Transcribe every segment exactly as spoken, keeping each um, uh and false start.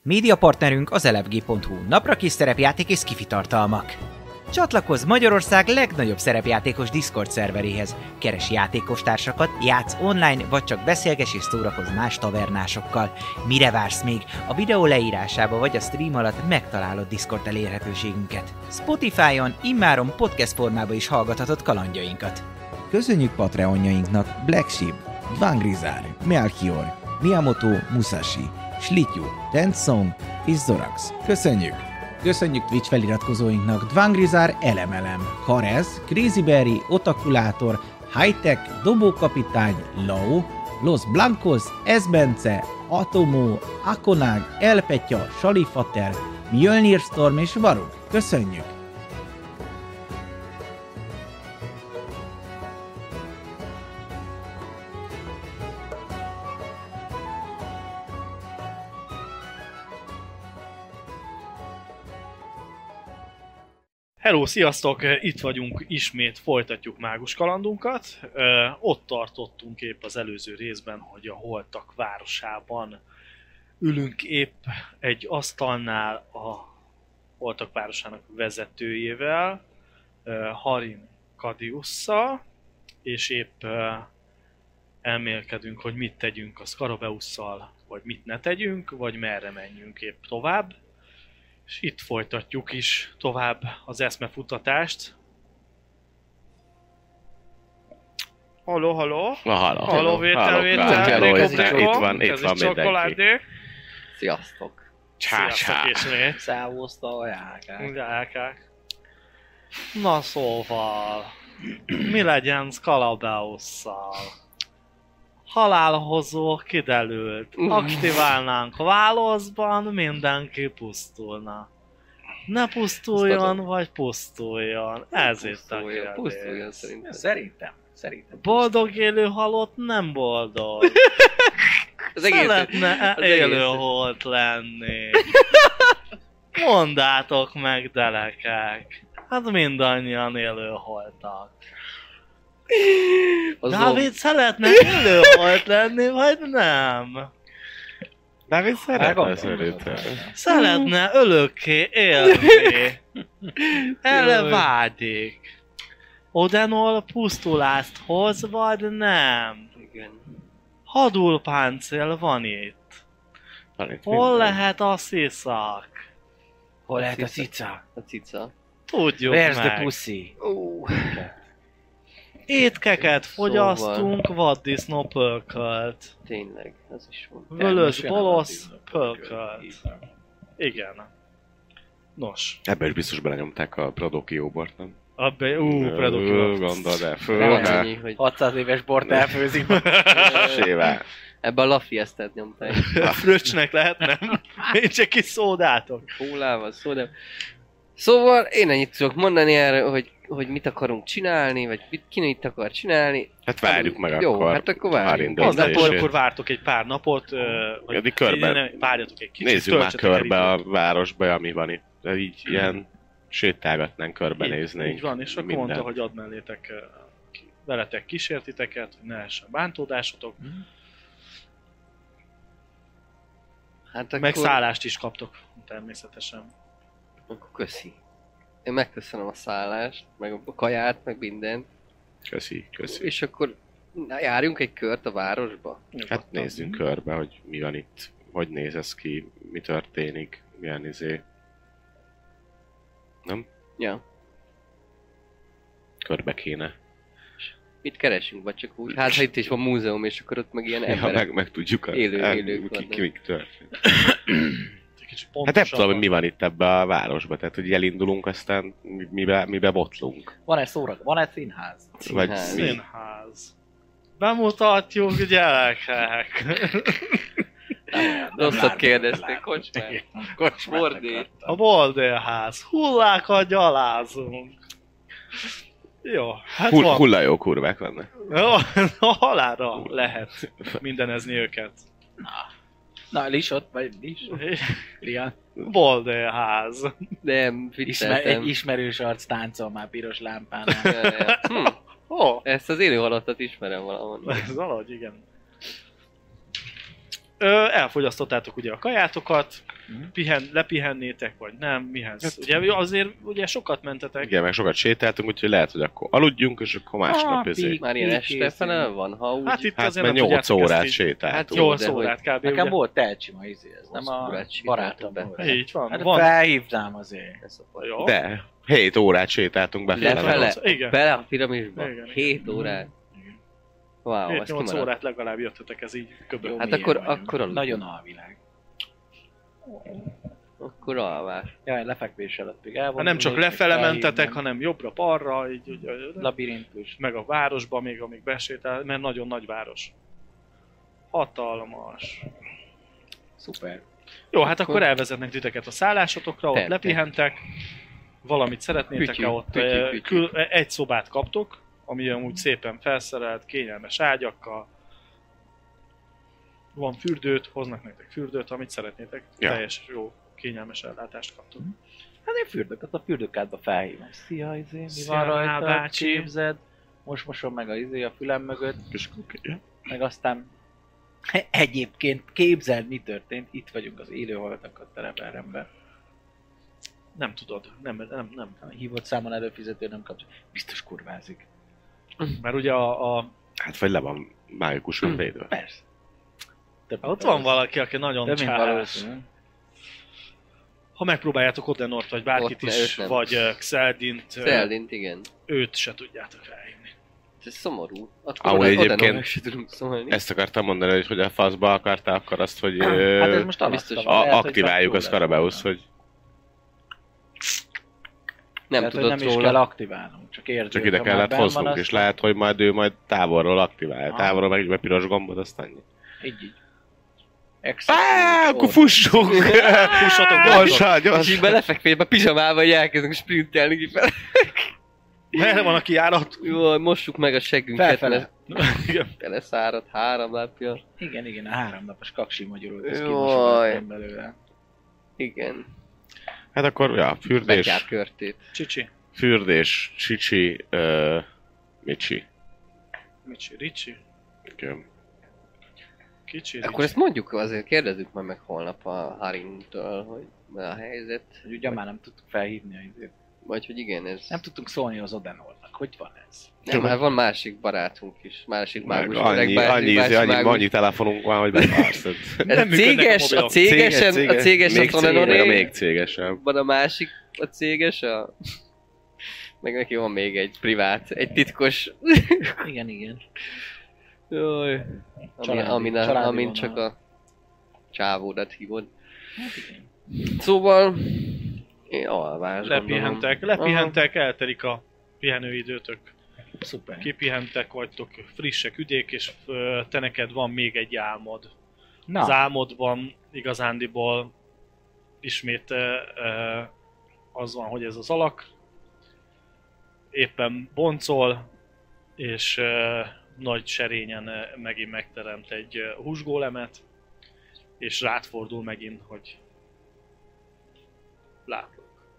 Médiapartnerünk az elefg pont hu, napra kis szerepjáték és skifi tartalmak. Csatlakozz Magyarország legnagyobb szerepjátékos Discord szerveréhez. Keres játékostársakat, játsz online, vagy csak beszélges és szórakozz más tavernásokkal. Mire vársz még? A videó leírásába vagy a stream alatt megtalálod Discord elérhetőségünket. Spotify-on immáron podcast formában is hallgathatod kalandjainkat. Köszönjük Patreonjainknak Black Sheep, Dvangrizar, Melchior, Miyamoto Musashi, Slityu, Tensong és Zorax. Köszönjük! Köszönjük Twitch feliratkozóinknak Dvangrizar Elemelem, Karez, Crazyberry, Otakulátor, Hightech, Dobókapitány, Lao, Los Blancos, Esbence, Atomo, Akonag, Elpetya, Salifater, Mjölnir Storm és Varug. Köszönjük! Hello, sziasztok! Itt vagyunk, ismét folytatjuk mágus kalandunkat. Ö, ott tartottunk épp az előző részben, hogy a holtak városában ülünk épp egy asztalnál a holtak városának vezetőjével, ö, Harin Kadiusszal, és épp ö, elmélkedünk, hogy mit tegyünk a Skarabeusszal, vagy mit ne tegyünk, vagy merre menjünk épp tovább. És itt folytatjuk is tovább az eszmefutatást. Halló, halló! Na, halló, halló, vétel, vétel, itt van, itt van mindenki. Sziasztok! Csá, csá. ismét. Szervusztok, jákák! Jákák. Na szóval, mi legyen Skarabeusszal? Halálhozó kiderült. Aktiválnánk válaszban, mindenki pusztulna. Ne pusztuljon, vagy pusztuljon. Ez itt a kérdés. Pusztuljon szerintem. Szerintem. Szerintem. Boldog élő halott nem boldog. Az egész, Szeretne az élő egész. holt lenni. Mondátok meg, delekek. Hát mindannyian élő holtak. Dávid szeretne élő holt lenni, vagy nem? Dávid szeretne szerintem. Szeretne örökké élni. Erre vágyik. Odenol pusztulást hoz, vagy nem? Igen. Hadulpáncél van itt. Van itt Hol minden. lehet a sziszak? Hol lehet a cica? A cica. Tudjuk Where's the meg. pussy? Ó, Étkeket Szóval. fogyasztunk, vaddisznó pörkölt. tényleg, ez is van. Völös bolosz pörkölt. Igen. Nos. Ebben is biztos belenyomták a Prodokióbort, nem? Abba, ú, Ö, Predokióbort. Gondold el, Nem föl, annyi, hogy hatszáz éves bort elfőzik. sével. ebbe a Lafiestet nyomták. Fröccsnek lehet, nem? Nincs egy kis szódátok. Kólával, szóval. Szóval én ennyit tudok mondani erre, hogy, hogy mit akarunk csinálni, vagy mit, ki mit akar csinálni. Hát várjuk meg Jó, akkor. hát akkor várjuk. Harin Az akkor, döntését. akkor vártok egy pár napot, ö, vagy Addig körbe. ne, várjatok egy kicsit. Nézzük már töltsetek el körbe a időt. városba, ami van itt. De így ilyen sétálgatnánk, körbenéznénk. Így, így van, és akkor mindent. mondta, hogy ad mellétek, ö, ki- veletek kísértiteket, hogy ne lehessen bántódásotok. Hát akkor, Meg szállást is kaptok, természetesen. akkor köszi. Én megköszönöm a szállást, meg a kaját, meg mindent. Köszi, köszi. És akkor na, járjunk egy kört a városba. Hát nézzünk körbe, hogy mi van itt, hogy néz ez ki, mi történik, milyen izé. Nem? Ja. Körbe kéne. Mit keresünk, vagy csak úgy? Hát ha itt is van múzeum, és akkor ott meg ilyen Ja, emberek. meg, meg tudjuk, Élő- el, élők ki, vannak. ki, mik történik. Egy kicsit Hát nem tudom, hogy pontosabban. mi van itt ebbe a városba, tehát hogy elindulunk, aztán mi- mibe, mibe botlunk. Van egy szóra, van egy színház. Vagy Színház. mi? Színház. Bemutatjuk, gyerekek! Rosszat kérdezték, kocsmár. Bordé. A Boldélház. Hullákat gyalázunk. Jó, hát Hull, van. hullajó kurvák vannak. Jó, a halálra lehet mindenezni őket. Na, Lisot, vagy Lis? Lian. Boldélház. Nem, Ismer, vicceltem. egy ismerős arc táncol már piros lámpánál. Ja, ja. Hm, Ó, ezt az élő halottat ismerem valahonnan. ez valahogy igen. Ö, elfogyasztottátok ugye a kajátokat, Pihen, lepihennétek, vagy nem, mihez? Hát, ugye azért ugye sokat mentetek. Igen, meg sokat sétáltunk, úgyhogy lehet, hogy akkor aludjunk, és akkor másnap ezért. Már ilyen este fele van, ha úgy... Hát itt Hát azért mert nem nyolc tudjátok órát ezt így- sétáltunk. Jó, nyolc de órát kb. Nekem ugye? volt tehetséma izé, ez nem Hosszú a órát sétáltunk barátom be. volt. Így van, Hát van. felhívnám azért. Ez a baj. Jó. De, hét órát sétáltunk befele. Lefele, Igen. bele a piramisba. Igen, hét igen. órát. Wow, ez hét-nyolc kimaradt. órát legalább jöttetek, ez így köböl. Jó, Hát milyen akkor- vagyunk. akkor aludjunk. Nagyon alvilág. Akkor alvás. Jaj, lefekvés előtt még Hát elvonulnék, nem csak még lefele felhívnám. mentetek, hanem jobbra-balra, így, így, Labirintus. meg a városba még, amíg besétál, mert nagyon nagy város. Hatalmas. Szuper. Jó, hát akkor elvezetnek titeket a szállásotokra, ott Tettek. lepihentek. Valamit szeretnétek-e Pütyű, ott? pütyű, eh, pütyű. Kül, egy szobát kaptok, ami amúgy szépen felszerelt, kényelmes ágyakkal. Van fürdőt, hoznak nektek fürdőt, amit szeretnétek. Ja. Teljes jó, kényelmes ellátást kaptok. Hát én fürdőket a fürdőkádba felhívom. Szia, izé, mi Szia, van rajta, bácsi. képzed? Most mosom meg a izé a fülem mögött, És akkor- ja. meg aztán egyébként képzeld, mi történt, itt vagyunk az élőholtakat tereperemben. Nem tudod, nem, nem, nem. A hívott számon előfizető nem kapsz, biztos kurvázik. Mert ugye a, a Hát vagy le van májikusan védve. Persze. Több ott van valaki, aki nagyon Több mint csás. valószínű. Ha megpróbáljátok Odenort, vagy bárkit Ott ne, is, őt nem. vagy uh, Xeldint, uh, Szeldint, igen. őt se tudjátok felhívni. Ez szomorú. Akkor Ahol oda- egyébként- oda meg se tudunk szólni. Ezt akartam mondani, hogy hogy a faszba akartál akkor azt, hogy Hát ez ö, most alatta biztos van, a, lehet, hogy aktiváljuk csak a túl Scarabeusz, lesz. hogy Nem Lehet, hogy tudott nem is kell róla. aktiválnunk, csak érződik. csak ide ha már kellett benn van, hoznunk, azt- és lehet, hogy majd ő majd távolról aktiválja. Aha. Távolról meg egy piros gombot, azt annyi. Így, így. Execute Á, akkor order. fussunk! Fussatok Gyorsan, És így gyorsan! belefekvésbe, pizsamába, hogy elkezdünk sprintelni kifele. Merre van a kijárat? Jó, mossuk meg a seggünket, Felfele. mert Igen. beleszáradt három lábja. Igen, igen, a háromnapos kaksi magyarult, ez Jaj. kimosogattam belőle. Igen. Hát akkor, ja, fürdés, Betyár körtét. Csicsi. fürdés, csicsi, ö, micsi. Micsi, Ricsi. Igen. Kicsi, Akkor Ricsi. ezt mondjuk azért, kérdezzük majd meg holnap a Harintől, hogy mi a helyzet. Hogy ugye már nem tudtuk felhívni a izét. Vagy hogy igen, ez... Nem tudtunk szólni az Odenornak, hogy van ez? Nem, hát van másik barátunk is, másik Meg mágus. annyi, öreg bácsi, annyi, bácsi annyi, mágus. annyi telefonunk van, hogy befarsz. Ez a Nem működnek céges, a a mobilok. cégesen, a cégesen még Toledoné, céges, még cégesebb. van a másik, a céges, a... Meg neki van még egy privát, egy titkos. Igen, igen. Jaj. Ami, Családi- amin, a, családi amin vonal. csak a csávódat hívod. Hát igen. Szóval... Én alvás, Lepihentek, gondolom. lepihentek, eltelik a pihenőidőtök. Szuper. Kipihentek vagytok, frissek, üdék, és ö, te neked van még egy álmod. Na, Az álmodban igazándiból ismét ö, ö, az van, hogy ez az alak éppen boncol, és ö, nagy serényen ö, megint megteremt egy ö, húsgólemet, és rád fordul megint, hogy látlak.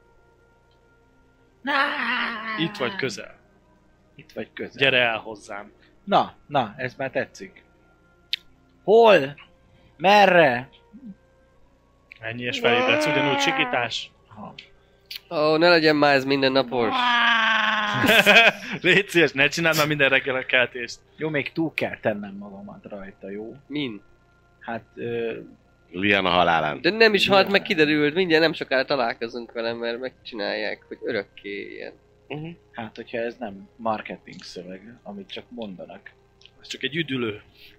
Itt vagy közel. itt vagy közel. Gyere el hozzám. Na, na, ez már tetszik. Hol? Merre? Ennyi és felébredsz, ugyanúgy sikítás. Ha. Ó, ne legyen már ez mindennapos. Légy szíves, ne csináld már minden reggel a keltést. Jó, még túl kell tennem magamat rajta, jó? Min? Hát, ö, Liana halálán. De nem is halt meg, kiderült, mindjárt nem sokára találkozunk velem, mert megcsinálják, hogy örökké ilyen. hát hogyha ez nem marketing szöveg, amit csak mondanak. Ez csak egy üdülő.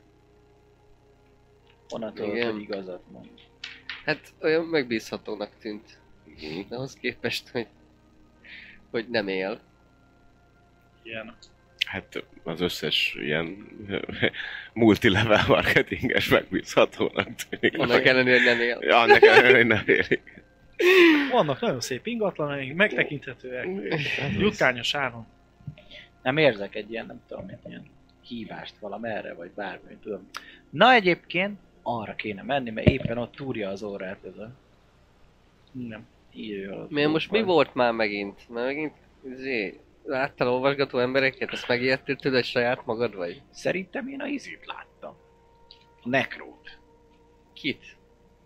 Honnan tudod, Igen. hogy igazat mond. Hát olyan megbízhatónak tűnt. De ahhoz képest, hogy, hogy nem él. Ilyen. Hát az összes ilyen multilevel marketinges megbízhatónak tűnik. Annak ellenére, hogy nem él. Ja, annak ellenére, hogy nem érik. Vannak nagyon szép ingatlanaink, megtekinthetőek. Jutkányos áron. Nem érzek egy ilyen, nem tudom, egy ilyen hívást valamerre, vagy bármi, nem tudom. Na egyébként arra kéne menni, mert éppen ott túrja az órát ez a... Nem. Írja alatt. Miért most mi volt már megint? Mert megint izé, láttál olvasgató embereket? Ezt megijedtél tőle saját magad vagy? Szerintem én a izét láttam. A nekrót. Kit?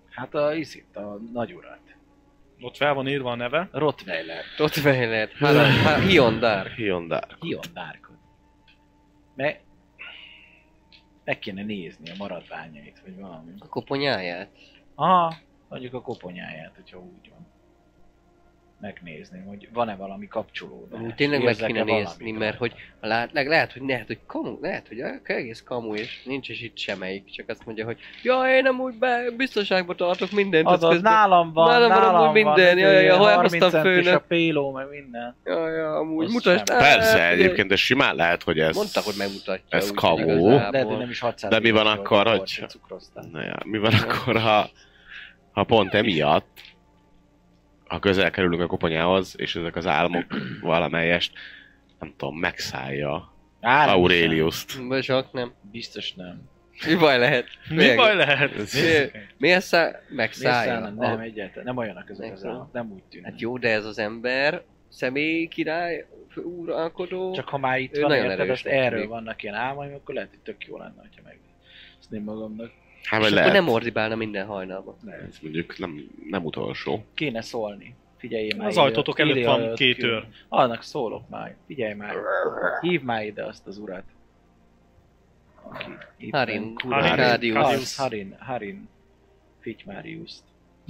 Hát a iszit, a nagyurat. Ott fel van írva a neve. Rottweiler. Rottweiler. Hyundai. Hyundai. Hyundai-kod. Meg... Meg kéne nézni a maradványait, vagy valami. A koponyáját. Aha, mondjuk a koponyáját, hogyha úgy van. Megnézni, hogy van-e valami kapcsolódás. Úgy tényleg meg kéne Érzek-e nézni, valamit mert hogy rajta? a lát, le, lehet, hogy lehet, hogy kamu, lehet, hogy egész kamu, és nincs is itt semmelyik, csak azt mondja, hogy ja, én nem úgy be, biztonságban tartok mindent. Azaz, közben- nálam van, nálam nálam, van van, amúgy minden, ja, ja, ja, ha harminc elhoztam centis főnök. a péló, meg minden. Ja, ja, amúgy Az mutasd sem. el. Persze, figyelj. egyébként ez simán lehet, hogy ez... Mondta, hogy megmutatja. ez úgy, kamu. hogy igazából. Lehet, hogy nem is hatszáz De mi van éves akkor, volt, hogy- porci cukroztál. Na ja, mi van akkor, ha, ha pont emiatt, ha közel kerülünk a koponyához, és ezek az álmok valamelyest, nem tudom, megszállja Á, nem Aureliuszt. Vagy csak nem. Biztos nem. Mi baj lehet? Mi baj lehet? Mi- Miért száll? Megszállja? Mészáll, nem, nem, egyáltalán. Nem olyanak ezek az Nem. államok, nem úgy tűnnek. Hát jó, de ez az ember, személy király, uralkodó. Csak ha már itt Ő van, nagyon érted, erős azt neki erről még. vannak ilyen álmaim, akkor lehet, hogy tök jó lenne, ha megnézném magamnak. Hát És vagy akkor lehet, nem ordibálna minden hajnalban. ez mondjuk nem, nem utolsó. Kéne szólni. Figyelj már Az ide, ajtótok előtt ide van előtt két külön. őr. Annak szólok már. Figyelj már. Hívd már ide azt az urat. Aki éppen Harin. kurva- Harin. Rádius. Az, Harin. Harin. Fitymáriuszt.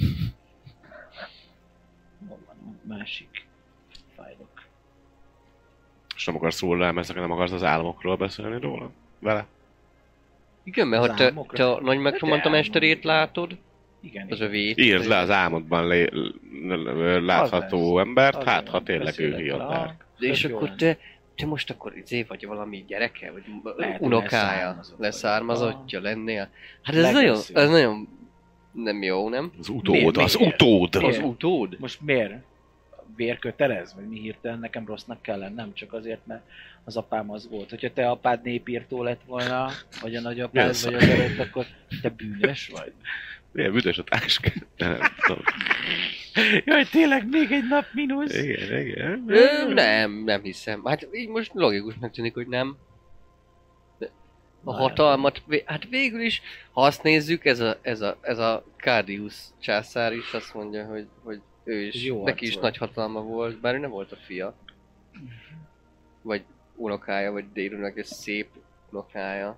Hol van a másik fájlok? És nem akarsz róla elmeszni, nem akarsz az álmokról beszélni róla? Vele? Igen, mert Az ha te, álmokra? te a nagy megromanta De mesterét álmom. látod, Igen, az igen. övét. Írd le az álmodban lé, l- l- látható Az embert, Az hát olyan, ha tényleg ő beszélek vele. Hyundai. Ah, És tök jó akkor lenne. te, te most akkor izé vagy valami gyereke, vagy Lehet, hogy unokája, leszármazott leszármazottja vagy. lennél. Hát ez nagyon, Legacy. ez nagyon nem jó, nem? Az utód, Miért, az miért? utód! Az Miért? utód? Most miért? Vérkötelez? Vagy mi hirtelen nekem rossznak kell lennem? Csak azért, mert az apám az volt. Hogyha te apád népírtó lett volna, vagy a nagyapád, Yes. vagy az előtt, akkor te bűnös vagy? Milyen büdös a táska? Nem tudom. Jaj, tényleg még egy nap mínusz? Igen, igen. Ö, nem, nem hiszem. Hát így most logikusnak tűnik, hogy nem. De a Na, hatalmat, vé- hát végül is, ha azt nézzük, ez a, ez a, ez a Cardius császár is azt mondja, hogy, hogy ő is, Jó neki arc is volt. nagy hatalma volt, bár ő nem volt a fia. Vagy unokája, vagy délunak, ez szép unokája.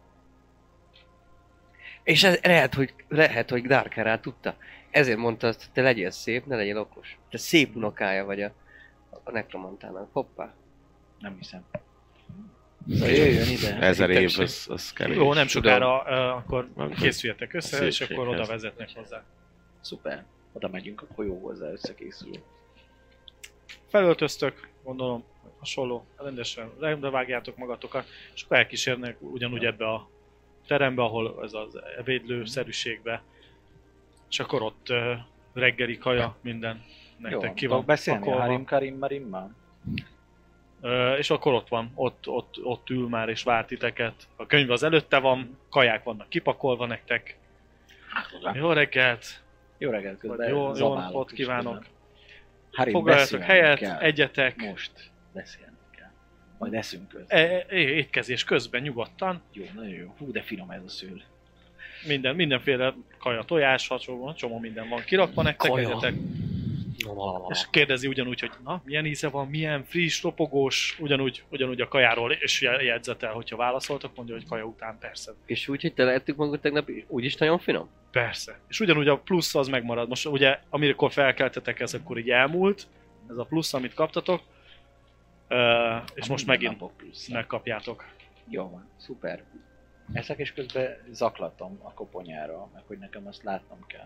És ez lehet, hogy, lehet, hogy Darkarál tudta. Ezért mondta azt, hogy te legyél szép, ne legyél okos. Te szép unokája vagy a, a nekromantának. Hoppá. Nem hiszem. Szóval jöjjön ide. Ezer év, az, az kevés. Jó, nem sokára uh, akkor Van, készüljetek össze, és szépséghez. akkor oda vezetnek hozzá. Szuper. Oda megyünk, akkor jó hozzá összekészül. Felöltöztök, gondolom, hasonló, rendesen rendbe vágjátok magatokat, és akkor elkísérnek ugyanúgy ebbe a terembe, ahol ez az ebédlőszerűségbe, és akkor ott uh, reggeli kaja, minden nektek Jó, ki van tudok beszélni a pakolva. Harim Karim Marimmal? Ö, és akkor ott van, ott, ott, ott ül már és vár titeket. A könyv az előtte van, kaják vannak kipakolva nektek. Jó reggelt, Jó reggelt, vagy közben jó, jó zabálok napot is kívánok. közben. Harim, Foglaljatok beszélni helyet, kell. egyetek, Most beszélni kell. Majd eszünk közben. e- e- étkezés közben nyugodtan. Jó, nagyon jó. Hú, de finom ez a szől. Minden, mindenféle kaja, tojás, hasonló, csomó minden van kirakva nektek, Kaja. egyetek. És kérdezi ugyanúgy, hogy na, milyen íze van, milyen friss, ropogós, ugyanúgy, ugyanúgy a kajáról, és jegyzetel, hogyha válaszoltak, mondja, hogy kaja után persze. És úgy, hogy te lehettük magunkat tegnap, úgyis nagyon finom? Persze. És ugyanúgy a plusz az megmarad. Most ugye, amikor felkeltetek, ez akkor így elmúlt, ez a plusz, amit kaptatok, uh, és most megint Napok plusz. megkapjátok. Jó van, szuper. Eszek és közben zaklatom a koponyára, meg hogy nekem azt látnom kell.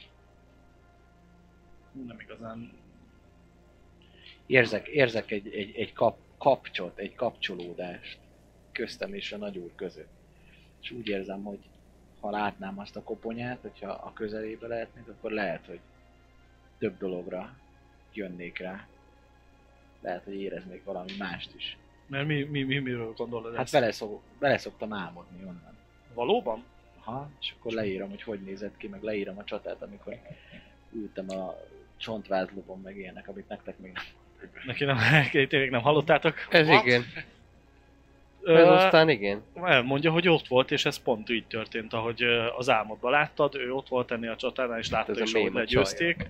Nem igazán. Érzek, érzek egy, egy, egy kap, kapcsot, egy kapcsolódást köztem és a nagyúr között. És úgy érzem, hogy ha látnám azt a koponyát, hogyha a közelébe lehetnék, akkor lehet, hogy több dologra jönnék rá. Lehet, hogy éreznék valami mást is. Mert mi, mi, mi miről gondolod Hát ezt? beleszok, beleszoktam álmodni onnan. Valóban? Aha, és akkor leírom, hogy hogy nézett ki, meg leírom a csatát, amikor ültem a csontvázlobon, meg ilyenek, amit nektek még nem. Neki nem, tényleg nem hallottátok? Ez What? igen. Ez aztán igen. Elmondja, hogy ott volt, és ez pont így történt, ahogy ö, az álmodban láttad, ő ott volt ennél a csatánál, és látta Ez a is, ahogy mém a legyőzték.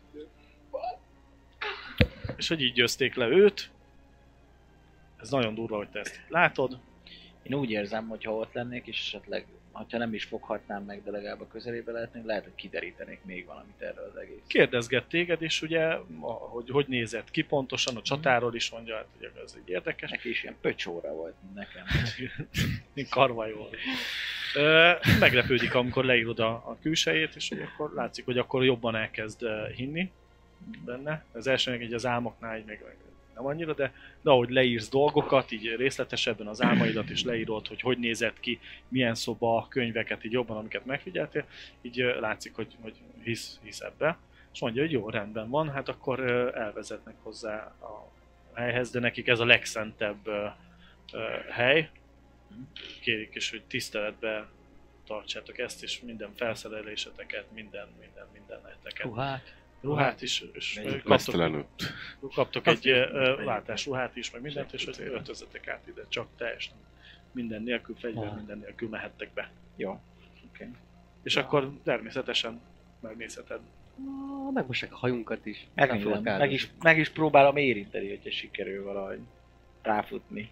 És hogy így győzték le őt. Ez nagyon durva, hogy te ezt látod. Én úgy érzem, hogy ha ott lennék, és esetleg, ha nem is foghatnám meg, de legalább a közelébe lehetnék, lehet, hogy kiderítenék még valamit erről az egész. Kérdezget téged, és ugye, a- hogy hogy nézett ki pontosan, a csatáról is mondja, hát ugye ez egy érdekes. Neki is ilyen pöcsóra volt, mint nekem. Karvajó. Ö, Meglepődik, amikor leírod a, a külsejét, és hogy akkor látszik, hogy akkor jobban elkezd ö, hinni benne. Az elsőnek egy az álmoknál így még még nem annyira, de, de ahogy leírsz dolgokat, így részletesebben az álmaidat, és leírod, hogy hogy nézett ki, milyen szoba, könyveket, így jobban, amiket megfigyeltél, így ö, látszik, hogy, hogy hisz, hisz ebbe. És mondja, hogy jó, rendben van, hát akkor ö, elvezetnek hozzá a helyhez, de nekik ez a legszentebb ö, ö, hely. Kérik is, hogy tiszteletbe tartsátok ezt, és minden felszereléseteket, minden, minden, mindeneteket. Ruhát. Ruhát is, és kaptok, Mesztelenül. kaptok egy ö, váltásruhát is, meg mindent, és hogy öltözzetek át ide, csak teljesen minden nélkül, fegyver, Ah. minden nélkül mehettek be. Jó. Oké. És akkor természetesen megnézheted. Ah, megmossák a hajunkat is. Megnézem, Nem fogok meg is, meg is próbálom érinteni, hogyha sikerül valahogy ráfutni.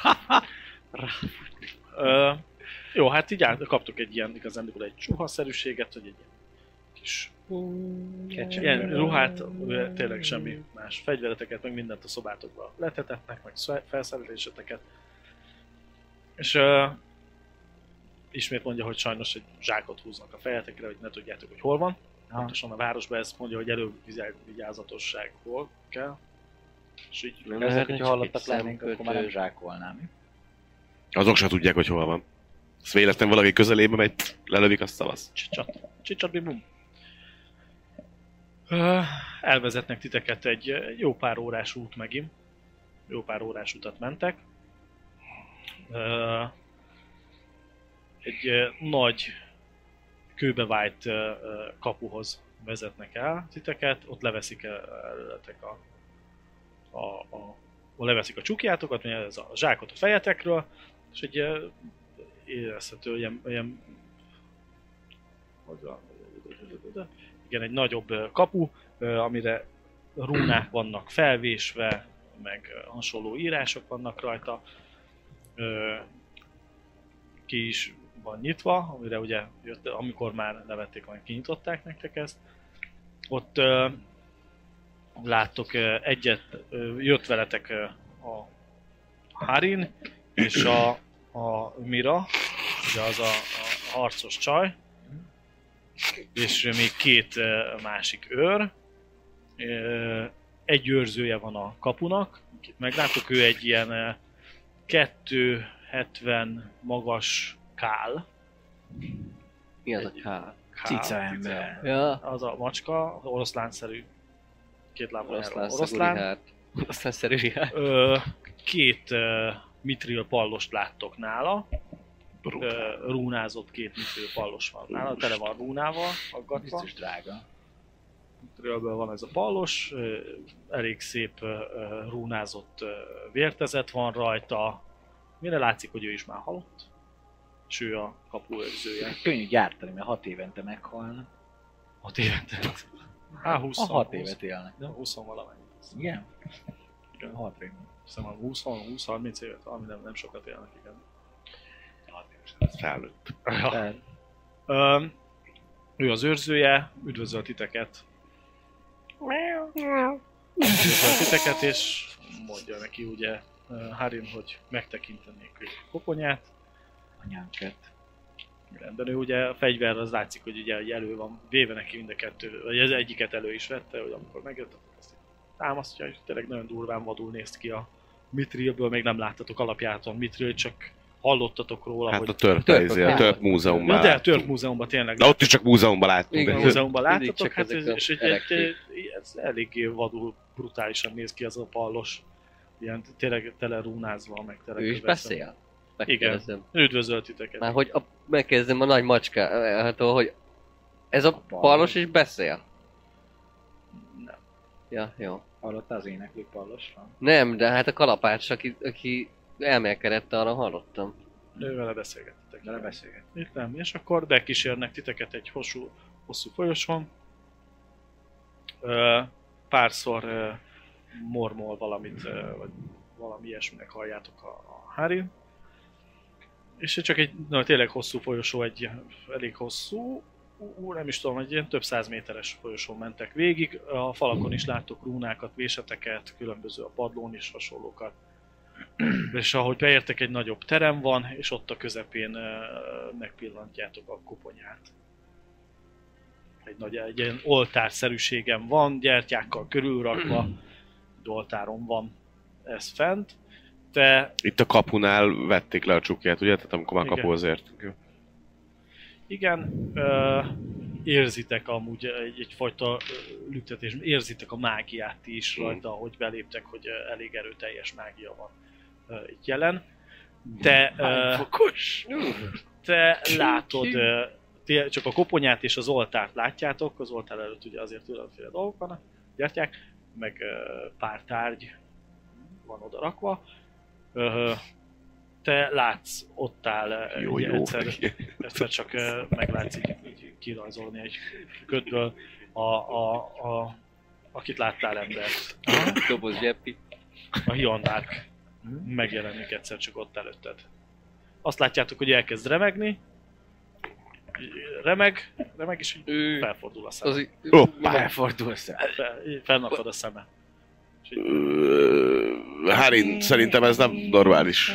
Ö, jó, hát így át, kaptok egy ilyen, igazándiból egy csuhaszerűséget, hogy egy ilyen kis Kecsen. ilyen ruhát, ugye, tényleg semmi más fegyvereteket, meg mindent a szobátokba letetetnek, meg szve- felszereléseteket. És uh, ismét mondja, hogy sajnos egy zsákot húznak a fejetekre, hogy ne tudjátok, hogy hol van. Aha. Pontosan a városban ezt mondja, hogy elővigyázatosságból kell. És így Nem Ezek, lehetne hogyha csak hallottak egy lennénk, akkor már nem szemkötős. zsákolnám. Azok se tudják, hogy hol van. Ezt véletlen valaki közelébe megy, lelövik, azt szavasz. Csicsat, csicsat, bim, bum. Ö, Elvezetnek titeket egy egy jó pár órás út megint. Jó pár órás utat mentek. Ö, Egy ö, nagy kőbevájt ö, ö, kapuhoz vezetnek el titeket, ott leveszik el előletek a, a, a, a leveszik a csukjátokat, ez a zsákot a fejetekről, és egy ö, érezhető ilyen, ilyen az a- igen, egy nagyobb ö, kapu, ö, amire rúnák vannak felvésve, meg ö, hasonló írások vannak rajta. Ö, Ki is van nyitva, amire ugye jött, amikor már levették, majd kinyitották nektek ezt. Ott ö, láttok ö, egyet, ö, jött veletek ö, a Harin és a, a Mira, ugye az a, a harcos csaj, és még két ö, másik őr. Ö, Egy őrzője van a kapunak, akit megláttok, ő egy ilyen ö, kettő hetven magas kál. Mi az a kál? Kál, Cica ember. Ja. Az a macska, oroszlánszerű, két lábon járó Oroszlán oroszlán. szerű Oroszlán szerű rihát. Ö, Két ö, mitril pallost láttok nála. Ö, Rúnázott két mitril pallos van nála, tele van rúnával aggatva. Biztos drága. Mitrilből van ez a pallos, ö, elég szép ö, ö, rúnázott ö, vértezet van rajta. Mire látszik, hogy ő is már halott. És ő a kapuőrzője. Könnyű gyártani, mert hat évente meghalna. hat évente. Há, húsz. A hat évet élnek. De húsz valamennyi. Igen? Igen. Hat évet. Hiszem a húsz harminc évet, valami nem, nem sokat élnek, igen. Ez felnőtt. Tehát Ö, ő az őrzője, üdvözöl titeket. Üdvözöl titeket, és mondja neki ugye ö, Harin, hogy megtekintenék ő koponyát. anyánket. Rendben, ő ugye a fegyver, az látszik, hogy ugye hogy elő van véve neki mind a kettő, vagy az egyiket elő is vette, hogy amikor megjött, azt így támasztja, és tényleg nagyon durván vadul néz ki a Mitrilből, még nem láttatok alapjáton Mitril, csak hallottatok róla, Hát hogy... a törp, Törp- izé, a törp múzeumban Ja, de a láttunk. Törp múzeumban tényleg. De ott is csak múzeumban láttunk. Igen, a de- múzeumban Mindig láttatok, csak hát ezek ez, a és egy, egy, erekkék. ez eléggé vadul, brutálisan néz ki az a pallos. Ilyen tényleg tele rúnázva, meg tele Ő is kövezve. beszél? Igen. Megkérdezem. Üdvözölt titeket. Már hogy a, megkérdezem a nagy macskától, hogy ez a A pallos is beszél? Nem. Ja, jó. Hallottál az éneklő pallosról? Nem, de hát a kalapács, aki, aki elmélkedett, arra hallottam. Ő vele beszélgettetek. Vele beszélget. Itt nem, és akkor bekísérnek titeket egy hosszú, hosszú folyosón. Ö, párszor ö, mormol valamit, ö, vagy valami ilyesminek halljátok a, a Harry. És csak egy na, tényleg hosszú folyosó, egy elég hosszú, ú, nem is tudom, egy ilyen több száz méteres folyosón mentek végig. A falakon is láttok rúnákat, véseteket, különböző a padlón is hasonlókat. És ahogy beértek, egy nagyobb terem van, és ott a közepén uh, megpillantjátok a koponyát. Egy nagy, egy ilyen oltárszerűségem van, gyertyákkal körülrakva, egy oltáron van ez fent. Te Itt a kapunál vették le a csukját, ugye? Tehát amikor már Igen. kapuhoz értünk. igen, uh, érzitek amúgy egy, egyfajta uh, lüktetés, érzitek a mágiát ti is rajta, ahogy beléptek, hogy uh, elég erőteljes mágia van uh, itt jelen. Te, uh, Fokos? te látod, uh, ti csak a koponyát és az oltárt látjátok, az oltár előtt ugye azért különféle dolgok vannak, gyertyák, meg uh, pár tárgy van oda rakva. Uh, te látsz, ott áll uh, Jó, ugye jó. egyszer, egyszer csak uh, meglátsz így, így kirajzolni egy ködből a, a, a, akit láttál embert. Doboz zseppi. A Hyondark megjelenik egyszer csak ott előtted. Azt látjátok, hogy elkezd remegni. Remeg, remeg és így Ő- felfordul a szeme. Az, Hoppá! Elfordul össze. Fel, fennakad a szeme. És így, Ö, Harry, szerintem ez nem normális.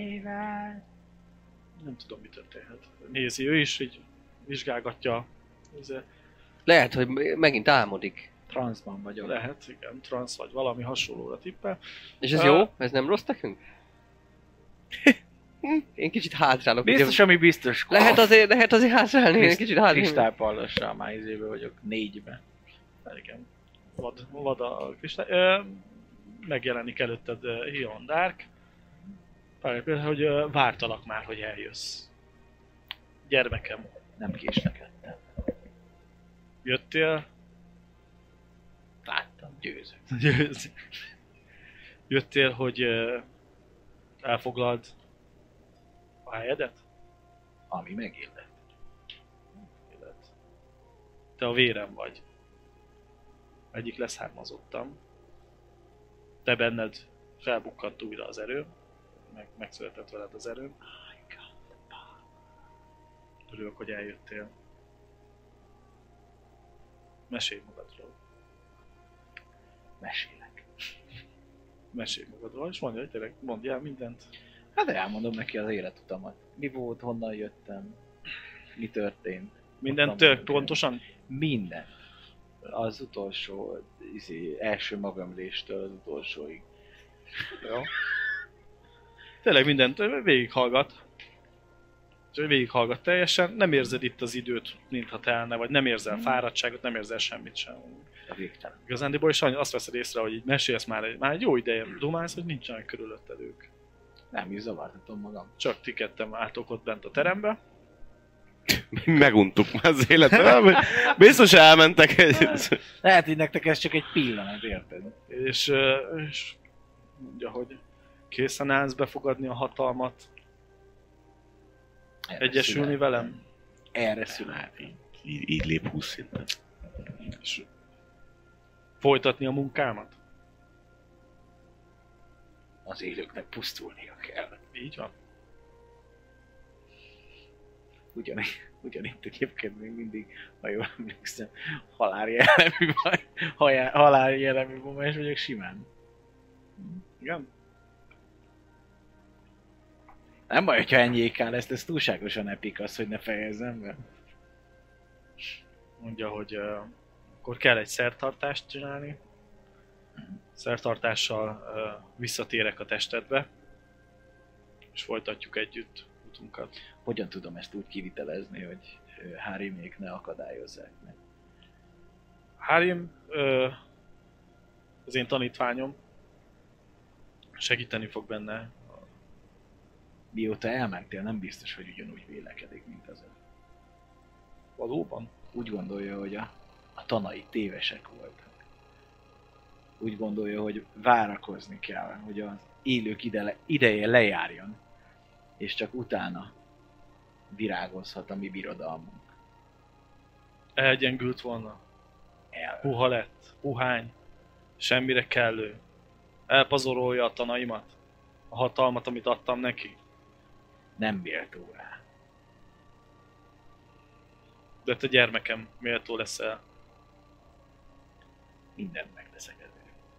nem tudom, mi történhet. Nézi ő is, így vizsgálgatja. Ez lehet, hogy megint álmodik. Transzban vagyok. lehet, igen, transz vagy valami hasonlóra tippel. És ez Ö- jó? Ez nem rossz nekünk? Én kicsit hátrálok. ugye- Biztos, ami biztos. Lehet azért, lehet azért hátrálni, én Kriszt- kicsit hátrálni. Kristálypallossal már izébe vagyok. Négyben. Igen. Vad, vad a kristály. Ö, megjelenik előtted uh, Hyondark. Például, hogy uh, vártalak már, hogy eljössz. Gyermekem, Nem késlekedtem. jöttél? Láttam, győzök. Győz. Jöttél, hogy uh, elfoglald a helyedet? Ami megillet. Élet. Te a vérem vagy. Egyik leszármazottam. Te benned felbukkant újra az erő. Meg, megszületett veled az erő. Örülök, hogy eljöttél. Mesélj magadról. Mesélek. Mesélj magadról, és mondja, hogy tényleg mondjál mindent. Hát elmondom neki az életutamat. Mi volt, honnan jöttem, mi történt. Mindent Mondtam tök neki. pontosan? Minden. Az utolsó, izé, első magamléstől az utolsóig. Jó. Tényleg mindent végighallgat. Csak végighallgat teljesen. Nem érzed itt az időt, mintha telne, vagy nem érzel fáradtságot, nem érzel semmit sem. A végtelen. Igazándiból is azt veszed észre, hogy így mesélsz már egy, már egy jó ideje dumálsz, hogy nincsenek körülötted ők. Nem is zavartatom magam. Csak ti ketten álltok ott bent a terembe. Meguntuk már az életet. Biztos elmentek egy... Lehet, hogy nektek ez csak egy pillanat, érted? És, ö, és mondja, hogy készen állsz befogadni a hatalmat, Erre egyesülni születtem. velem, Erre születtem. Így, így lép húsz szinten. és folytatni a munkámat. Az élőknek pusztulnia kell. Így van. Ugyan, ugyanitt egyébként még mindig, ha jól emlékszem, haláljellemű vagy, hajá- haláljellemű bomás vagyok simán. Igen? Nem baj, hogyha ennyi áll, ezt, ez túlságosan epik az, hogy ne fejezzem be. Mondja, hogy uh, akkor kell egy szertartást csinálni. Szertartással uh, visszatérek a testedbe, és folytatjuk együtt utunkat. Hogyan tudom ezt úgy kivitelezni, hogy ö, Hárimék ne akadályozzák meg? Harim, uh, az én tanítványom, segíteni fog benne. Mióta elmentél, nem biztos, hogy ugyanúgy vélekedik, mint az előtt. Valóban? Úgy gondolja, hogy a, a tanai tévesek voltak. Úgy gondolja, hogy várakozni kell, hogy a élők ide, ideje lejárjon, és csak utána virágozhat a mi birodalmunk. Elgyengült volna. El. Puha lett. Puhány. Semmire kellő. Elpazarolja a tanaimat. A hatalmat, amit adtam neki. Nem méltó rá. De te gyermekem méltó leszel. Mindent megteszek ezért.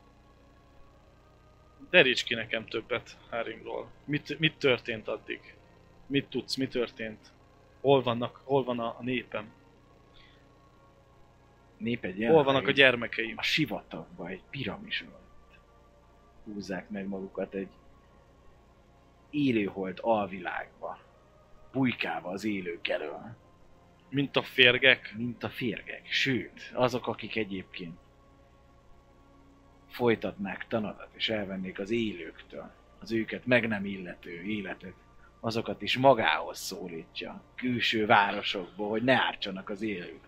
Deríts ki nekem többet Haringról. Mit, mit történt addig? Mit tudsz? Mi történt? Hol vannak? Hol van a, a népem? Nép egy Hol vannak a gyermekeim? A sivatagban, egy piramis alatt húzzák meg magukat egy élőhold alvilágba, bujkálva az élők elől, Mint a férgek? mint a férgek. Sőt, azok, akik egyébként folytatnák tanadat és elvennék az élőktől az őket meg nem illető életet, azokat is magához szólítja, külső városokból, hogy ne ártsanak az élőknek.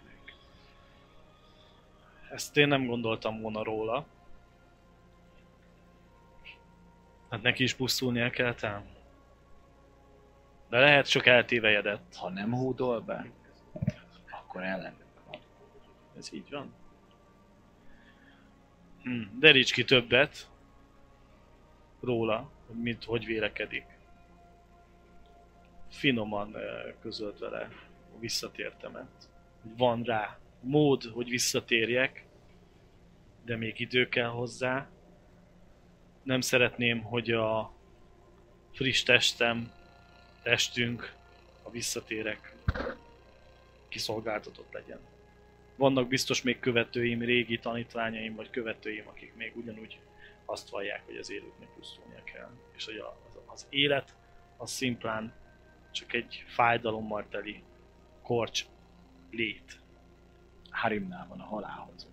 Ezt én nem gondoltam volna róla. Hát neki is pusztulnia kell ám. De lehet csak eltévejedett. Ha nem hódol be, akkor ellenük van. Ez így van? Hm, deríts ki többet róla, hogy mit, hogy vélekedik. Finoman eh, közölt vele a visszatértemet. Van rá mód, hogy visszatérjek, de még idő kell hozzá. Nem szeretném, hogy a friss testem, testünk, a visszatérek, kiszolgáltatott legyen. Vannak biztos még követőim, régi tanítványaim, vagy követőim, akik még ugyanúgy azt vallják, hogy az élőknek pusztulnia kell. És hogy a, az, az élet, az szimplán csak egy fájdalommal teli korcs lét. Harimnál van a halálhoz.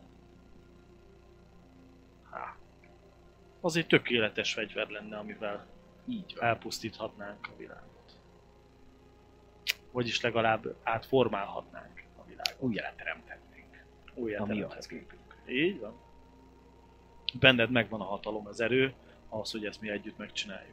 Há. Az egy tökéletes fegyver lenne, amivel Így van. elpusztíthatnánk a világot. Vagyis legalább átformálhatnánk a világot. Újra teremtetnénk. Újra A mi teremthetnénk. arcképünk. Így van. Benned megvan a hatalom, az erő, ahhoz, hogy ezt mi együtt megcsináljuk.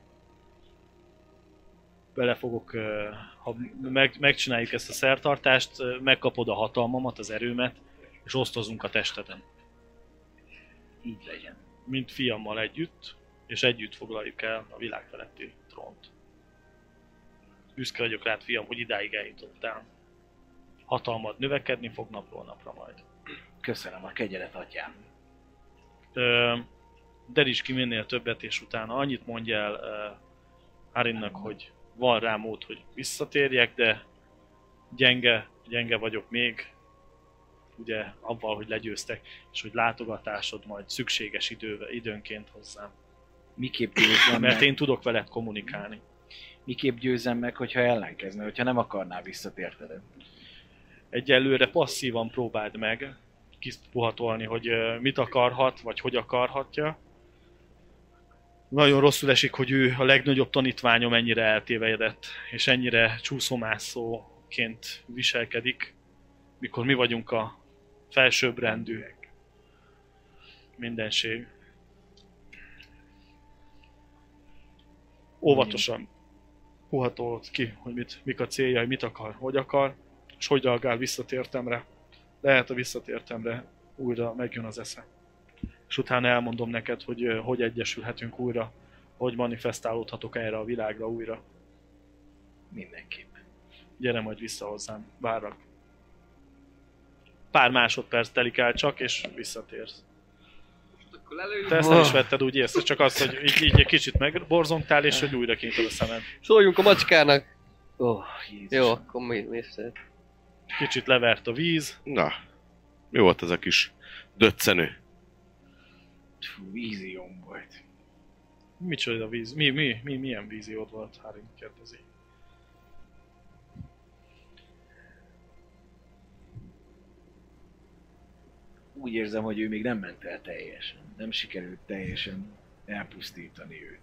Bele fogok, ö, ha meg, megcsináljuk ezt a szertartást, ö, megkapod a hatalmamat, az erőmet, és osztozunk a testeden. Így legyen. Mint fiammal együtt, és együtt foglaljuk el a világ feletti trónt. Büszke vagyok rád, fiam, hogy idáig eljutottál. Hatalmad növekedni fog napról napra majd. Köszönöm a kegyelet, atyám. Ö, deríts ki minél többet, és utána annyit mondj el uh, Harinnak, hogy van rá mód, hogy visszatérjek, de gyenge, gyenge vagyok még, ugye avval, hogy legyőztek, és hogy látogatásod majd szükséges idővel, időnként hozzám. Miképp győzzem Mert meg, én tudok veled kommunikálni. miképp győzzem meg, hogyha ellenkezne, hogyha nem akarná visszatérted. Egyelőre passzívan próbáld meg kipuhatolni, hogy ö, mit akarhat, vagy hogy akarhatja. Nagyon rosszul esik, hogy ő a legnagyobb tanítványom ennyire eltévejedett, és ennyire csúszómászóként viselkedik, mikor mi vagyunk a felsőbbrendű mindenség. Óvatosan puhatolod ki, hogy mit, mik a céljai, mit akar, hogy akar, és hogy reagál visszatértemre. Lehet a visszatértemre újra megjön az esze. És utána elmondom neked, hogy ö, hogy egyesülhetünk újra, hogy manifestálódhatok erre a világra újra. Mindenképp. Gyere majd vissza hozzám, várlak. Pár másodperc telik el csak, és visszatérsz. Akkor lelőjük. Te ezt nem is vetted úgy észre, csak azt, hogy így, így egy kicsit megborzongtál, és hogy újra kinyitod a szemed. Szóljunk a macskának! Ó, oh, Jézus. Jó, akkor mi, mi szeret? Kicsit levert a víz. Na, mi volt ez a kis döccenő? Fú, vízióm volt. Micsoda a víz? Mi, mi, mi, milyen víziód volt? Haring kérdezi. Úgy érzem, hogy ő még nem ment el teljesen. Nem sikerült teljesen elpusztítani őt.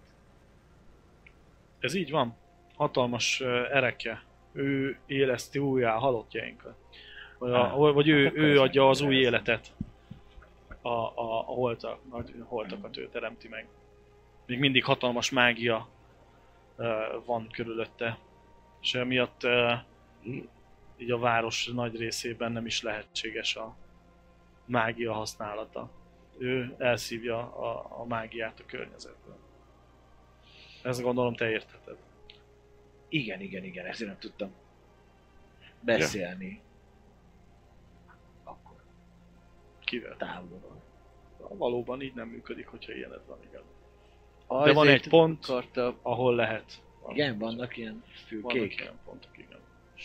Ez így van. Hatalmas uh, erekje. Ő éleszti újjá a halottjainkat. Vagy, a, Ah, vagy ő, hát akkor ő ez adja az új megmagyarázza. életet. A, a, a, holtak, a holtakat ő teremti meg. még mindig hatalmas mágia uh, van körülötte, és emiatt uh, így a város nagy részében nem is lehetséges a mágia használata. Ő elszívja a, a mágiát a környezetből. Ezt gondolom te értheted. Igen, igen, igen, ezért nem tudtam beszélni. Akkor Kivel? távolról. Valóban így nem működik, hogyha ilyened van, igen. Ah, De van ezért egy pont, akarta- ahol lehet. Igen, vannak ilyen Vannak fülkék. ilyen pontok, igen.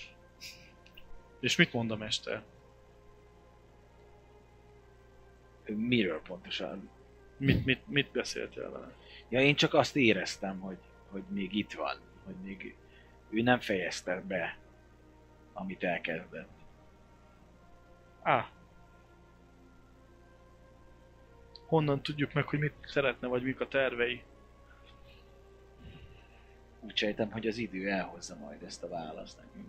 És mit mond a mester? Miről pontosan? Mit, mit, mit beszéltél vele? Ja, én csak azt éreztem, hogy, hogy még itt van. Hogy még ő nem fejezte be, amit elkezdett. Á. Honnan tudjuk meg, hogy mit szeretne, vagy mik a tervei? Úgy sejtem, hogy az idő elhozza majd ezt a választ nekünk.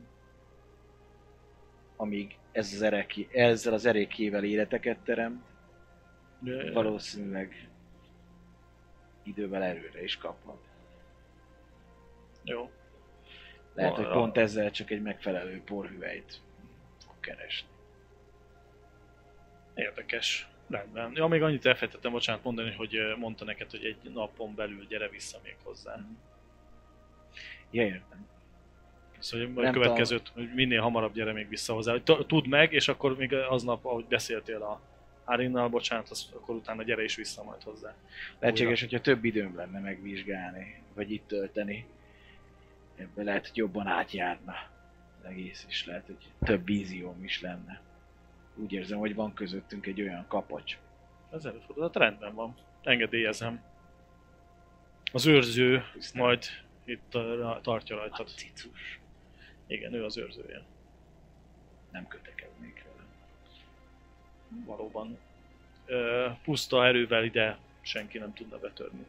Amíg ez az ereké, ezzel az erékével életeket teremt, De, valószínűleg idővel erőre is kaphat. Jó. Lehet, hogy Arra- pont ezzel csak egy megfelelő porhüvelyt fog keresni. Érdekes. Rendben. Ja, még annyit elfelejtettem, bocsánat mondani, hogy ö, mondta neked, hogy egy napon belül gyere vissza még hozzá. Ja, értem. Szóval hogy Nem a következőt, hogy minél hamarabb gyere még vissza hozzá. Hogy t- tudd meg, és akkor még aznap, ahogy beszéltél a Árinnal, bocsánat, az, akkor utána gyere is vissza majd hozzá. Lehetséges, hogyha több időm lenne megvizsgálni, vagy itt tölteni, ebben lehet, hogy jobban átjárna az egész, és lehet, hogy több vízióm is lenne. Úgy érzem, hogy van közöttünk egy olyan kapocs. Ez előfordulhat, rendben van. Engedélyezem. Az őrző Tisztán. majd itt uh, tartja rajtad. Cicus. Igen, ő az őrzője. Nem kötekednék vele. Valóban. Ö, puszta erővel ide senki nem tudna betörni.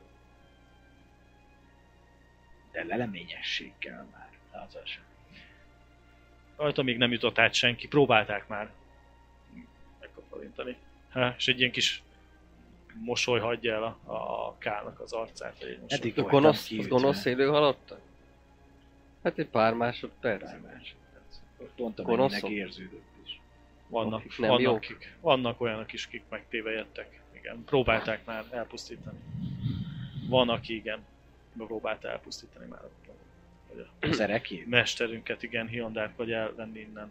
De leleményesség kell már. Az az sem. Rajta még nem jutott át senki, próbálták már megkaparintani. Ha, és egy ilyen kis mosoly hagyja el a, a Kálnak az arcát. Vagy egy mosoly. Eddig A voltam gonosz, az kiütve. gonosz élő halottak? Hát egy pár másodperc. Pár másodperc. Pont Gonoszok? amennyinek érződött is. Vannak, akik nem vannak, jók. kik, vannak olyanok is, kik megtévejedtek. Igen, próbálták már elpusztítani. Van, aki igen, próbálta elpusztítani már. Vagy a Az erekét? mesterünket, igen, Hiondárk, vagy elvenni innen.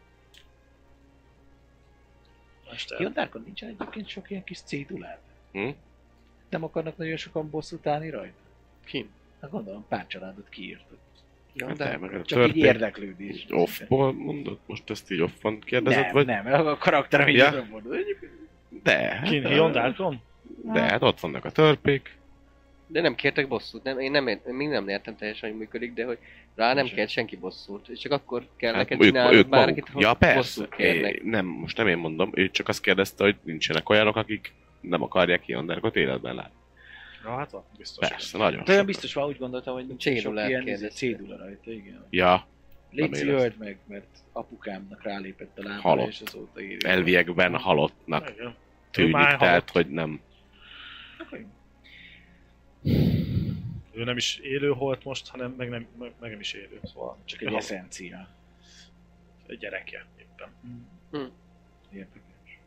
Mester. Hiondárkon nincsen egyébként sok ilyen kis cédulát? Hm? Nem akarnak nagyon sokan bosszút állni rajta? Ki? Hát gondolom, pár családot kiírtak. Ja, Hát de te, meg a Csak így törpék. érdeklődés. Offból mondod? Most ezt így offon kérdezed, Nem, vagy? nem, a karakterem így Ja. nem mondod. De, hát, Kin ö, Hiondárkon? de, hát ott vannak a törpék. De nem kértek bosszút, nem, én nem ért, én még nem értem teljesen, hogy működik, de hogy rá nem Sem. kért senki bosszút, és csak akkor kell Hát neked ők, csinálni ők bárkit, maguk. Ja, persze. bosszút kérnek. É, nem, most nem én mondom, ő csak azt kérdezte, hogy nincsenek olyanok, akik nem akarják Hiondárkot életben látni. Ja, hát van, biztos. Persze, nagyon Hát olyan sokan. biztos van, úgy gondoltam, hogy nincs Cédulát sok ilyen kérdezte. izé, cédula rajta, igen. Ja, Légy nem öld meg, mert apukámnak rálépett a lábára, Halott. és azóta éri. elviekben halottnak Igen. tűnik, már tehát, halott. hogy nem. Ő nem is élő holt most, hanem meg nem, meg, meg nem is élő, szóval Csak egy eszencia. egy gyerekje éppen. Érdekes.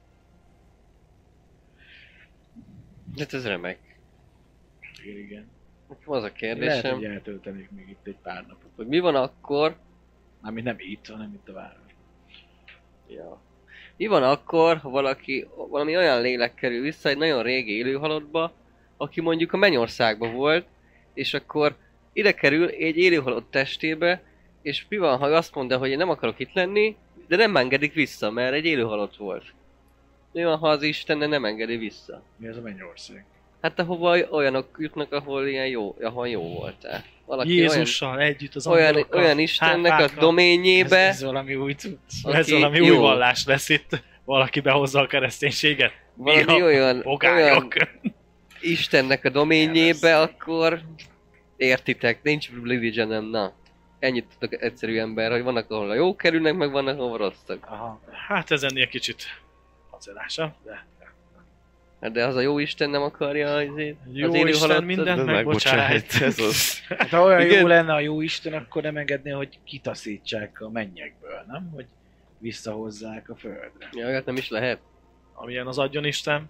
Hát ez remek. Igen, igen. Nekem az a Lehet, kérdésem, hogy eltöltenék még itt egy pár napot. hogy mi van akkor, Mármint nem itt, hanem itt a város. ja. Mi van akkor, ha valaki, valami olyan lélek kerül vissza egy nagyon régi élőhalottba, aki mondjuk a Mennyországban volt, és akkor ide kerül egy élőhalott testébe, és mi van, ha azt mondja, hogy én nem akarok itt lenni, de nem engedik vissza, mert egy élőhalott volt. Mi van, ha az Isten nem engedi vissza? Mi az a Mennyország? Hát ahova olyanok jutnak, ahol ilyen jó, ahol jó voltál. Valaki Jézussal együtt az olyan, olyan, angyalokkal, olyan Istennek a háfákkal. doményébe, Ez, ez valami új cucc. Ez aki valami jó. új vallás lesz itt. Valaki behozza a kereszténységet. valami Mi a olyan, olyan Pogályok. Istennek a doményébe, akkor értitek, nincs religionem, na. Ennyit tudok egyszerű ember, hogy vannak, ahol a jók kerülnek, meg vannak, ahol rosszak. Aha. Hát ez ennél kicsit facelása, de Hát de az a jó Isten nem akarja azért, Jó az élő Isten halottat- mindent megbocsájt. Ez az. Hát ha olyan Igen. jó lenne a jó Isten, akkor nem engedné, hogy kitaszítsák a mennyekből, nem? Hogy visszahozzák a földre. Ja, hát nem is lehet. Amilyen az adjon Isten.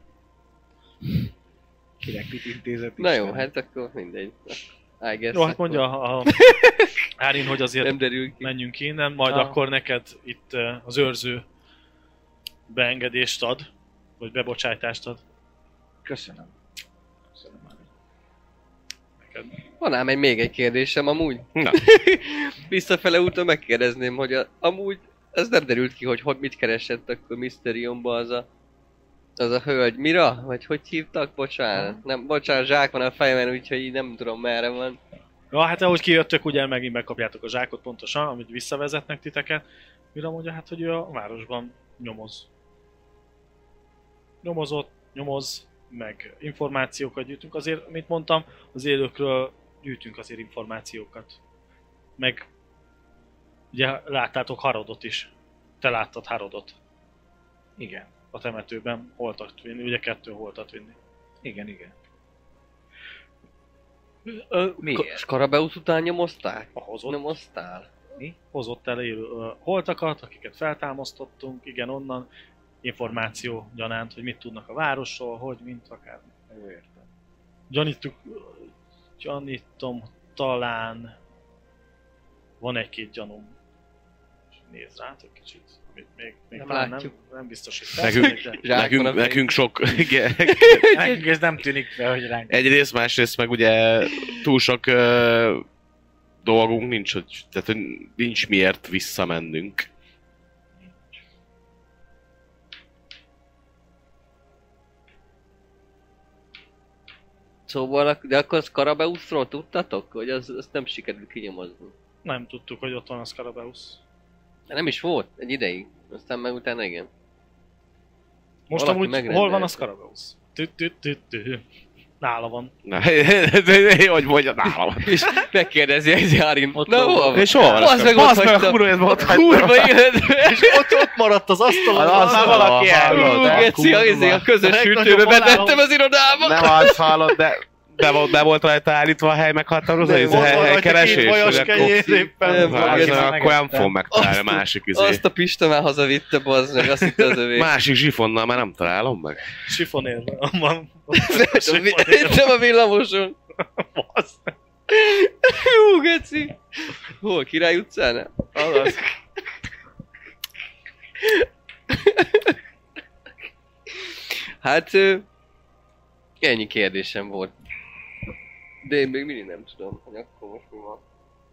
Kinek mit intézett Na jó, Isten? hát akkor mindegy. I guess Jó, hát akkor mondja a, a Árin, hogy azért nem derül ki. menjünk innen, majd Ah. akkor neked itt eh, az őrző beengedést ad, vagy bebocsájtást ad. Köszönöm. Köszönöm már. Neked. Van ám egy még egy kérdésem amúgy. Na. Visszafele úton megkérdezném, hogy a, amúgy ez nem derült ki, hogy, hogy mit keresett akkor Mysteriumba az a az a hölgy. Mira? Vagy hogy hívtak? Bocsánat. Nem, bocsánat, zsák van a fejemen, úgyhogy így nem tudom merre van. Ja, hát ahogy kijöttök, ugye megint megkapjátok a zsákot pontosan, amit visszavezetnek titeket. Mire mondja, hát hogy ő a városban nyomoz. Nyomozott, nyomoz, meg információkat gyűjtünk. Azért, mint mondtam, az élőkről gyűjtünk azért információkat. Meg ugye láttátok Harodot is. Te láttad Harodot Igen. a temetőben, holtat vinni, ugye kettő holtat vinni. Igen, igen. Ö, Miért? Skarabeus után nyomozták? hozott, Nyomoztál? hozott el élő ö, holtakat, akiket feltámasztottunk, igen, onnan információ gyanánt, hogy mit tudnak a városról, hogy, mint akár. Jó, értem. Gyanítjuk, gyanítom, talán van egy-két gyanúm. Nézd rá, egy kicsit. Még, még, még Nem talán látjuk. nem, nem biztos, hogy Nekünk, tetszik, de- Zsák van a nekünk, fején. nekünk sok... igen. Nekünk ez nem tűnik fel, hogy ránk. Egyrészt, másrészt meg ugye túl sok ö, dolgunk nincs, hogy, tehát hogy nincs miért visszamennünk. Szóval, de akkor Skarabeusról tudtatok? Hogy az, azt nem sikerült kinyomozni? Nem tudtuk, hogy ott van a Scarabeus. De nem is volt egy ideig. Aztán meg utána igen. Most Valaki amúgy megrendelte. hol van a Scarabeus? Tü, tü, tü, tü. Nála van. Na, hogy mondja, nálam. És megkérdezi egy Árin. Na hol van? És hol van? Bazd meg, Bazd ott meg, a hagytam. kurva életben ott hagytam. Kurva életben! És ott, ott maradt az asztalon. Az asztalon, valaki ha elvitte. hallod. Hú, geci, a, izé, a közös A legnagyobb sütőbe halálom. betettem az irodába! Nem azt hallod, de be volt, be volt rajta állítva a hely meghatározó, De ez volt a hely, rajta hely két keresés, vajas hogy kenyér akkor, éppen. Nem, Hát, Geci, akkor nem fogom megtalálni a Azt a- másik izé. Azt a Pista már hazavitte, bazd meg, azt hitte az övé. Másik zsifonnal már nem találom meg. Sifonérve van. Nem a villamoson. Basz. Hú, geci. Hol, Király utcán? Azaz. Hát, ö, ennyi kérdésem volt. De én még mindig nem tudom, hogy akkor most mi van.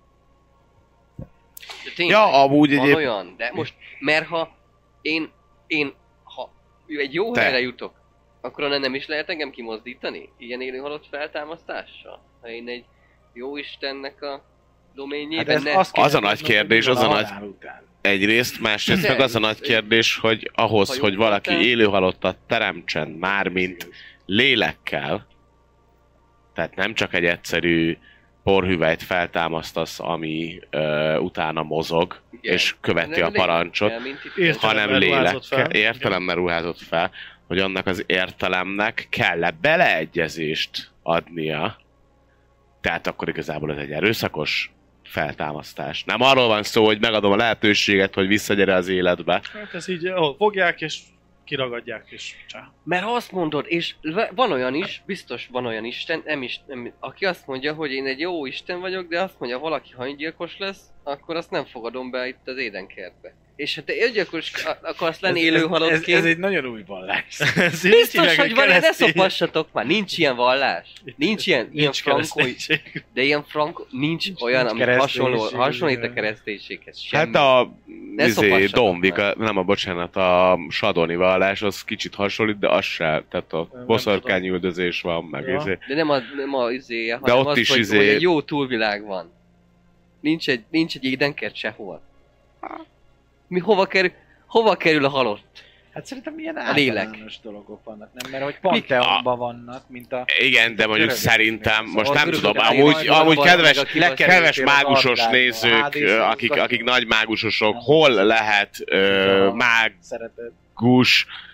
De tényleg, Ja, amúgy van egyéb... olyan, de most, mert ha én, én, ha egy jó Te. helyre jutok, akkor onnan nem is lehet engem kimozdítani? Ilyen élő halott feltámasztással? Ha én egy jó Istennek a doményében ez ne... azt kéne Az a nagy tudnod, kérdés, hogy mi az van a nagy- halál után. Egyrészt, másrészt De meg az a ez- nagy kérdés, hogy ahhoz, Ha hogy jó valaki voltál. élő halottat teremtsen, mármint lélekkel, tehát nem csak egy egyszerű porhüvelyt feltámasztasz, ami ö, utána mozog, Igen. és követi Nem a lélekkel, parancsot, mint itt- Értelemmel hanem ruházott fel. lélekkel, értelemmel ruházott fel, hogy annak az értelemnek kell-e beleegyezést adnia. Tehát akkor igazából ez egy erőszakos feltámasztás. Nem arról van szó, hogy megadom a lehetőséget, hogy visszagyere az életbe. Hát ez így, ahol fogják és kiragadják és csá. Mert ha azt mondod, és v- van olyan is, biztos van olyan Isten, nem is, nem, aki azt mondja, hogy én egy jó Isten vagyok, de azt mondja, valaki ha öngyilkos lesz, akkor azt nem fogadom be itt az édenkertbe. És ha te öngyilkos a- akarsz lenni élő ez, ez, halottként, ez egy nagyon új vallás. Ez így biztos, hívják, hogy van, ne keresztény. szopassatok már, nincs ilyen vallás. Nincs ilyen, ilyen Nincs frankói, kereszténység. de ilyen franko, nincs olyan, ami kereszténység, hasonló, hasonlít a igen. kereszténységhez. Semmi. Hát a Ne izé, szopassatok Domvik, már. a- nem a bocsánat, a Sadoni vallás az kicsit hasonlít, de az se, tehát a Nem boszorkányüldözés van, meg Ja. izé. De nem a, nem a izéje, hanem ott az, is hogy, izé- hogy egy jó túlvilág van. Nincs egy, nincs egy édenkert sehol. Mi hova kerül, hova kerül a halott? Hát szerintem ilyen A lélek. általános dolgok vannak, nem? Mert hogy Pantheonban vannak, mint a... Igen, de mondjuk Görögök. szerintem, most A nem görögök tudom, elég amúgy, nagy amúgy van, kedves, meg aki kedves lekerültél az mágusos Ardádba, nézők, Hádészbe, ö, akik, az- akik nagy mágusosok, hol lehet ö, A- mágus Szereted.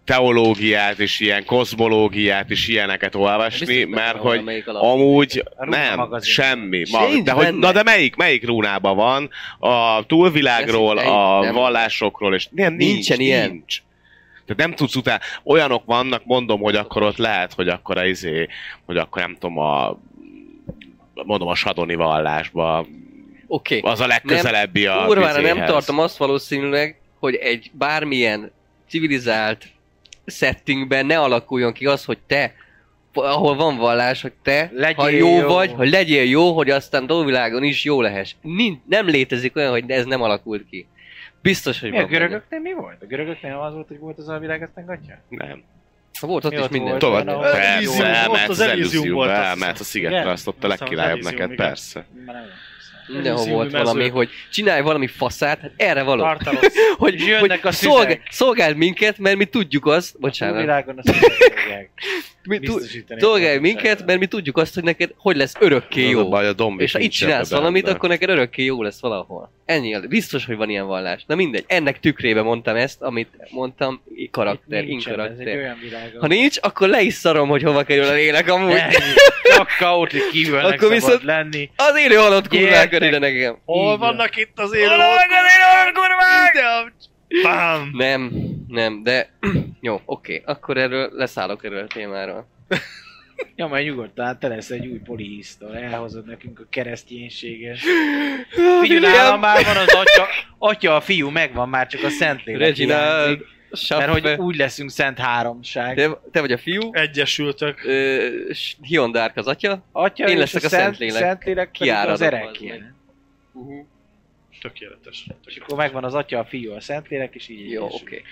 teológiát és ilyen kozmológiát és ilyeneket olvasni, Biztos mert benne van, hogy amelyik alap- amúgy A Runa nem, magazin. semmi. Ma, Sincs de hogy, benne. na de melyik, melyik rúnában van? A túlvilágról, Ez itt a egy- nem. vallásokról, és nem, nincs, Nincsen ilyen. nincs. Tehát nem tudsz utána, olyanok vannak, mondom, hogy akkor ott lehet, hogy akkor a izé, hogy akkor nem tudom, a mondom a sadoni vallásba, Oké. az a legközelebbi a Kurvára nem izéhez. tartom azt valószínűleg, hogy egy bármilyen civilizált settingben ne alakuljon ki az, hogy te, ahol van vallás, hogy te, Legyél ha jó, jó. vagy, hogy legyél jó, hogy aztán dolgvilágon is jó lehess. Nincs, nem létezik olyan, hogy ez nem alakult ki. Biztos, hogy Mi a van benne. görögöknél mi volt? A görögöknél nem az volt, hogy volt az alvilág, aztán gatya? Nem. Volt ott Mi is ott minden. volt? Tovább, Van, persze, Elysium, elmehet ott az az Elysium Elysiumba, volt, azt elmehet a hiszem. szigetre, Igen? azt ott a Azt hiszem, az legkirályabb Elysium, neked, igen. persze. Már nem emlékszem. Mindenhol Elysiumi volt valami, mezők. hogy csinálj valami faszát, hát erre való. Tartalos. Hogy, És jönnek hogy a szolgál, szüzek. szolgáld minket, mert mi tudjuk azt, bocsánat, Túlvilágon a szüzek fogják mi tu- biztosítani. szolgálj a minket, biztonságot. mert mi tudjuk azt, hogy neked hogy lesz örökké Az a jó. baj, a dombik És ha itt nincsenek csinálsz benne. valamit, akkor neked örökké jó lesz valahol. Ennyi, biztos, hogy van ilyen vallás. Na mindegy, ennek tükrébe mondtam ezt, amit mondtam, i- karakter, Itt nincsen, ez egy inkarakter. olyan világ, Ha nincs, akkor le is szarom, hogy hova kerül a lélek amúgy. Ennyi. Csak kaotik kívülnek Akkor szabad viszont- lenni. Az élő halott kurvák Gyertek. ide nekem. Hol Így vannak itt az élő Hol vannak az élő kurvák? Bám! Nem, nem, de jó, oké, akkor erről leszállok erről a témáról. Ja, majd nyugodtan, hát te lesz egy új polihisztor, elhozod nekünk a kereszténységes. Figyelj, nálam már van az atya, atya, a fiú, megvan már, csak a Szentlélek Reginald, hiányzik. Mert hogy úgy leszünk szent háromság. te, te vagy a fiú, Egyesültök. ö, s- Hiondárk az atya. Atya Én és leszek a Szent- Szentlélek. Szentlélek pedig az Kiáradok erek az ilyen. Uh-huh. Tökéletes. És akkor megvan az atya, a fiú, a Szentlélek, és így Jó, egyesül. oké.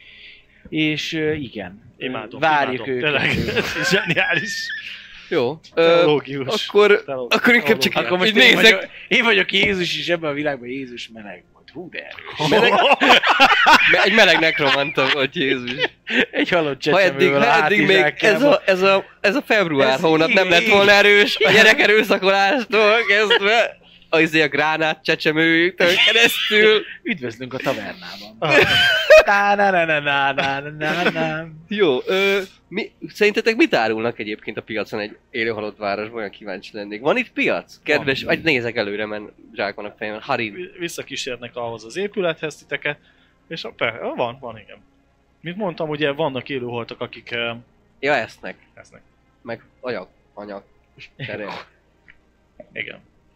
És uh, igen, Imádom, várjuk imádom. őket. Tényleg, ez zseniális. Jó, ö, Teológius. akkor, Teológus. akkor inkább csak Akkor most így én nézek. vagyok, én vagyok Jézus, és ebben a világban Jézus meleg volt. Hú, de erős. Meleg, me- egy meleg nekromanta volt Jézus. Egy halott Ha eddig, csecsemővel ha eddig még ez a, ez a, ez a február Ez hónap nem így- lett volna erős, a gyerek erőszakolástól kezdve, azért a gránát csecsemőjétől keresztül. Üdvözlünk a tavernában. Na, na, na, na, na, na, na, na, na. Jó, ö, mi, szerintetek mit árulnak egyébként a piacon egy élő halott városban? Olyan kíváncsi lennék. Van itt piac? Kedves, vagy nézek előre, mert zsák van a fejemben. Harin. Visszakísérnek ahhoz az épülethez titeket, és a, per, van, van, igen. Mint mondtam, ugye vannak élőholtak, akik eh, Ja, esznek. esznek. Meg ajak, anyag. Tere. Igen.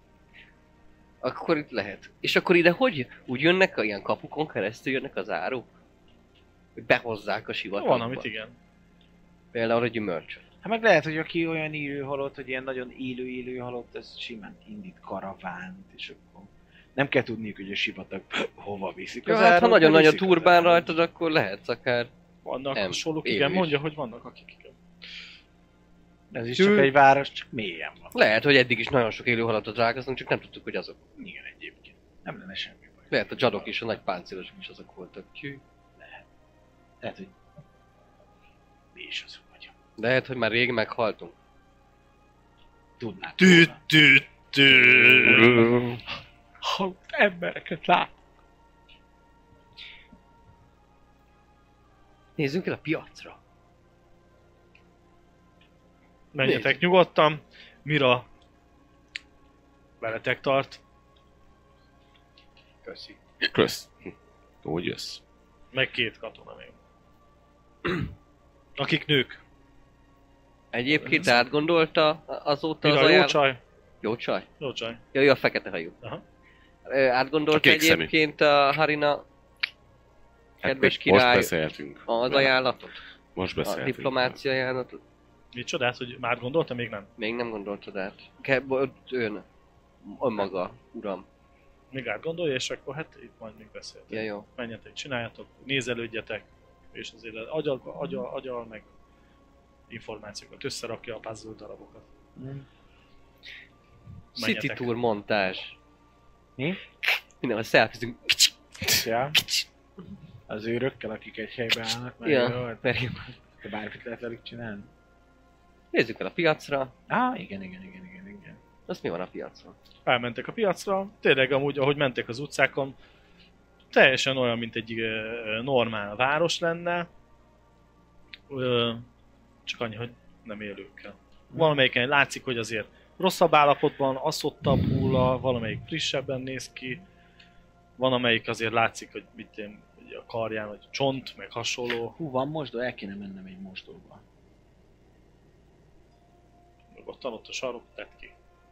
Akkor itt lehet. És akkor ide hogy? Úgy jönnek, a ilyen kapukon keresztül jönnek az áruk? Hogy behozzák a sivatagba? Van, amit igen. Például a gyümölcsöt. Hát meg lehet, hogy aki olyan élő halott, hogy ilyen nagyon élő-élő halott, ez simán indít karavánt, és akkor nem kell tudniuk, hogy a sivatag hova viszik. Ja, az hát ha árut, nagyon de nagy a viszik az turbán árut. rajtad, akkor lehetsz akár... Vannak Nem, hasonlók, élő igen, is. mondja, hogy vannak akik igen. Ez is Tű- csak egy város, csak mélyen van. Lehet, hogy eddig is nagyon sok élő halattot rágaztunk, csak nem tudtuk, hogy azok. Igen, egyébként. Nem lenne semmi baj. Lehet, a dzsadok is, a nagy páncélosok is azok voltak. Tű. Lehet, hogy mi is azok vagyunk. Lehet, hogy már rég meghaltunk. Tudnák. Tű, volna. tű, tű. Ha embereket lát. Nézzünk el a piacra. Menjetek nyugodtan. Mira veletek tart. Köszi. Kösz. Úgy jössz. Meg két katona még. Akik nők. Egyébként átgondolta azóta Mira az jó ajánl... csaj. Jó csaj? Jó csaj. Jó, jó, a fekete hajú. Aha. Ö, Átgondolta A kék szemű. egyébként a Harina kedves Most király beszéltünk. az ajánlatot? Most A beszéltünk. diplomácia ajánlatot? Mit csodát, hogy már gondolta, még nem? Még nem gondoltad át. Ke- bo- ön. Önmaga, uram. Még átgondolja, és akkor hát itt majd még beszéltek. Ja, jó. Menjetek, csináljatok, nézelődjetek, és azért agyal, agyal, agyal meg információkat összerakja a puzzle darabokat. City Menjetek. Tour montázs. Mi? Mindenhol szelfizünk. Ja. Az őrökkel, akik egy helyben állnak, mert Ja, jó, mert- te bármit lehet velük csinálni. Nézzük el a piacra. Ah, igen, igen, igen, igen, igen. Az mi van a piacon? Elmentek a piacra, tényleg amúgy, ahogy mentek az utcákon, teljesen olyan, mint egy ö, normál város lenne. Ö, csak annyi, hogy nem élőkkel. Valamelyiken látszik, hogy azért rosszabb állapotban, asszottabb hulla, valamelyik frissebben néz ki. Van amelyik azért látszik, hogy mit én, hogy a karján, vagy csont, meg hasonló. Hú, van mosdó, el kéne mennem egy mosdóba. Meg ott ott a sarok, tett ki.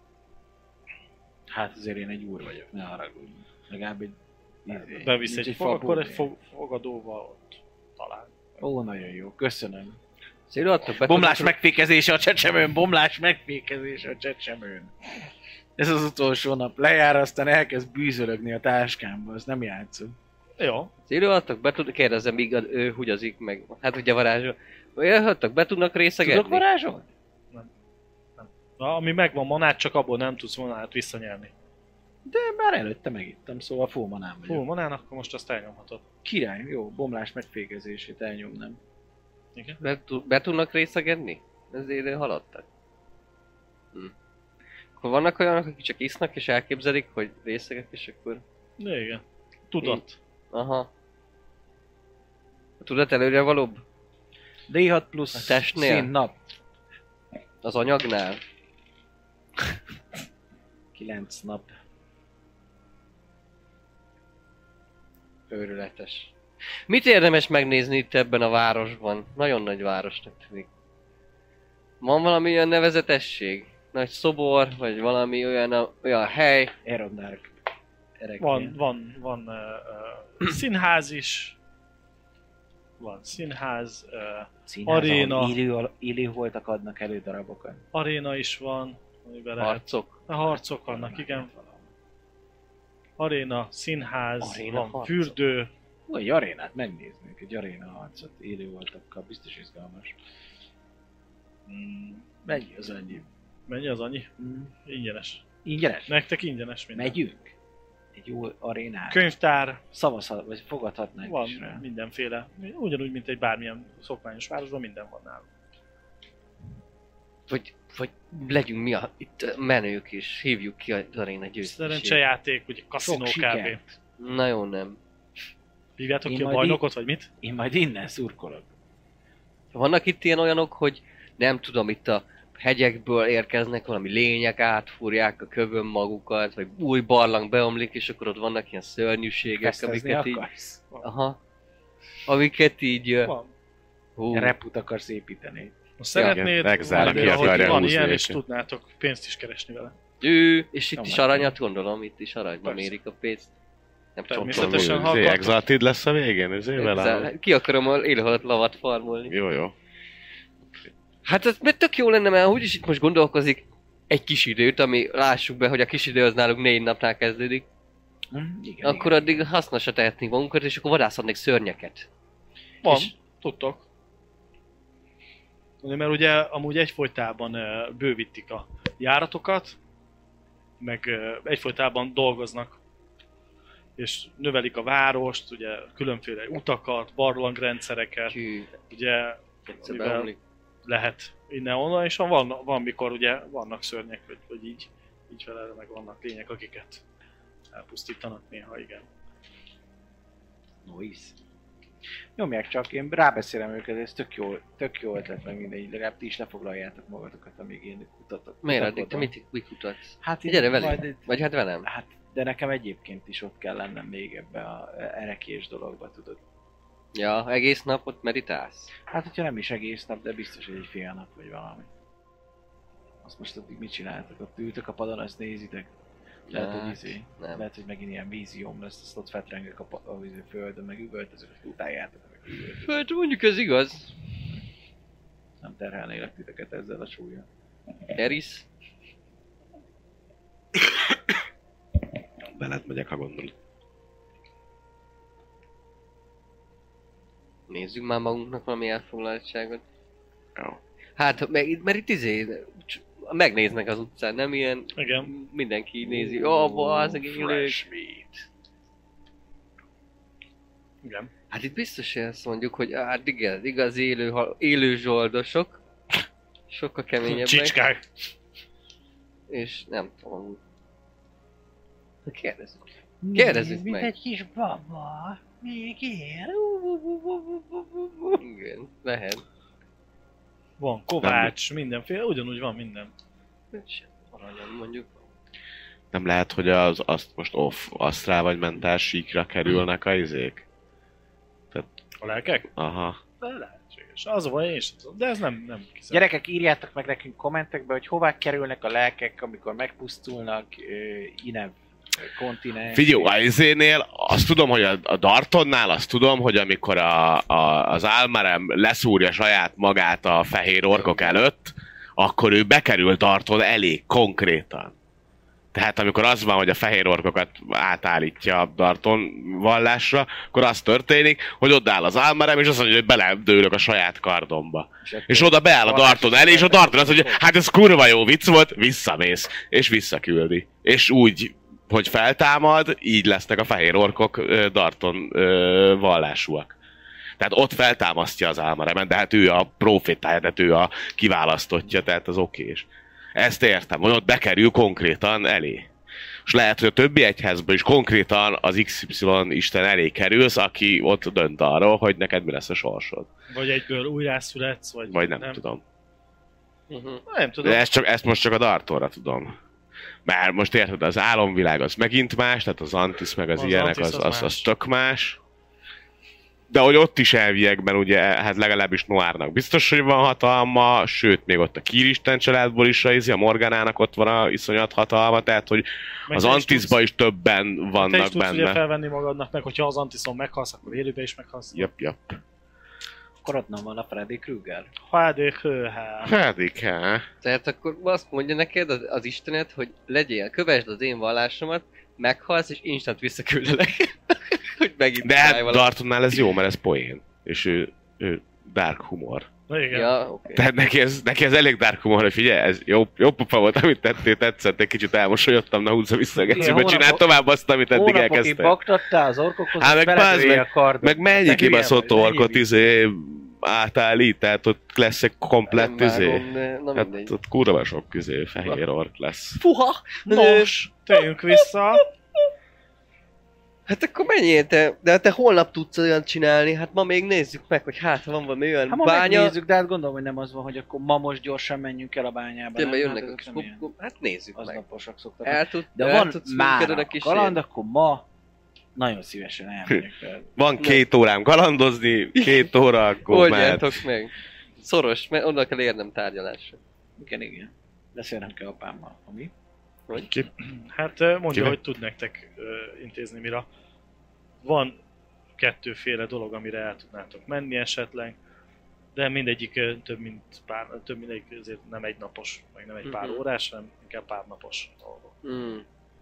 Hát azért én egy úr vagyok, ne haragudj. Legalább egy... izé, Bevisz nincs egy fog, akkor egy fabó. fog, fogadóval ott talál. Ó, nagyon jó, köszönöm. Széladtok be Bomlás tudok- megfékezése a csecsemőn, bomlás megfékezése a csecsemőn. Ez az utolsó nap. Lejár, aztán elkezd bűzölögni a táskámba, az nem játszom. Jó. Széladtok be tudok, kérdezem, míg ő hugyazik meg. Hát ugye varázsol. Jöhettek, be tudnak részegedni? Tudok varázsolni? Na, ami megvan manát, csak abból nem tudsz manát visszanyerni. De már előtte megittem, szóval full manám vagyok. Fú, manán, akkor most azt elnyomhatod. Király, jó, bomlás megfékezését elnyomnám. Igen? Be, tu- be tudnak részegedni? Ez élő halottak? Hm. Akkor vannak olyanok, akik csak isznak és elképzelik, hogy részegek, és akkor... De igen. Tudat. Aha. A tudat előre valóbb? dé hat plusz A testnél? szín nap. Az anyagnál? kilenc nap. Őrületes. Mit érdemes megnézni itt ebben a városban? Nagyon nagy városnak tűnik. Van valami olyan nevezetesség? Nagy szobor, vagy valami olyan, olyan hely? Erondark. Van, van, van uh, uh, színház is. Van színház, uh, Színház, aréna. ahol élő, élő voltak adnak elő darabokat. aréna is van, amiben lehet. Harcok? A harcok vannak, igen. Aréna, színház, Aréna, van harcok. fürdő. Ó, egy arénát megnéznék, egy aréna harcot élő voltakkal, biztos izgalmas. Mm, Mennyi az annyi? mennyi az annyi? Mm. Ingyenes. Ingyenes? Nektek ingyenes minden. Megyünk? Egy jó arénát? Könyvtár, Szavazhat, vagy fogadhatnánk van is rá. mindenféle. Ugyanúgy, mint egy bármilyen szokványos városban, minden van nálunk. Vagy, vagy legyünk mi a itt menők is, hívjuk ki az aréna győztesét. Szerencsejáték, ugye Sok kaszinó kb. sikert. Na jó, nem. Hívjátok Én ki a majd bajnokot, vagy mit? Én majd innen szurkolok. Vannak itt ilyen olyanok, hogy nem tudom, itt a hegyekből érkeznek valami lények, átfúrják a kövön magukat, vagy új barlang beomlik, és akkor ott vannak ilyen szörnyűségek, Fesztezni amiket így... akarsz? Aha. Amiket így... ö, Van. Hú, Reput akarsz építeni. Ha szeretnéd, megzár, vagy aki ahogy akarja van húzni ilyen, és őket. tudnátok pénzt is keresni vele. ő, és itt Jó, is meg- aranyat gondolom, itt is aranyban Persze. mérik a pénzt. Nem Természetesen. csontom. ha Izé, akartok. Exalted lesz a végén, ezért vele. Ki akarom a élőhalat lavat farmolni. Jó, jó. Hát ez mert tök jó lenne, mert úgyis itt most gondolkozik egy kis időt, ami lássuk be, hogy a kis idő az nálunk négy napnál kezdődik. Hm? Igen, Akkor addig hasznosra tehetnénk magunkat, és akkor vadászhatnék szörnyeket. Van, És- tudtok. Mert ugye amúgy egyfolytában ö, bővítik a járatokat, meg ö, egyfolytában dolgoznak, és növelik a várost, ugye különféle utakat, barlangrendszereket, Hű, ugye egyszer mivel beomlik. lehet innen-onnan, és van, van mikor ugye vannak szörnyek, vagy, vagy így, így vele meg vannak lények, akiket elpusztítanak néha, igen. Noise. Nyomják csak, én rábeszélem őket, ez tök jó, tök jó ötlet, meg mindegy, legalább ti is lefoglaljátok magatokat, amíg én kutatok. Miért addig? Te kutakodom. mit, mit kutatsz? Hát Gyere itt velem. majd itt- Vagy hát velem? Hát, de nekem egyébként is ott kell lennem még ebbe a erekés dologba, tudod. Ja, egész napot meditálsz? Hát, hogyha nem is egész nap, de biztos, hogy egy fél nap, vagy valami. Azt most addig mit csináltok? Ott ültök a padon, azt nézitek? Lehet, Hát, hogy izé, nem. lehet, hogy megint ilyen vízióm lesz, azt ott fetrengek a, pa- a izé földön, meg üvöltözök, azt utáljátok, meg üvöltözök. Hát mondjuk ez igaz. Nem terhelnélek titeket ezzel a súlya. Eris? Veled megyek, ha gondolod. Nézzük már magunknak valami elfoglaltságot. Jó. Hát, meg, mert itt izé, cs- megnéznek az utcán, nem ilyen... Igen. Mindenki így nézi, ó, oh, bazeg, élők. meat. Igen. Hát itt biztos ezt mondjuk, hogy hát igen, igaz élő, hal- élő zsoldosok. Sokkal keményebbek. Csicskák. És nem tudom. Kérdezzük. Kérdezzük Mint meg. egy kis baba. Még él. Igen, lehet. Van Kovács, mindenféle, ugyanúgy van minden. Aranyom mondjuk. Nem lehet, hogy az, azt most off, asztrál vagy mentál síkra kerülnek a izék? A lelkek? Aha. De lehetséges. Az a baj, én sem tudom. De ez nem, nem kizárt. Gyerekek, írjátok meg nekünk kommentekbe, hogy hová kerülnek a lelkek, amikor megpusztulnak, uh, Inev kontinens. Figyelj, a izénél azt tudom, hogy a, a Dartonnál azt tudom, hogy amikor a, a, az Almarem leszúrja saját magát a fehér orkok előtt, akkor ő bekerül Darton elég konkrétan. Tehát amikor az van, hogy a fehér orkokat átállítja a Darton vallásra, akkor az történik, hogy odaáll az Almarem, és azt mondja, hogy beledőlök a saját kardomba. És, és oda beáll a Darton elé, és a Darton azt mondja, hát ez kurva jó vicc volt, visszamész, és visszaküldi. És úgy, hogy feltámad, így lesznek a fehér orkok ö, Darton ö, vallásúak. Tehát ott feltámasztja az Almaremet, de hát ő a profétája, tehát ő a kiválasztottja, tehát az okés. Ezt értem, hogy ott bekerül konkrétan elé. És lehet, hogy a többi egyházban is konkrétan az iksz ipszilon Isten elé kerülsz, aki ott dönt arról, hogy neked mi lesz a sorsod. Vagy egyből újrászületsz, vagy, Vagy nem, nem. tudom. Uh-huh. Nem tudom. De ezt, csak, ezt most csak a Dartonra tudom. Mert most érted, az álomvilág az megint más, tehát az Antis meg az, az ilyenek az, az, az, az tök más. De hogy ott is elviekben ugye, hát legalábbis Noárnak biztos, hogy van hatalma, sőt, még ott a Kiristen családból is rajzi, a Morganának ott van a iszonyat hatalma, tehát hogy meg az Antisban is, is többen vannak te is tudsz benne. Ugye felvenni magadnak, meg hogyha az Antiszon meghalsz, akkor élőbe is meghalsz. Jep, jep. Akkor ott nem van a Freddy Krueger. Hádék, hőhá. Pedig, hát. Tehát akkor azt mondja neked az, az Istenet, hogy legyél, kövesd az én vallásomat, meghalsz és instant visszaküldelek. Hogy megint De hát valami. Dartonnál ez jó, mert ez poén. És ő, ő dark humor. Na igen. Ja, okay. Tehát neki ez, neki ez elég dark humor, hogy figyelj, ez jó, jó pofa volt, amit tettél, tetszett, egy kicsit elmosolyodtam, na húzza vissza a gecibe, csináld tovább azt, amit eddig Hónapokig elkezdtél. baktattál az orkokhoz, Hát meg beledőlje bazd a kardot. Meg mennyi Te kibaszott hülye vagy, orkot mennyi izé átállít, tehát ott lesz egy komplett Nem izé. vágom, de na Hát mindegy. ott kurva sok izé fehér ork lesz. Fuha! Nos, térjünk vissza. Hát akkor menjél te, de te holnap tudsz olyan csinálni, hát ma még nézzük meg, hogy hát ha van valami olyan Hát ma bánya. megnézzük, de hát gondolom, hogy nem az van, hogy akkor ma most gyorsan menjünk el a bányába. Tényleg nem? jönnek Hát a ezek kis nem pop, ilyen pop, hát nézzük meg. aznaposak szoktak. El tud, De el van tudsz már működni a kis kaland, akkor ma nagyon szívesen elmegyek fel. Van két órám kalandozni, két óra, akkor mehet. Oldjátok meg. Szoros, mert onnan kell érnem tárgyalásra. Igen, igen. Beszélnem kell apámmal. Ami? Vagy? Hát ö, mondja, Kivel? hogy tud nektek ö, intézni mire. Van kettőféle dolog, amire el tudnátok menni esetleg, de mindegyik ö, több mint pár, több mindegyik azért nem egy napos, meg nem egy pár Mhm. órás, hanem inkább pár napos dolgok. Mm.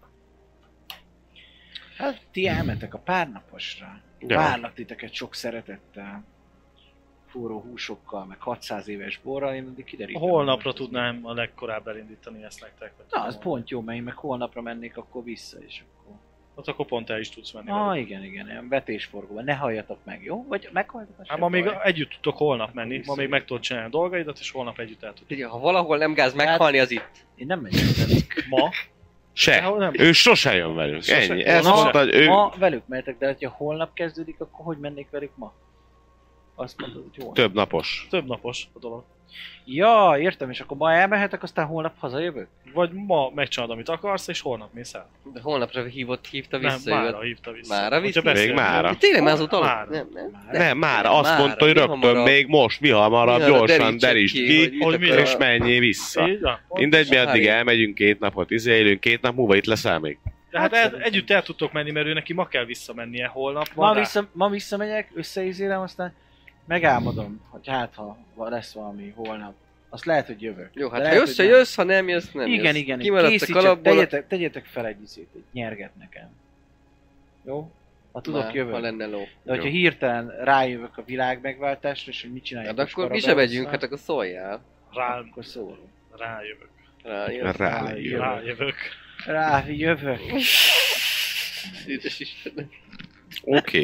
Hát ti elmentek a párnaposra. Ja. Várlak titeket sok szeretettel. Forró húsokkal, meg hatszáz éves borral, én addig kiderítem. Holnapra most ez tudnám a legkorább elindítani ezt nektek. vagy mi. Na, tudom. az pont jó, mert én meg holnapra mennék akkor vissza, és akkor... Ott akkor pont el is tudsz menni. Ah, velük. igen, igen, ilyen vetésforgóban. Ne halljatok meg, jó? Vagy meghalljatok? Hát ma még baj. együtt tudtok holnap menni, ma vissza. még meg tudod csinálni a dolgaidat, és holnap együtt el tudtok. Ugye, ha valahol nem gáz meghalni, az itt. Én nem megyek velük. Ma? Se. De, nem. Ő sose jön velünk. Sose. Ennyi. Ezt Na, mondta, hogy ő... Ma velük mehetek, de ha holnap kezdődik, akkor hogy mennék velük ma? Azt mondod, hogy holnap. Több napos. Több napos a dolog. Ja, értem, és akkor ma elmehetek, aztán holnap hazajövök? Vagy ma megcsinálod, amit akarsz, és holnap mész el. De holnapra hívott, hívta Nem, vissza. mára jött. hívta vissza. Mára Hogyha vissza? beszélünk. Még mára. Tényleg már azóta Mára. alatt? Nem, nem. Már. Nem, már Nem, azt mára. mondta, hogy Mi rögtön hamarabb? még most, mi hamarabb, Mi hamarabb gyorsan derítsek derítsd ki, ki, hogy mit Hogy mi akar. és menjél vissza. Így van. Mindegy, mi addig Hány? elmegyünk két napot, izé élünk, két nap múlva itt leszel még. De hát el, együtt el tudtok menni, mert ő neki ma kell visszamennie holnap. Ma, Van rá. vissza, ma visszamegyek, összeizélem, aztán megálmodom, hogy hát ha lesz valami holnap. Azt lehet, hogy jövök. Jó, De hát ha lehet, jössz, hogy ha nem. jössz, ha nem jössz, nem Igen, jössz. igen, igen. Kimaradsz a Készítsek, kalapból, tegyetek, tegyetek fel egy izét, egy nyerget nekem. Jó? Ha tudok, már, jövök. ha lenne ló. De hogyha Jó. hirtelen rájövök a világ megváltásra, és hogy mit csináljak Hát most akkor mi se Karabeusszal, megyünk, hát akkor szóljál. Rá, akkor szólok. rájövök. Rájössz. Rájövök. Rájövök. Rájövök. Édes Istenem. Oké.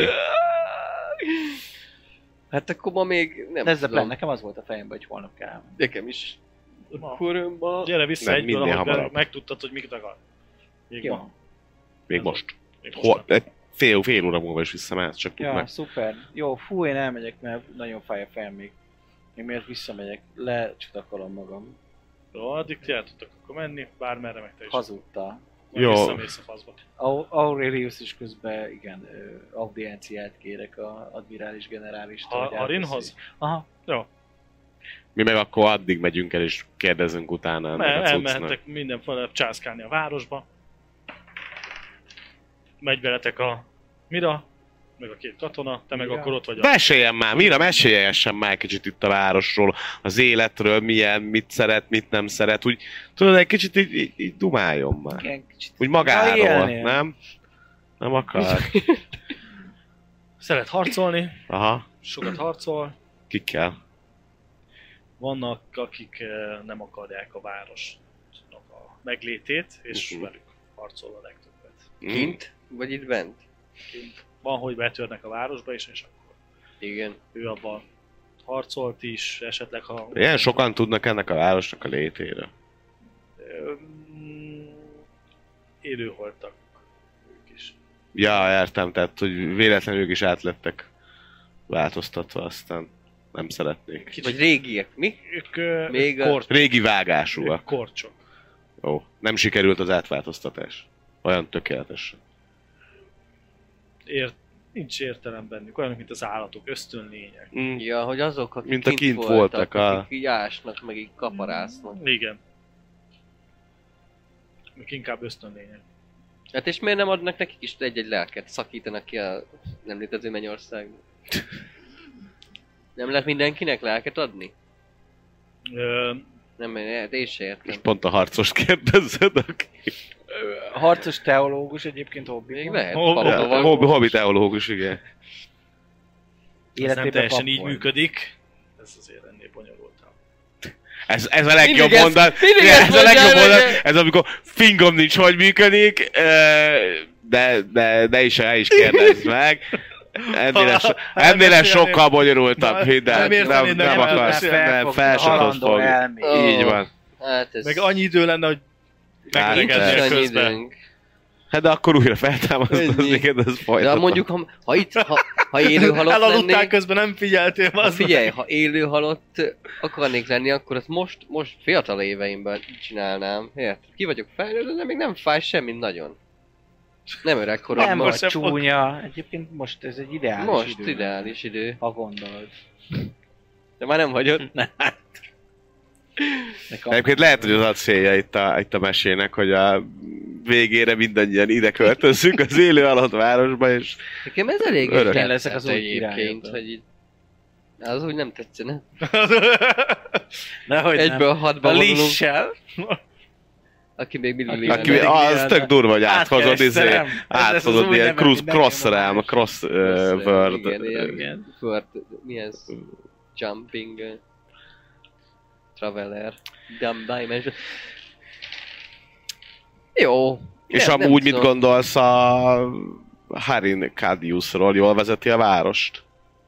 Hát akkor ma még nem De ez a tudom. plan, nekem az volt a fejemben, hogy holnap kell elmenni. Nekem is. Ma. Akkor ma... Gyere vissza Nem, egyből, minél ahogy be- hamarabb. megtudtad, hogy mit akar. Még Jó. ma. Még most. Még Hol, most. eh, fél, fél óra múlva is visszamehetsz, csak tudd Ja, meg. szuper. Jó, fú, én elmegyek, mert nagyon fáj a fejem még. Még miért visszamegyek, lecsutakolom magam. Jó, addig ti el tudtok akkor menni, bármerre meg te is. Hazudta. Majd Jó. visszamész a faszba. Au- Aurelius is közben, igen, ö, audienciát kérek a admirális generálistól. Ha hogy Arinhoz? elbeszéljük. Aha. Jó, Mi meg akkor addig megyünk el és kérdezünk utána ennek mert a cuccnak. elmehettek mindenféle császkálni a városba. Megy veletek a Mira, meg a két katona, te meg Ja. akkor ott vagy a... Meséljen már, Mira, meséljessen már kicsit itt a városról, az életről, milyen, mit szeret, mit nem szeret, úgy tudod, egy kicsit így, így, így dumáljon már. Igen, kicsit. Úgy Ha magáról, élnél. nem? Nem akar. Szeret harcolni, Aha, sokat harcol. kikkel. Vannak, akik eh, nem akarják a városnak a meglétét, és Mhm. velük harcol a legtöbbet. Kint? Vagy itt bent? Kint. Van, hogy betörnek a városba is, és akkor Igen. ő abban harcolt is, esetleg ha... Ilyen sokan tudnak ennek a városnak a létére. Mm, élőholtak ők is. Ja, értem, tehát, hogy véletlenül ők is átlettek változtatva, aztán nem szeretnék. Vagy régiek. Mi? Ők, ö, Még ők, a- kort, Régi ők vágásúak. korcsok. Ó, nem sikerült az átváltoztatás. Olyan tökéletesen. Ért, nincs értelem bennük, olyanok, mint az állatok, ösztönlények. Mm. Ja, hogy azok, akik Mint a kint, kint voltak, voltak, a- akik így ásnak, meg így kaparásznak. Igen. Még inkább ösztönlények. Hát és miért nem adnak nekik is egy-egy lelket? Szakítanak ki a nem létező mennyországban. Nem lehet mindenkinek lelket adni? Ö, Nem, én, én se értem. És pont a harcost kérdezed, aki... Harcos teológus egyébként hobbi. Még lehet. Hobbi- Valahol Ja, van. hobbi, hobbi teológus, igen. ez Életében nem teljesen pap így volt. működik. Ez azért ennél bonyolultabb. Ez, ez a legjobb Mindig ezt- mondat. mindig Igen, ezt ez a legjobb mondják, mondat. hogy- Ez amikor fingom nincs, hogy működik, ö, de, de, de is el is kérdezd meg. Ennél, ez, ennél ez sokkal bonyolultabb, hidd el. Nem értenéd nem, meg, nem nem akarsz, tudnál nem, fel se tudsz Halandó fogni. elmé. Ó. Így van. Hát ez... Meg annyi idő lenne, hogy nincs megöregednél annyi közben. időnk. Hát de akkor újra feltámasztod, Ennyi. neked ez De folytatom. mondjuk, ha, ha itt, ha, ha élő halott Elaludtál lennék, közben, nem figyeltél, ha az figyelj, ha élő halott akarnék lenni, akkor azt most, most fiatal éveimben csinálnám. Érted? Ki vagyok fejlődő, de még nem fáj semmi nagyon. Nem öreg Nem koromban. vagy sem fog- csúnya. Egyébként most ez egy ideális Most idő. ideális idő. Ha gondolod. De már nem vagy ott. Nekem- Egyébként lehet, hogy az a célja itt a, itt a mesének, hogy a végére mindannyian ide költözzünk az élő alatt városba, és Nekem ez elég Örök. tetszett Leszek az új egyébként, királyok. hogy így... Az úgy nem tetszene. Nehogy nem. Egyből hatba A vonulunk. lissel. Aki még mindig aki, lenne. az tök durva, hogy áthozod, izé, Átkerestem. Ez lesz az áthozod új ilyen neve, cross, amit cross nekem realm, van. cross uh, Cross, world. igen, ilyen- Igen. Fört, mi ez? Jumping... uh, Traveler. Dumb Dimension. Jó. És Nem- nem amúgy mit tudom. gondolsz a Harin Cadiusról? Jól vezeti a várost?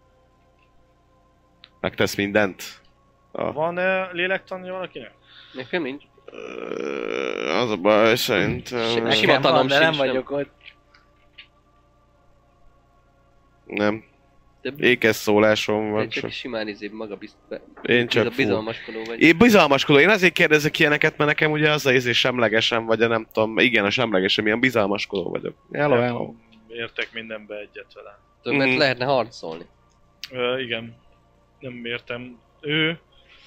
Megtesz mindent? A, Van uh, lélektanja valakinek? Nekem nincs. Ö, az a baj, szerintem... Nekem Nekem hatalom van, de nem sincs, nem. vagyok ott. Nem. De Ékes szólásom van. te csak Csak. simán izé maga bizt... Én csak Biz- fú. bizalmaskodó vagy. Én bizalmaskodó, én azért kérdezek ilyeneket, mert nekem ugye az a izé semlegesen, vagy a nem tudom, igen, a semlegesen, milyen bizalmaskodó vagyok. Hello, Nem hello. Értek mindenbe egyet vele. Tudod, mert Mhm. lehetne harcolni. Ö, igen. Nem értem. Ő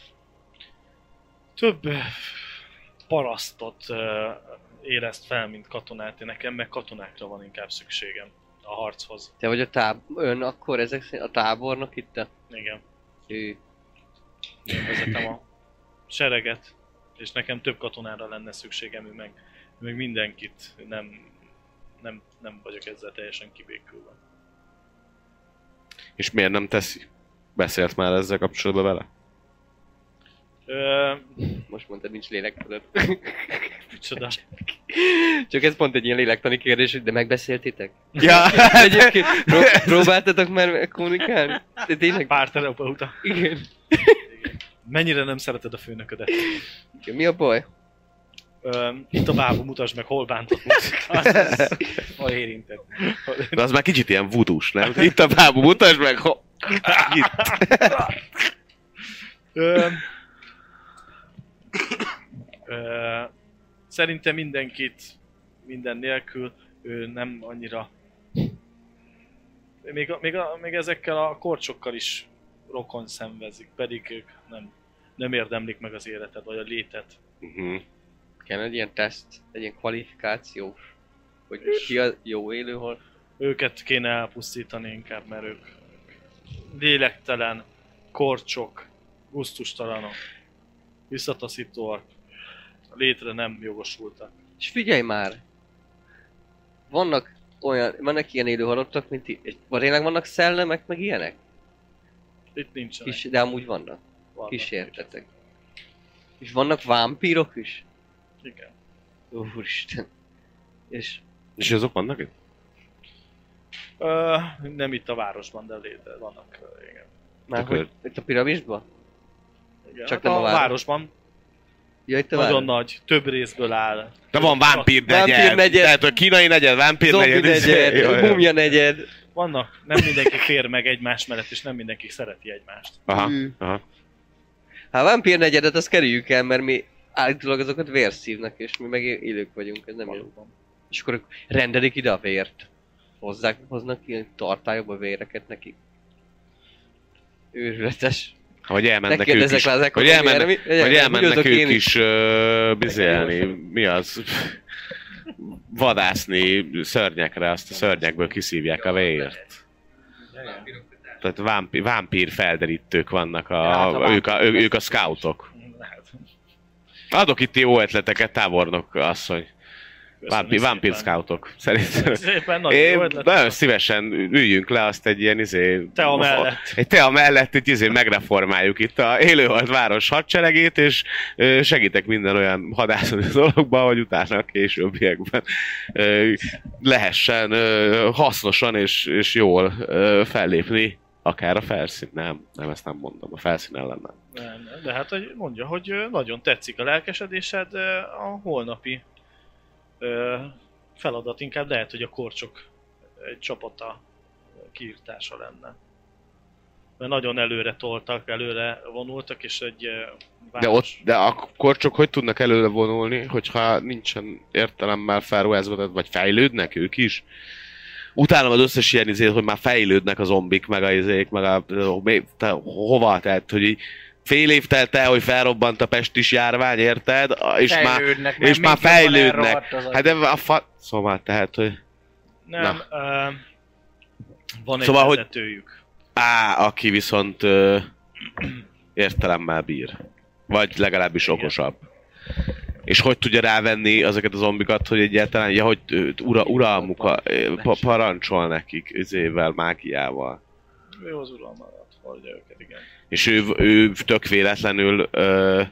több ö, parasztot ö, éreszt fel, mint katonát. Én nekem meg katonákra van inkább szükségem a harchoz. Te vagy a táb... Ön akkor ezek szerint a tábornok itt a... Igen. Ő... Én vezetem a sereget, és nekem több katonára lenne szükségem, ő meg, ő meg mindenkit. Nem, nem, nem vagyok ezzel teljesen kibékülve. És miért nem teszi? Beszélt már ezzel kapcsolatban vele? Ö, Most mondtad, nincs lélektudat. micsoda? Csak ez pont egy ilyen lélektani kérdés, de megbeszéltétek? Ja, Egyébként pró- próbáltatok már kommunikálni? De tényleg? Párterapeuta. Igen. Mennyire nem szereted a főnöködet? Mi a baj? Ö, itt a bábú, mutasd meg, hol bántott. Hol érintett. De az már kicsit ilyen vudús, nem? Itt a bábú, mutasd meg, ho... Itt. Ö, ö, szerintem mindenkit, minden nélkül, ő nem annyira... Még, a, még, a, még ezekkel a korcsokkal is rokon szenvezik, pedig ők nem, nem érdemlik meg az életet, vagy a létet. Uh-huh. Kell egy ilyen teszt, egy ilyen kvalifikációs, hogy ki a jó élőhol. Őket kéne elpusztítani inkább, mert ők lélektelen, korcsok, gusztustalanok, visszataszítóak, létre nem jogosultak. És figyelj már! Vannak olyan, vannak ilyen élő halottak, mint ti. Tényleg vannak szellemek, meg ilyenek? Itt nincsenek. Kis, de amúgy vannak. Vannak. Kísértetek. És vannak vámpírok is? Igen. Úristen. És... És azok vannak itt? Ö, nem itt a városban, de létre vannak, igen. Már Akkor- hogy, itt a piramisban? igen. Csak Hát nem a a város. városban Ja, itt a nagyon város. nagy, több részből áll. De van vámpír negyed. Vámpír negyed. Tehát a kínai negyed, vámpír Zombi negyed. negyed, Jó, jó. mumia negyed. Vannak, nem mindenki fér meg egymás mellett, és nem mindenki szereti egymást. Aha, Hű. aha. Hát a vámpír negyedet azt kerüljük el, mert mi állítólag azokat vérszívnak, és mi meg élők vagyunk, ez nem jó. Valóban. És akkor ők rendelik ide a vért. Hozzák, hoznak ilyen tartályokba véreket neki. Őrületes. Hogy Ne elmennek ők kérdezzek is. rá ezek Hogy elmennek, hogy elmennek ők én is uh, bizélni. Mi az? Vadászni szörnyekre, azt a szörnyekből kiszívják a vért. Tehát vámpír, vámpír felderítők vannak, a, Hát, a ők, a, ők, ők a scoutok. Lehet. Adok itt jó ötleteket, tábornok asszony. Köszönöm Vámpír, vámpír szépen. scoutok, szerintem. Szépen, nagyon Én jó ötlet. nagyon szívesen üljünk le azt egy ilyen izé... Te a mellett. Egy te a mellett, egy izé megreformáljuk itt a élőholt város hadseregét, és ö, segítek minden olyan hadászati dologban, hogy utána a későbbiekben ö, lehessen ö, hasznosan és, és jól ö, fellépni, akár a felszín. Nem, nem, ezt nem mondom, a felszín ellen nem. Nem, nem, de hát hogy mondja, hogy ö, nagyon tetszik a lelkesedésed, ö, a holnapi ö, feladat inkább lehet, hogy a korcsok egy csapata kiirtása lenne. Mert nagyon előre toltak, előre vonultak, és egy ö, De, ott, de akkor csak hogy tudnak előre vonulni, hogyha nincsen értelemmel felruházva, vagy fejlődnek ők is? Utálom az összes ilyen izét, hogy már fejlődnek a zombik, meg a izék, meg a... Te, hova? Tehát, hogy így fél év telt el, hogy felrobbant a pestis járvány, érted? És már, Fejlődnek, és mert már még jobban fejlődnek. elrohadt az Hát de a fa... Szóval tehát, hogy... Nem, ö, van egy Szóval, hogy- vezetőjük. Á, aki viszont ö, értelemmel bír. Vagy legalábbis okosabb. És hogy tudja rávenni azokat a zombikat, hogy egyáltalán, ja, hogy ö, ura, uralmuk a, ö, pa, parancsol nekik üzével, mágiával. Ő az uralma alatt hordja őket, igen. És ő, ő tök véletlenül ö,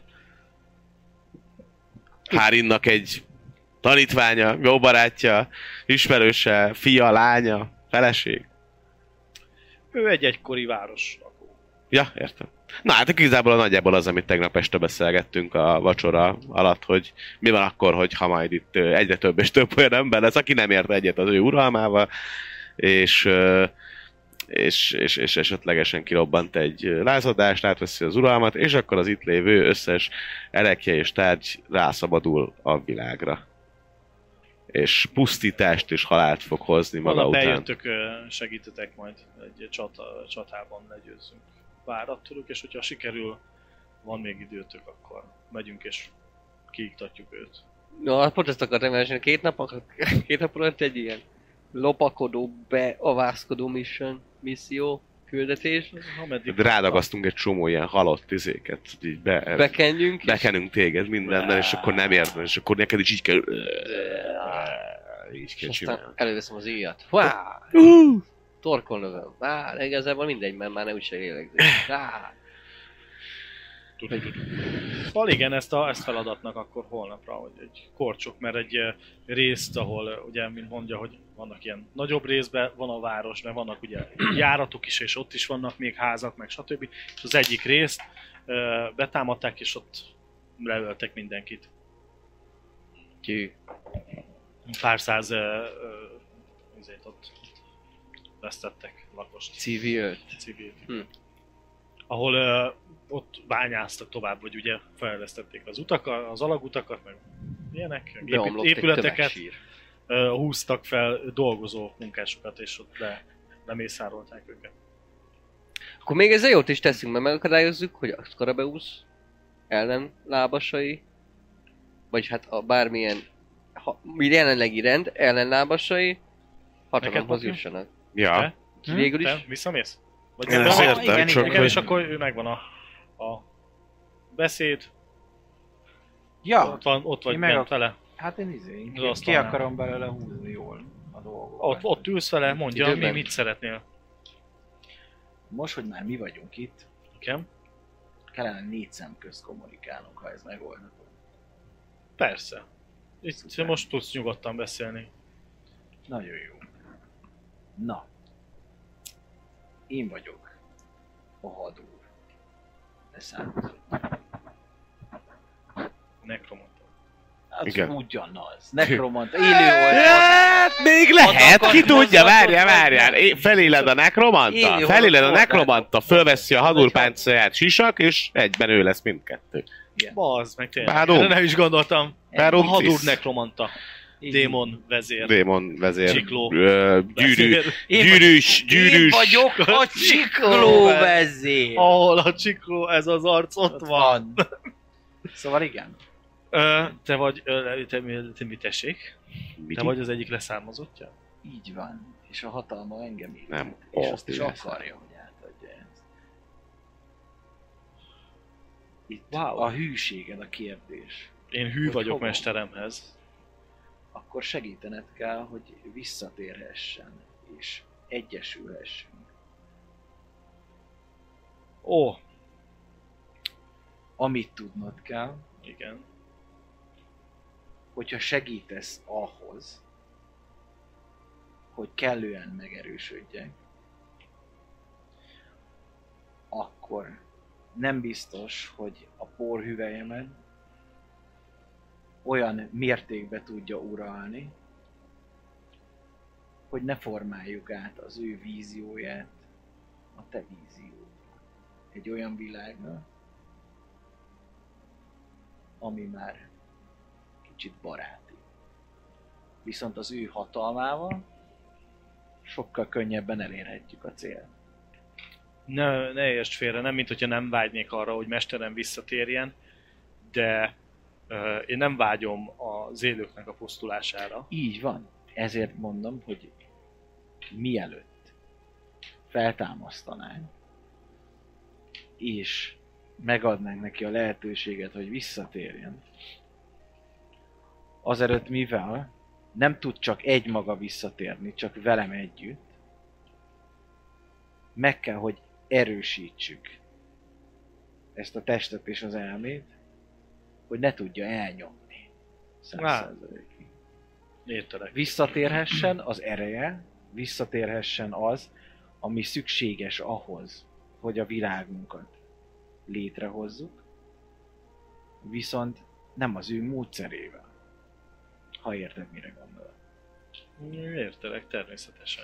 Hárinnak egy tanítványa, jó barátja, ismerőse, fia, lánya, feleség. Ő egy egykori városlakó. Ja, értem. Na hát igazából nagyjából az, amit tegnap este beszélgettünk a vacsora alatt, hogy mi van akkor, hogy ha majd itt ö, egyre több és több olyan ember lesz, aki nem ért egyet az ő uralmával, és, ö, és, és, és esetlegesen kirobbant egy ö, lázadást, átveszi az uralmat, és akkor az itt lévő összes erekje és tárgy rászabadul a világra. És pusztítást és halált fog hozni maga Maga után. bejöttök, ö, segítetek majd egy csata, csatában legyőzzünk várat tőlük, és hogyha sikerül, van még időtök, akkor megyünk és kiiktatjuk őt. No, hát pont ezt akartam elmondani, két nap, két nap alatt egy ilyen lopakodó, beavászkodó mission, misszió, küldetés. Ameddig Rádagasztunk egy csomó ilyen halott izéket, hogy így be, Bekenjünk, és bekenünk téged mindennel, és akkor nem érted, és akkor neked is így kell... Így és kell aztán csinálni. előveszem az íjat. Há! Torkon lövöm. Á, de igazából mindegy, mert már nem is lélegzés. Á! Val igen, ezt, a, ezt feladatnak akkor holnapra, hogy egy korcsok, mert egy eh, részt, ahol eh, ugye, mint mondja, hogy vannak ilyen nagyobb részben, van a város, mert vannak ugye járatok is, és ott is vannak még házak, meg stb. És az egyik részt eh, betámadták, és ott leöltek mindenkit. Ki? Pár száz uh, uh, ott vesztettek lakost. Civilt. Civilt. Hm. Ahol uh, ott bányáztak tovább, vagy ugye fejlesztették az utakat, az alagutakat, meg ilyenek, Beomlott egy épületeket, tömegsír. uh, húztak fel dolgozó munkásokat, és ott le, lemészárolták őket. Akkor még ezzel jót is teszünk, mert megakadályozzuk, hogy a Skarabeusz ellenlábasai, vagy hát a bármilyen ha, jelenlegi rend ellenlábasai hatalomhoz papír? jussanak. Ja. Te? Hm? Végül is Te visszamész? Vagy Én nem? ezt Ah, értem, igen, csak igen, hogy... és akkor ő megvan a, a beszéd, Ja, ott, van, ott vagy Én meg bent a- vele. hát én izé, Az ki, ki asztalnál. akarom belőle húzni jól a dolgokat. Ott, ott ülsz vele, mondja, mi, Időben. mit szeretnél. Most, hogy már mi vagyunk itt, Igen? kellene négy szem közt kommunikálnunk, ha ez megoldható. Persze. Itt Szuper. most tudsz nyugodtan beszélni. Nagyon jó. Na. Én vagyok a hadúr. Leszámolok. Nekromanta. Az Igen. ugyanaz. Nekromant, élő volt. Hát, még lehet, Adnak- ki tudja, adnak- várjál, adnak- várjál. É, feléled a nekromanta, Élő feléled a volt, nekromanta, fölveszi a hadúrpáncélját sisak, és egyben ő lesz mindkettő. Bazd meg tényleg. Bárom. Erre nem is gondoltam. Bárom A hadúr cissz. nekromanta. Így. Démon vezér. Démon vezér, Csikló. ö, gyűrű, Vezér. Én gyűrűs, Én gyűrűs. vagyok a csikló vezér. Ahol a csikló, ez az arc, ott, Ott van. van. Szóval igen. Ö, te vagy, ö, te, mi- te mi tessék? Mit Te vagy az egyik leszármazottja? Így van. És a hatalma engem illet. Nem. És Ó, azt is lesz. akarja, hogy átadja ezt. Itt Wow. a hűséged a kérdés. Én hű Hogy vagyok hova? mesteremhez. Akkor segítened kell, hogy visszatérhessen és egyesülhessünk. Ó, Amit tudnod kell, igen. hogyha segítesz ahhoz, hogy kellően megerősödjek, akkor nem biztos, hogy a porhüvelyemet olyan mértékbe tudja uralni, hogy ne formáljuk át az ő vízióját a te víziódra. Egy olyan világra, ami már kicsit baráti. Viszont az ő hatalmával sokkal könnyebben elérhetjük a célt. Ne, ne értsd félre, nem mint hogyha nem vágynék arra, hogy mesterem visszatérjen, de ö, én nem vágyom az élőknek a pusztulására. Így van. Ezért mondom, hogy mielőtt feltámasztanánk, és megadnánk neki a lehetőséget, hogy visszatérjen, azelőtt mivel nem tud csak egy maga visszatérni, csak velem együtt, meg kell, hogy erősítsük ezt a testet és az elmét, hogy ne tudja elnyomni. Száz Á. százalékig. Értelek. Visszatérhessen az ereje, visszatérhessen az, ami szükséges ahhoz, hogy a világunkat létrehozzuk, viszont nem az ő módszerével. Ha érted, mire gondol. Értelek, természetesen.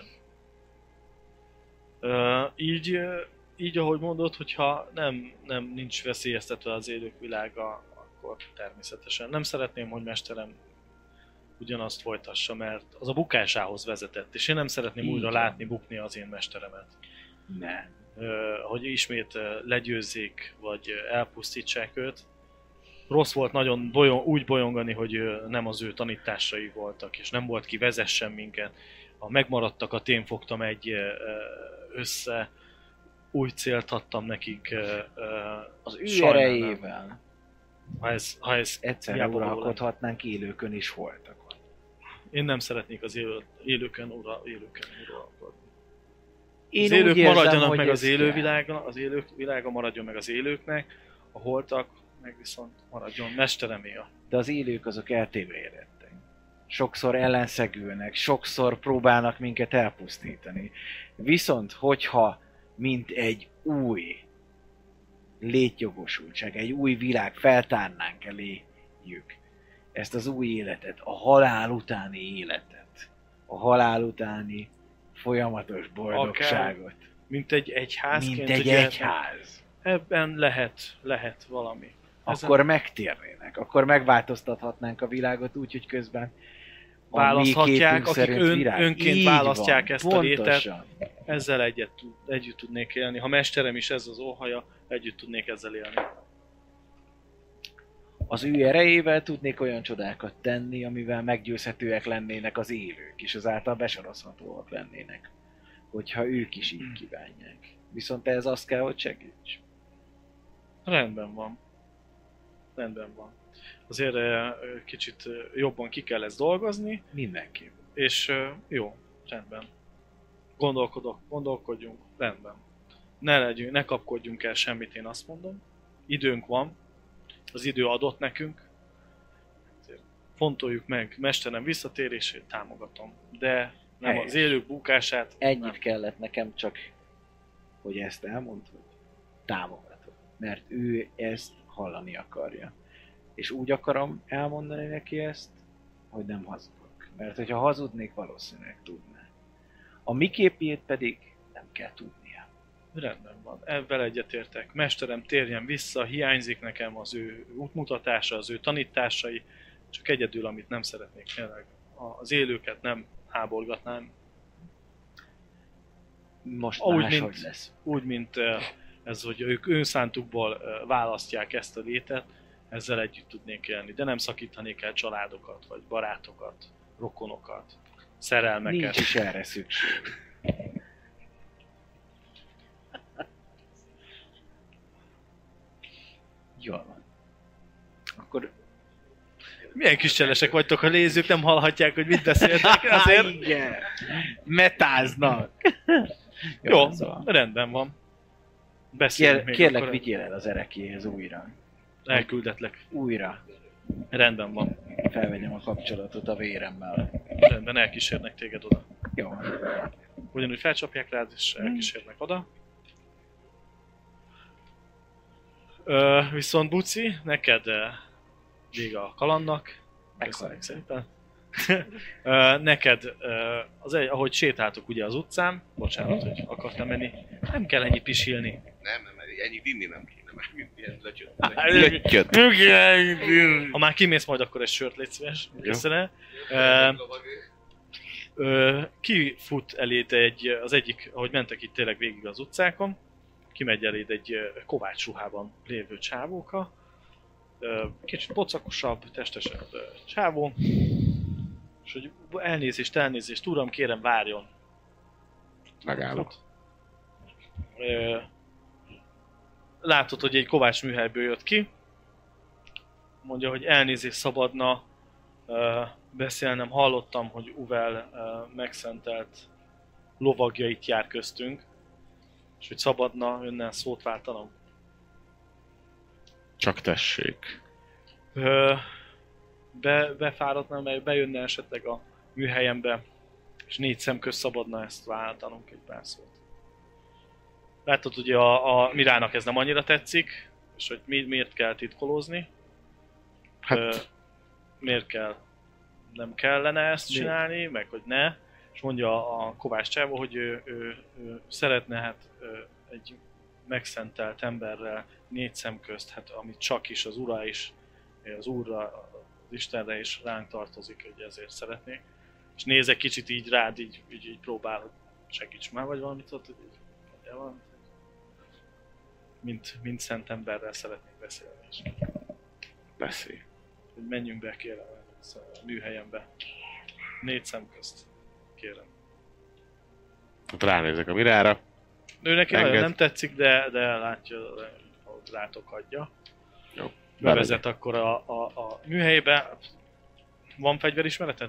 Ö, így, ö, így, ahogy mondod, hogyha nem, nem nincs veszélyeztetve az élők világa, akkor természetesen. Nem szeretném, hogy mesterem ugyanazt folytassa, mert az a bukásához vezetett, és én nem szeretném Így újra van. látni bukni az én mesteremet. Ne. Ö, hogy ismét ö, legyőzzék, vagy ö, elpusztítsák őt. Rossz volt nagyon bolyong, úgy bolyongani, hogy ö, nem az ő tanításai voltak, és nem volt ki vezessen minket. Ha megmaradtak, a én fogtam egy ö, ö, össze, új célt adtam nekik. Ö, ö, Az ő sajnálnám. erejével Ha ez, ha ez egyszerre hiába való lenne. uralkodhatnánk, élőkön is voltak. Én nem szeretnék az élő, élőken, ura, élőken uralkodni. Én Az élők úgy érzem, maradjanak hogy meg ez az élő kell. világa, az élők világa maradjon meg az élőknek, a holtak meg viszont maradjon mesteremé a. De az élők azok eltéve érettek. Sokszor ellenszegülnek, sokszor próbálnak minket elpusztítani. Viszont, hogyha mint egy új létjogosultság, egy új világ feltárnánk eléjük ezt az új életet, a halál utáni életet, a halál utáni folyamatos boldogságot. Mint egy egyházként. Mint egy ugye, egyház. Ebben lehet, lehet valami. Akkor megtérnének, akkor megváltoztathatnánk a világot úgy, hogy közben a választhatják, mi akik szerint ön, virág. önként Így választják van, ezt a létet. pontosan. Ezzel egyet, tud- együtt tudnék élni. Ha mesterem is ez az óhaja, együtt tudnék ezzel élni. Az ő erejével tudnék olyan csodákat tenni, amivel meggyőzhetőek lennének az élők, és azáltal besorozhatóak lennének, hogyha ők is így kívánják. Viszont ez azt kell, hogy segíts. Rendben van. Rendben van. Azért eh, kicsit eh, jobban ki kell ezt dolgozni, Mindenki. és eh, jó, rendben. Gondolkodok, gondolkodjunk, rendben. Ne legyünk, ne kapkodjunk el semmit, én azt mondom. Időnk van, az idő adott nekünk. Ezért fontoljuk meg mesterem visszatérését, támogatom. De nem Helyes. az élők bukását. Ennyit nem. kellett nekem csak, hogy ezt elmondtad, támogatod. Mert ő ezt hallani akarja. És úgy akarom elmondani neki ezt, hogy nem hazudok. Mert hogyha hazudnék, valószínűleg tudná. A mi képét pedig nem kell tudnia. Rendben van, ebben egyetértek. Mesterem térjen vissza, hiányzik nekem az ő útmutatása, az ő tanításai, csak egyedül, amit nem szeretnék tényleg. Az élőket nem háborgatnám, Most Úgy, máshogy mint- lesz. úgy, mint eh, ez, hogy ők önszántukból eh, választják ezt a létet, ezzel együtt tudnék élni, de nem szakítanék el családokat, vagy barátokat, rokonokat, szerelmeket. Nincs is erre szükség. Jól van. Akkor Milyen kis cselesek vagytok, a nézők nem hallhatják, hogy mit beszéltek, azért... igen. Metáznak. Jó, van, szóval. rendben van. Beszéljünk Kér, még kérlek, akkor. vigyél el az erekéhez újra. Elküldetlek. Újra. Rendben van. Felvegyem a kapcsolatot a véremmel. Rendben, elkísérnek téged oda. Jó. Ugyanúgy felcsapják rád, és elkísérnek oda. Ö, viszont Buci, neked ö, vége a kalandnak. Köszönjük szépen. Ö, neked, ö, az egy, ahogy sétáltok ugye az utcán, bocsánat, hogy akartam menni, nem kell ennyi pisilni. Nem, nem, ennyi inni nem kéne, már mint ilyen lötyöt. Löttyöt. Ha már kimész, majd akkor egy sört, légy szíves. Köszönöm. Ö, Ö, kifut eléd egy, az egyik, ahogy mentek itt tényleg végig az utcákon, kimegy eléd egy ö, kovács ruhában lévő csávóka, ö, kicsit pocakosabb, testesebb ö, csávó, és hogy elnézést, elnézést, uram, kérem várjon. Megállok. Ö, látod, hogy egy kovács műhelyből jött ki, mondja, hogy elnézést szabadna ö, beszélnem, hallottam, hogy Uvel uh, megszentelt lovagjait jár köztünk, és hogy szabadna önnel szót váltanom. Csak tessék. Uh, be, befáradna, mert bejönne esetleg a műhelyembe, és négy szem közt szabadna ezt váltanunk egy pár szót. Látod, hogy a, a Mirának ez nem annyira tetszik, és hogy mi, miért kell titkolózni. Hát, Uh, miért kell nem kellene ezt Mi? csinálni, meg hogy ne. És mondja a Kovács csávó, hogy ő, ő, ő szeretne hát ő, egy megszentelt emberrel négy szem közt, hát amit csak is az ura is, az úrra, az Istenre is ránk tartozik, hogy ezért szeretnék. És néz egy kicsit így rád, így, így, így próbál, hogy segíts már, vagy valamit ott, hogy így, mondja valamit. Mint, mint szent emberrel szeretnék beszélni. És beszélj. hogy menjünk be, kérem, a műhelyembe. Négy szem közt, kérem. Hát ránézek a Mirára. Ő neki Enged. nagyon nem tetszik, de, de látja, hogy rátok hagyja. Jó. Bevezet akkor a, a, a műhelybe. Van fegyverismereted?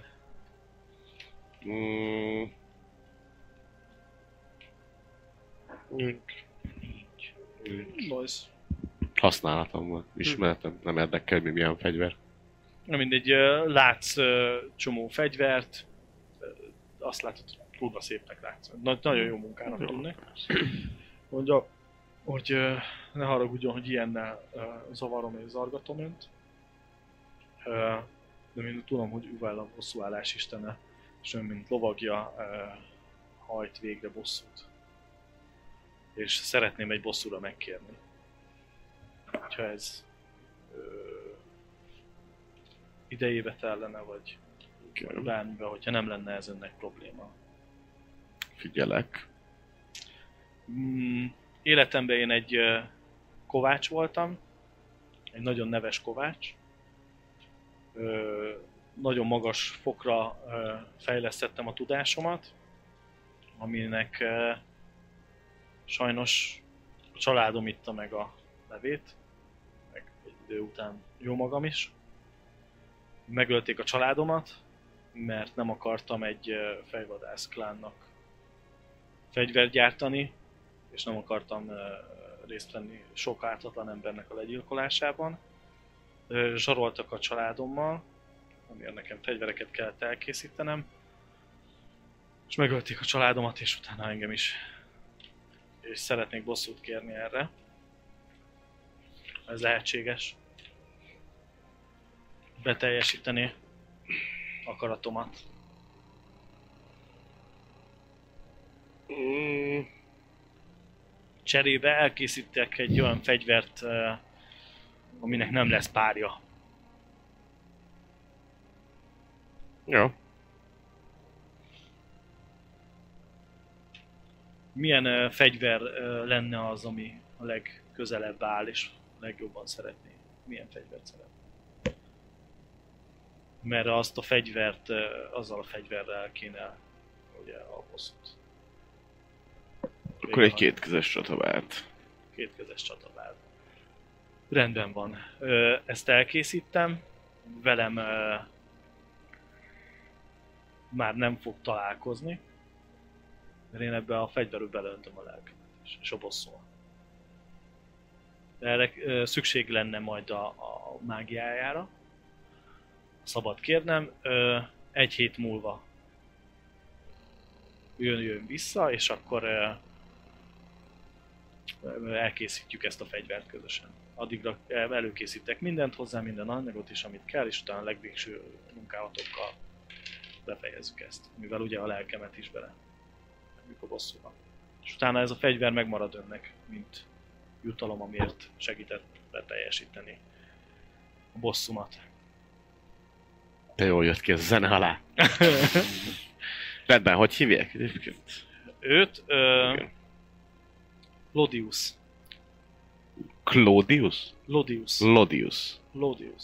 Mm. Boys. Használatom van. Ismeretem. Nem érdekel, mi milyen fegyver. Na mindegy, ö, látsz ö, csomó fegyvert, ö, azt látod, hogy kurva szépnek látsz. Na, nagyon jó munkának tűnnek. Mondja, hogy ö, ne haragudjon, hogy ilyennel ö, zavarom és zargatom önt. Ö, de én tudom, hogy Uvel a bosszúállás istene, és ön, mint lovagja, uh, hajt végre bosszút. És szeretném egy bosszúra megkérni. Ha ez uh, idejébe tellene, vagy bármiben, hogyha nem lenne ez önnek probléma. Figyelek. Mm, életemben én egy uh, kovács voltam, egy nagyon neves kovács. Ö, nagyon magas fokra ö, fejlesztettem a tudásomat, aminek ö, sajnos a családom itta meg a levét, meg egy idő után jó magam is. Megölték a családomat, mert nem akartam egy ö, fejvadász klánnak fegyvert gyártani, és nem akartam ö, részt venni sok ártatlan embernek a legyilkolásában. Zsaroltak a családommal, amiért nekem fegyvereket kellett elkészítenem, és megölték a családomat, és utána engem is. És szeretnék bosszút kérni erre. Ez lehetséges. Beteljesíteni akaratomat. Mm. Cserébe elkészítek egy olyan fegyvert, aminek nem lesz párja. Jó. Milyen uh, fegyver uh, lenne az, ami a legközelebb áll és a legjobban szeretné? Milyen fegyvert szeretné? Mert azt a fegyvert, uh, azzal a fegyverrel kéne ugye a bosszút. Akkor egy kétkezes csatavált. Kétkezes csatavált. Rendben van. Ö, ezt elkészítem. Velem ö, már nem fog találkozni. Mert én ebbe a fegyverbe beleöntöm a lelkemet és a bosszúmat. De erre ö, szükség lenne majd a, a mágiájára. Szabad kérnem. Ö, egy hét múlva jön, jön vissza, és akkor ö, elkészítjük ezt a fegyvert közösen. Addigra előkészítek mindent hozzá, minden anyagot is, amit kell, és utána a legvégső munkálatokkal befejezzük ezt. Mivel ugye a lelkemet is bele a bosszúba. És utána ez a fegyver megmarad önnek, mint jutalom, amiért segített beteljesíteni a bosszumat. De jól jött ki ez a zene alá. Rendben, hogy hívják egyébként? Őt... Ö, Lodius. Claudius? Lodius. Lodius. Lodius.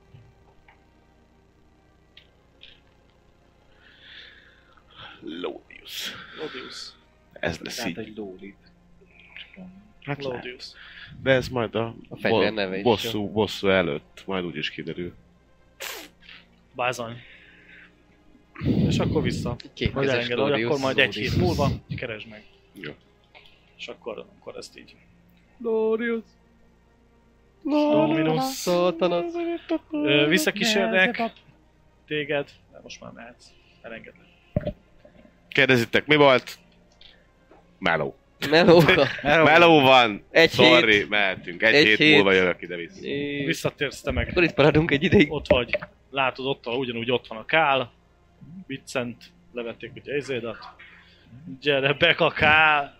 Lodius. Lodius. Ez lesz Tehát így. egy lólit. Hát lehet. Lodius. De ez majd a, A fegyver bo- neve is bosszú, bosszú előtt, majd úgyis kiderül. Bázany. És akkor vissza. Két Majd kezes elengedem, hogy Lodius. akkor majd egy hét múlva keresd meg. Jó. És akkor, akkor ezt így. Glorious. Dominus. Satanas. Ö, visszakísérlek téged, de most már mehetsz. Elengedlek. Kérdezitek, mi volt? Meló. Melóka. Meló van! Egy Sorry, hét. mehetünk. Egy, Egy hét, hét. múlva jövök ide-vissza. És Visszatérsz te meg. akkor itt maradunk egy ideig. Ott vagy. Látod, ott van, ugyanúgy ott van a Kál. Vincent, levették ugye izédat. Gyere, bekakál!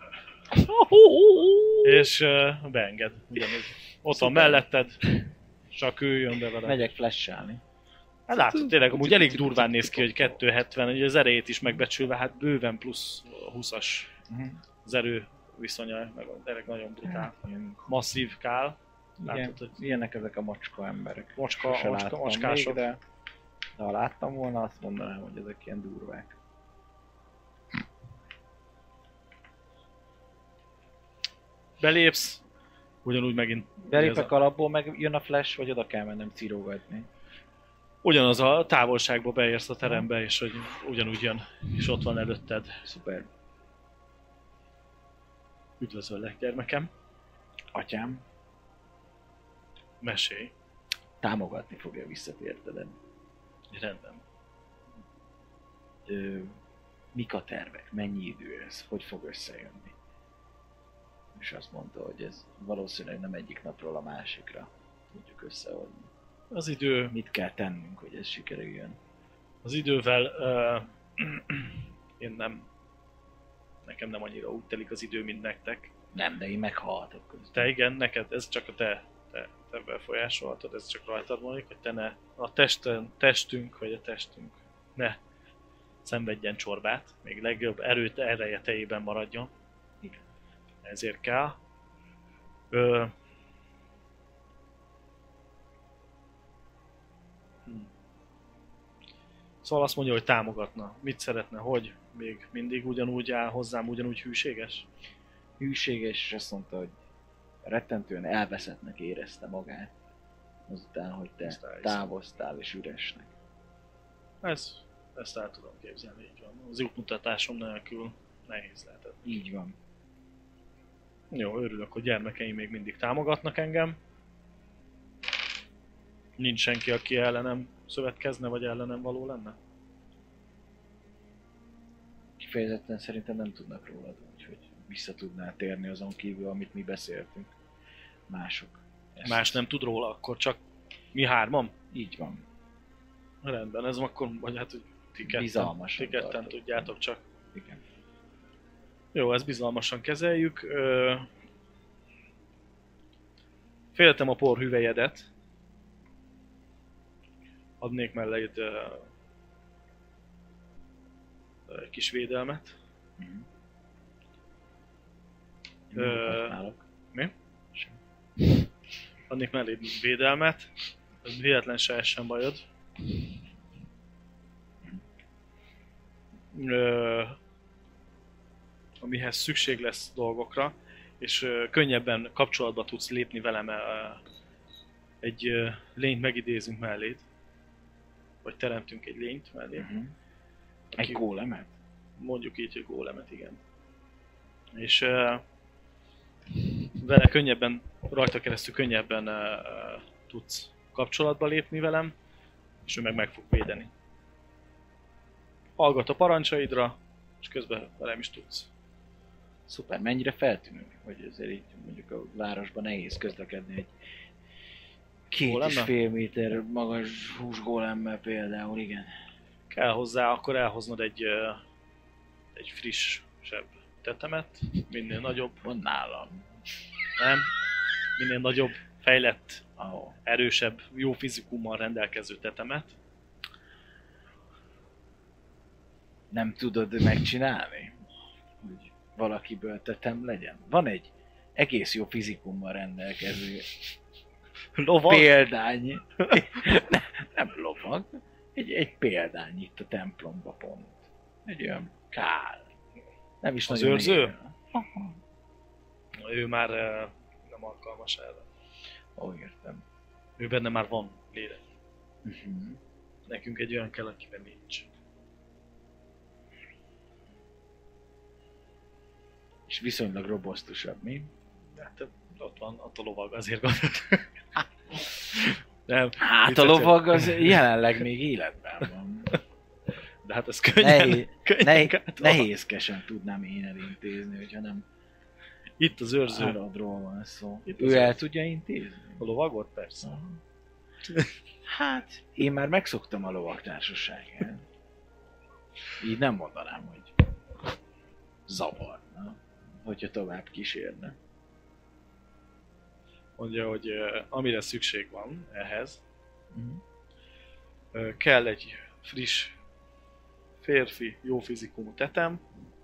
És uh, beenged. Ugyanúgy. Ott van melletted. Csak ő jön be vele. Megyek flashelni. Hát látod, tényleg amúgy elég durván néz ki, hogy kettőszázhetven, ugye az erejét is megbecsülve, hát bőven plusz húszas az erő viszonya, meg tényleg nagyon brutál. Ilyen, Masszív Kál. igen, Látod, hogy ilyenek ezek a macska emberek. Macska- Sose macska- láttam macskások. még, de, de ha láttam volna, azt mondanám, hogy ezek ilyen durvák. belépsz, ugyanúgy megint Belépek alapból, meg jön a flash, vagy oda kell mennem cirógatni. ugyanaz a távolságba beérsz a terembe, és hogy ugyanúgy jön, és ott van előtted. Szuper. Üdvözöllek, gyermekem. Atyám, Mesélj. támogatni fogja visszatérteden. Rendben. Ö, mik a tervek? Mennyi idő ez? Hogy fog összejönni? És azt mondta, hogy ez valószínűleg nem egyik napról a másikra tudjuk összehozni. Az idő, Mit kell tennünk, hogy ez sikerüljön? az idővel uh, én nem, nekem nem annyira úgy telik az idő, mint nektek. Nem, de én meghaltok közben. Te igen, neked ez csak a te, te, te befolyásolhatod, ez csak rajtad múlik, hogy te ne, a testen, testünk, vagy a testünk ne szenvedjen csorbát, még legjobb erőt, ereje tejében maradjon. Igen. Ezért kell. Ö, hm. Szóval azt mondja, hogy támogatna. Mit szeretne, hogy még mindig ugyanúgy áll hozzám, ugyanúgy hűséges? Hűséges, és azt mondta, hogy rettentően elveszettnek érezte magát. Azután, hogy te Ezt elhiszem. távoztál és üresnek. Ez, ezt el tudom képzelni, így van. Az útmutatásom nélkül nehéz lehetett. Így van. Jó, örülök, hogy gyermekeim még mindig támogatnak engem. Nincs senki, aki ellenem szövetkezne, vagy ellenem való lenne? Kifejezetten szerintem nem tudnak rólad, úgyhogy vissza tudnál térni azon kívül, amit mi beszéltünk. Mások. Ezt Más nem tud róla, akkor csak mi hárman? Így van. Rendben, ez akkor, vagy hát, hogy ti ketten, Bizalmasan ti ketten tartok. tudjátok csak. Igen. Jó, ezt bizalmasan kezeljük. Ö... Féltem a porhüvelyedet. Adnék melléd ö... egy kis védelmet. Mhm. Ö, Ö... Nálok. Mi? Sem. Adnék melléd védelmet. Ez véletlen se essen bajod. Ö... Amihez szükség lesz dolgokra, és ö, könnyebben kapcsolatba tudsz lépni velem, ö, egy ö, lényt megidézünk melléd, vagy teremtünk egy lényt melléd, Uh-huh. Egy Ki- gólemet? mondjuk így, hogy gólemet, igen. És ö, vele könnyebben, rajta keresztül könnyebben ö, ö, tudsz kapcsolatba lépni velem, és ő meg meg fog védeni. Hallgat a parancsaidra, és közben velem is tudsz. Szuper, mennyire feltűnő, hogy ezért így mondjuk a városban nehéz közlekedni egy két és Gólemmel? fél méter magas húsgólemmel például, igen. Kell hozzá, akkor elhoznod egy, ö, egy frissebb tetemet, minél nagyobb, Van nálam. nem? Minél nagyobb, fejlett, Oh. erősebb, jó fizikummal rendelkező tetemet. Nem tudod megcsinálni? Hogy valakiből tetem legyen? Van egy egész jó fizikummal rendelkező Lovag? példány. nem, nem lovag. Egy, egy példány itt a templomba pont. Egy olyan kál. Nem is Az nagyon őrző? él. Ő már ö, nem alkalmas erre. Ó, értem. Ő benne már van lélek. Uh-huh. Nekünk egy olyan kell, akiben nincs. És viszonylag robosztusabb, mi? Hát ott van, ott a lovag, azért gondolt. Nem, Hát a viccet- lovag az jelenleg még életben van. De hát ez könnyen, Nehéz, könnyen nehéz, gátolható. nehézkesen tudnám én elintézni, hogyha nem Itt az őrző. áradról van szó. Itt az Ő el őrző. tudja intézni? A lovagot? Persze. Hát, én már megszoktam a lovak társaságát. Így nem mondanám, hogy zavarna, hogyha tovább kísérne. Mondja, hogy uh, amire szükség van ehhez, Mhm. uh, kell egy friss férfi, jó fizikumú tetem,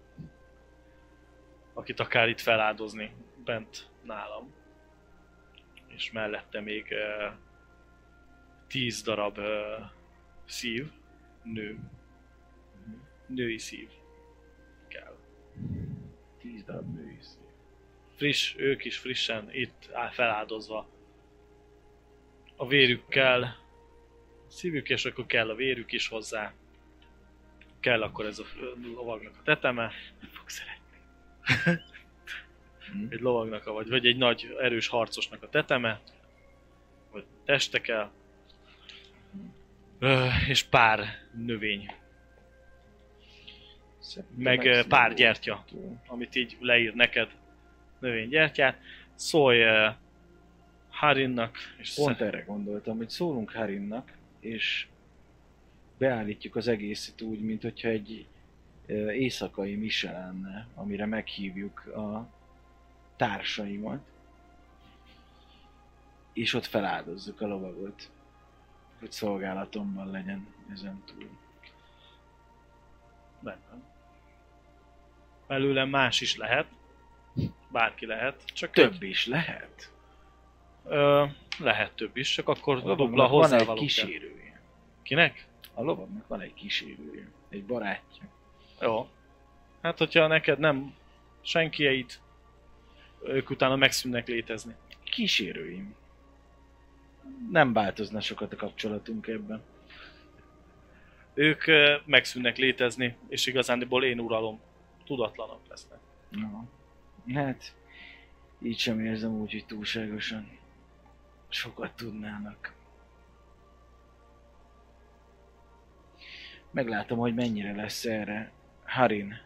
akit akár itt feláldozni bent nálam. És mellette még uh, tíz darab uh, szív, nő, női szív kell. Tíz darab nő is. Friss, ők is frissen itt áll feláldozva. A vérük kell, a szívük, és akkor kell a vérük is hozzá. Kell akkor ez a lovagnak a teteme. Nem fog szeretni. Egy lovagnak, a, vagy, vagy egy nagy erős harcosnak a teteme. Vagy teste kell. Ö, és pár növény. Szerintem Meg ez eh, pár jó. gyertya, amit így leír neked növénygyertyát. Szólj, eh, Harinnak és Pont erre gondoltam, hogy szólunk Harinnak, és beállítjuk az egészet úgy, mint hogyha egy ö, éjszakai mise lenne, amire meghívjuk a társaimat, és ott feláldozzuk a lovagot, hogy szolgálatomban legyen ezen túl. Bennem. Belőlem más is lehet. Bárki lehet. Csak Több egy, is lehet. ö, lehet több is, csak akkor A dupla lovagnak van egy hozzávaló kell. kísérője. Kinek? A lovagnak van egy kísérője. Egy barátja. Jó. Hát, hogyha neked nem senkieid, ők utána megszűnnek létezni. Kísérőim. Nem változna sokat a kapcsolatunk ebben. Ők ö, megszűnnek létezni, és igazándiból én uralom. Tudatlanok lesznek. No. Hát, így sem érzem úgy, hogy túlságosan sokat tudnának. Meglátom, hogy mennyire lesz erre Harin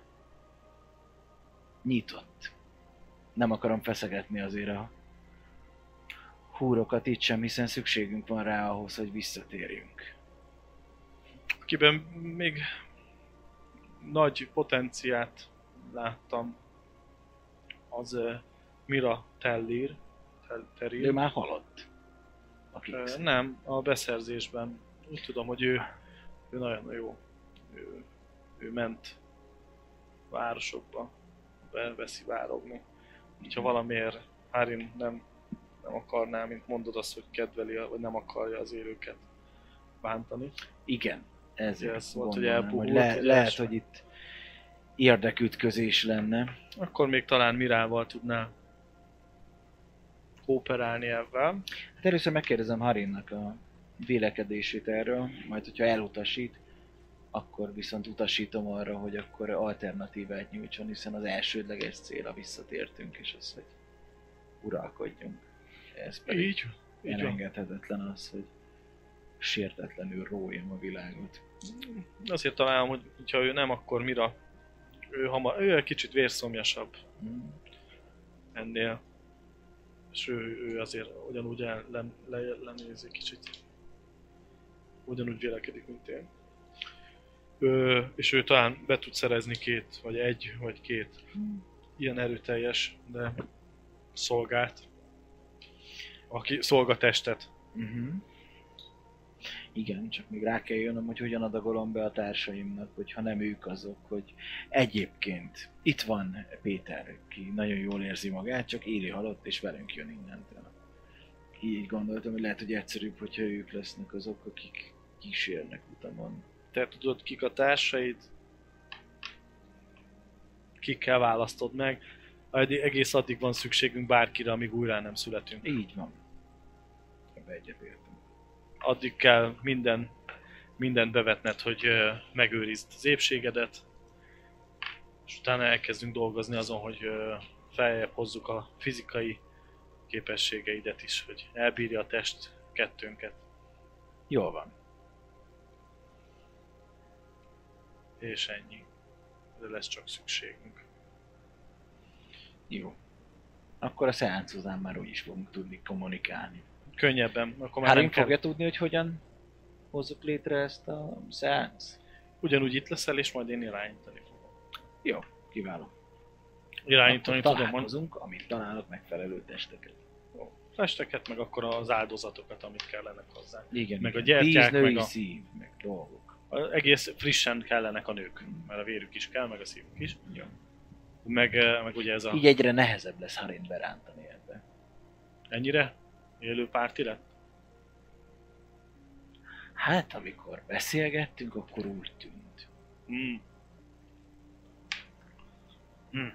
nyitott. Nem akarom feszegetni azért a húrokat itt sem, hiszen szükségünk van rá ahhoz, hogy visszatérjünk. Akiben még nagy potenciát láttam, az uh, Mira Tellir. Tel- Terir. Ő már halott. A Ö, Kix. Nem, a beszerzésben. Úgy tudom, hogy ő, ő nagyon jó. Ő, ő ment városokba beszivárogni. Ha valamiért Harin nem, nem akarná, mint mondod azt, hogy kedveli, vagy nem akarja az élőket bántani. Igen, ezért Ez volt, hogy gondolnám, hogy elpuhult, le, ugye, lehet, és- hogy itt érdekütközés lenne. Akkor még talán Mirával tudná kooperálni ebben. Hát először megkérdezem Harinnak a vélekedését erről, majd hogyha elutasít, akkor viszont utasítom arra, hogy akkor alternatívát nyújtson, hiszen az elsődleges célra visszatértünk, és az, hogy uralkodjunk. Ez pedig Így, így van. elengedhetetlen az, hogy sértetlenül róljam a világot. Azért találom, hogy ha ő nem, akkor Mira. Ő, hamar, ő egy kicsit vérszomjasabb Hmm. ennél. És ő, ő azért ugyanúgy ellen, le, lenézi kicsit. Ugyanúgy vélekedik, mint én. Ő, és ő talán be tud szerezni két, vagy egy, vagy két ilyen erőteljes, de szolgát. Aki szolgatestet. Uh-huh. Igen, csak még rá kell jönnöm, hogy hogyan adagolom be a társaimnak, hogyha nem ők azok, hogy egyébként itt van Péter, ki nagyon jól érzi magát, csak éli halott és velünk jön innentől. Így gondoltam, hogy lehet, hogy egyszerűbb, hogyha ők lesznek azok, akik kísérnek utamon. Te tudod, kik a társaid, kikkel választod meg. Addig- Egész addig van szükségünk bárkire, amíg újra nem születünk. Így van. Ebbe egyetértünk. Addig kell minden, mindent bevetned, hogy ö, megőrizd az épségedet, és utána elkezdünk dolgozni azon, hogy ö, feljebb hozzuk a fizikai képességeidet is, hogy elbírja a test kettőnket. Jól van. És ennyi. De lesz csak szükségünk. Jó. Akkor a szeánsz után már úgyis fogunk tudni kommunikálni. Könnyebben, akkor már Harin nem kell. fogja tudni, hogy hogyan hozzuk létre ezt a szeánsz? Ugyanúgy itt leszel, és majd én irányítani fogom. Jó, kiváló. Irányítani Akkor tudom, hogy találkozunk, amit találok megfelelő testeket. festeket, meg akkor az áldozatokat, amit kellenek hozzá. Igen, Meg a igen. gyertyák, Tíz női meg a- szív, meg dolgok. Egész frissen kellenek a nők, mert a vérük is kell, meg a szívük is. Jó. Meg, eh, meg ugye ez a... Így egyre nehezebb lesz Harint berántani ebbe. Ennyire? Élő párti lett? Hát, amikor beszélgettünk, akkor úgy tűnt. Hmm. Hmm.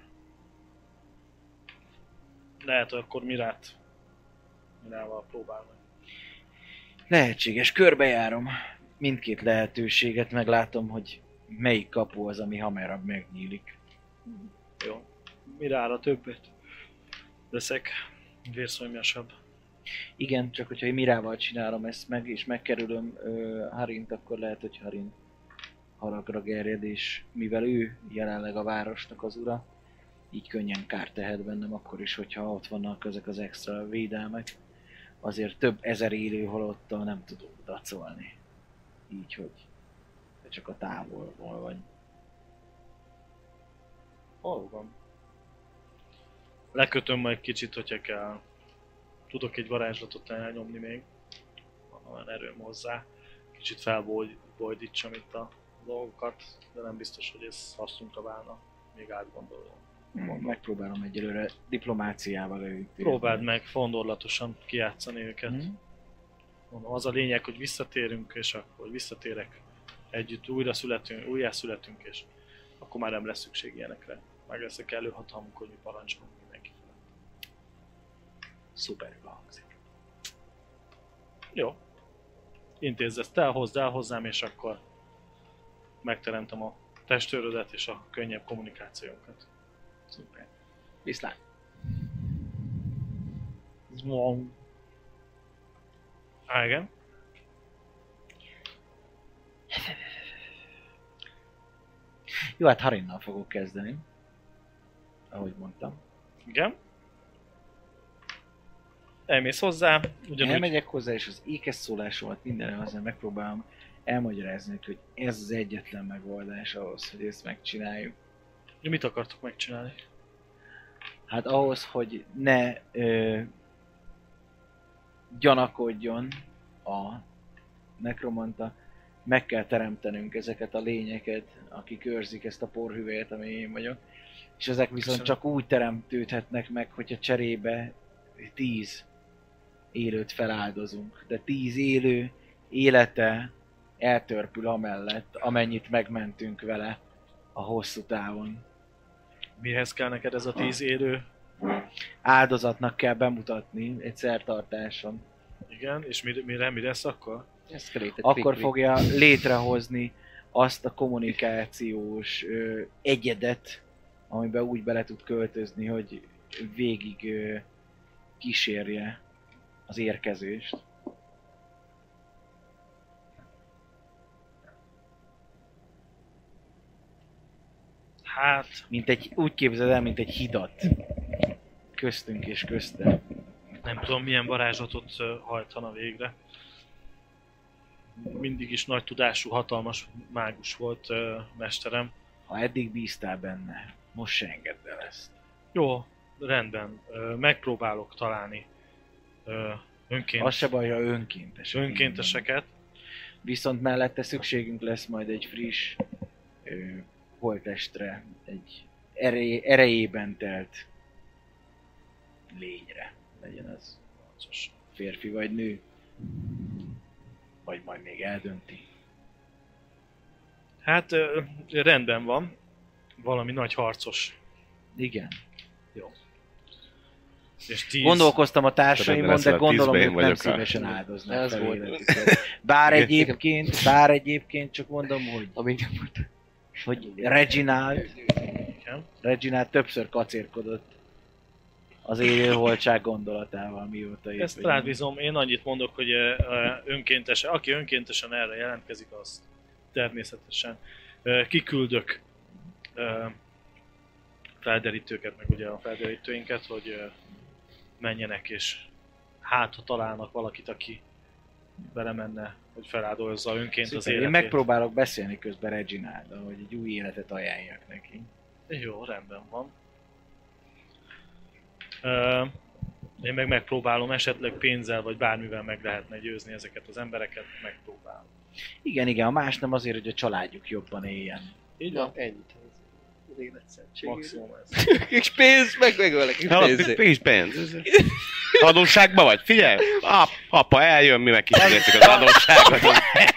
Lehet, hogy akkor Mirát... Mirával próbálni. Lehetséges, körbejárom mindkét lehetőséget, meglátom, hogy melyik kapu az, ami hamarabb megnyílik. Jó. Mirára többet leszek. Vérszomjasabb. Igen, csak hogyha én Mirával csinálom ezt meg, és megkerülöm uh, Harint, akkor lehet, hogy Harin haragra gerjed, és mivel ő jelenleg a városnak az ura, így könnyen kárt tehet bennem akkor is, hogyha ott vannak ezek az extra védelmek, azért több ezer élő halottal nem tudunk dacolni. Így, hogy te csak a távolból vagy. Hol van? Lekötöm majd kicsit, hogyha kell. Tudok egy varázslatot elnyomni még. Van olyan erőm hozzá. Kicsit felbojdítsam itt a dolgokat, de nem biztos, hogy ez hasznunkra válna. Még átgondolom. Megpróbálom egyelőre diplomáciával őt. Próbáld meg fondorlatosan kijátszani őket. Hmm. Mondom, az a lényeg, hogy visszatérünk, és akkor visszatérek együtt, újra születünk, újjá születünk, és akkor már nem lesz szükség ilyenekre. Meg lesz a kellő hatalmunk, hogy mi parancsolunk mindenki felett. Szuperül hangzik. Jó. Intézz ezt el, hozd el hozzám, és akkor megteremtem a testőrödet és a könnyebb kommunikációnkat. Szuper. Viszlát. Á, igen. Jó, hát Harinnal fogok kezdeni. Ahogy mondtam. Igen. Elmész hozzá, ugyanúgy. Elmegyek hozzá, és az ékes szólásomat mindenre azért megpróbálom elmagyarázni, hogy ez az egyetlen megoldás ahhoz, hogy ezt megcsináljuk. Mit akartok megcsinálni? Hát ahhoz, hogy ne ö, gyanakodjon a nekromanta, meg kell teremtenünk ezeket a lényeket, akik őrzik ezt a porhüvelyet, ami én vagyok. És ezek viszont Köszönöm. csak úgy teremtődhetnek meg, hogyha cserébe tíz élőt feláldozunk. De tíz élő élete eltörpül amellett, amennyit megmentünk vele a hosszú távon. Mihez kell neked ez a tíz élő? Áldozatnak kell bemutatni egy szertartáson. Igen, és mire, mire mi lesz akkor? Akkor fogja létrehozni azt a kommunikációs ö, egyedet, amiben úgy bele tud költözni, hogy végig ö, kísérje az érkezést. Hát, Mint egy, úgy képzeld el, mint egy hidat köztünk és közte. nem tudom milyen varázslatot ö, hajtana végre. Mindig is nagy tudású, hatalmas mágus volt ö, mesterem. Ha eddig bíztál benne, most se engedd el ezt. Jó, rendben. Ö, megpróbálok találni ö, önként, Az se baj, ha önkéntesek. önkénteseket. Viszont mellette szükségünk lesz majd egy friss ö, holttestre, egy erej, erejében telt lényre. Legyen az férfi vagy nő. Vagy majd még eldönti. Hát ö, rendben van. Valami nagy harcos. Igen. És tíz... Gondolkoztam a társaimon, de Tudod, gondolom, tízben én hogy nem vagyok a- szívesen áldoznak Ez fel volt. életüket. Bár egyébként, bár egyébként csak mondom, hogy, Amíg nem volt. hogy Reginald, Igen. Reginald többször kacérkodott az élőholtság gondolatával, mióta itt Ezt vagyunk. rád bízom. Én annyit mondok, hogy ö, ö, önkéntes, aki önkéntesen erre jelentkezik, az természetesen ö, kiküldök ö, felderítőket, meg ugye a felderítőinket, hogy ö, menjenek, és hát ha találnak valakit, aki belemenne, hogy feláldozza önként az Szuper. Én életét. megpróbálok beszélni közben Reginalddal, hogy egy új életet ajánljak neki. Jó, rendben van. Ö, én meg megpróbálom, esetleg pénzzel vagy bármivel meg lehetne győzni ezeket az embereket, megpróbálom. Igen, igen, a más nem azért, hogy a családjuk jobban éljen. Így Na, van? ennyit. Az életszentség. Maximum ez. Kis pénz, meg megölnek kis pénzért. Pénz, pénz. Adósságban vagy? Figyelj! Ap, apa eljön, mi meg kifizetjük az adósságot.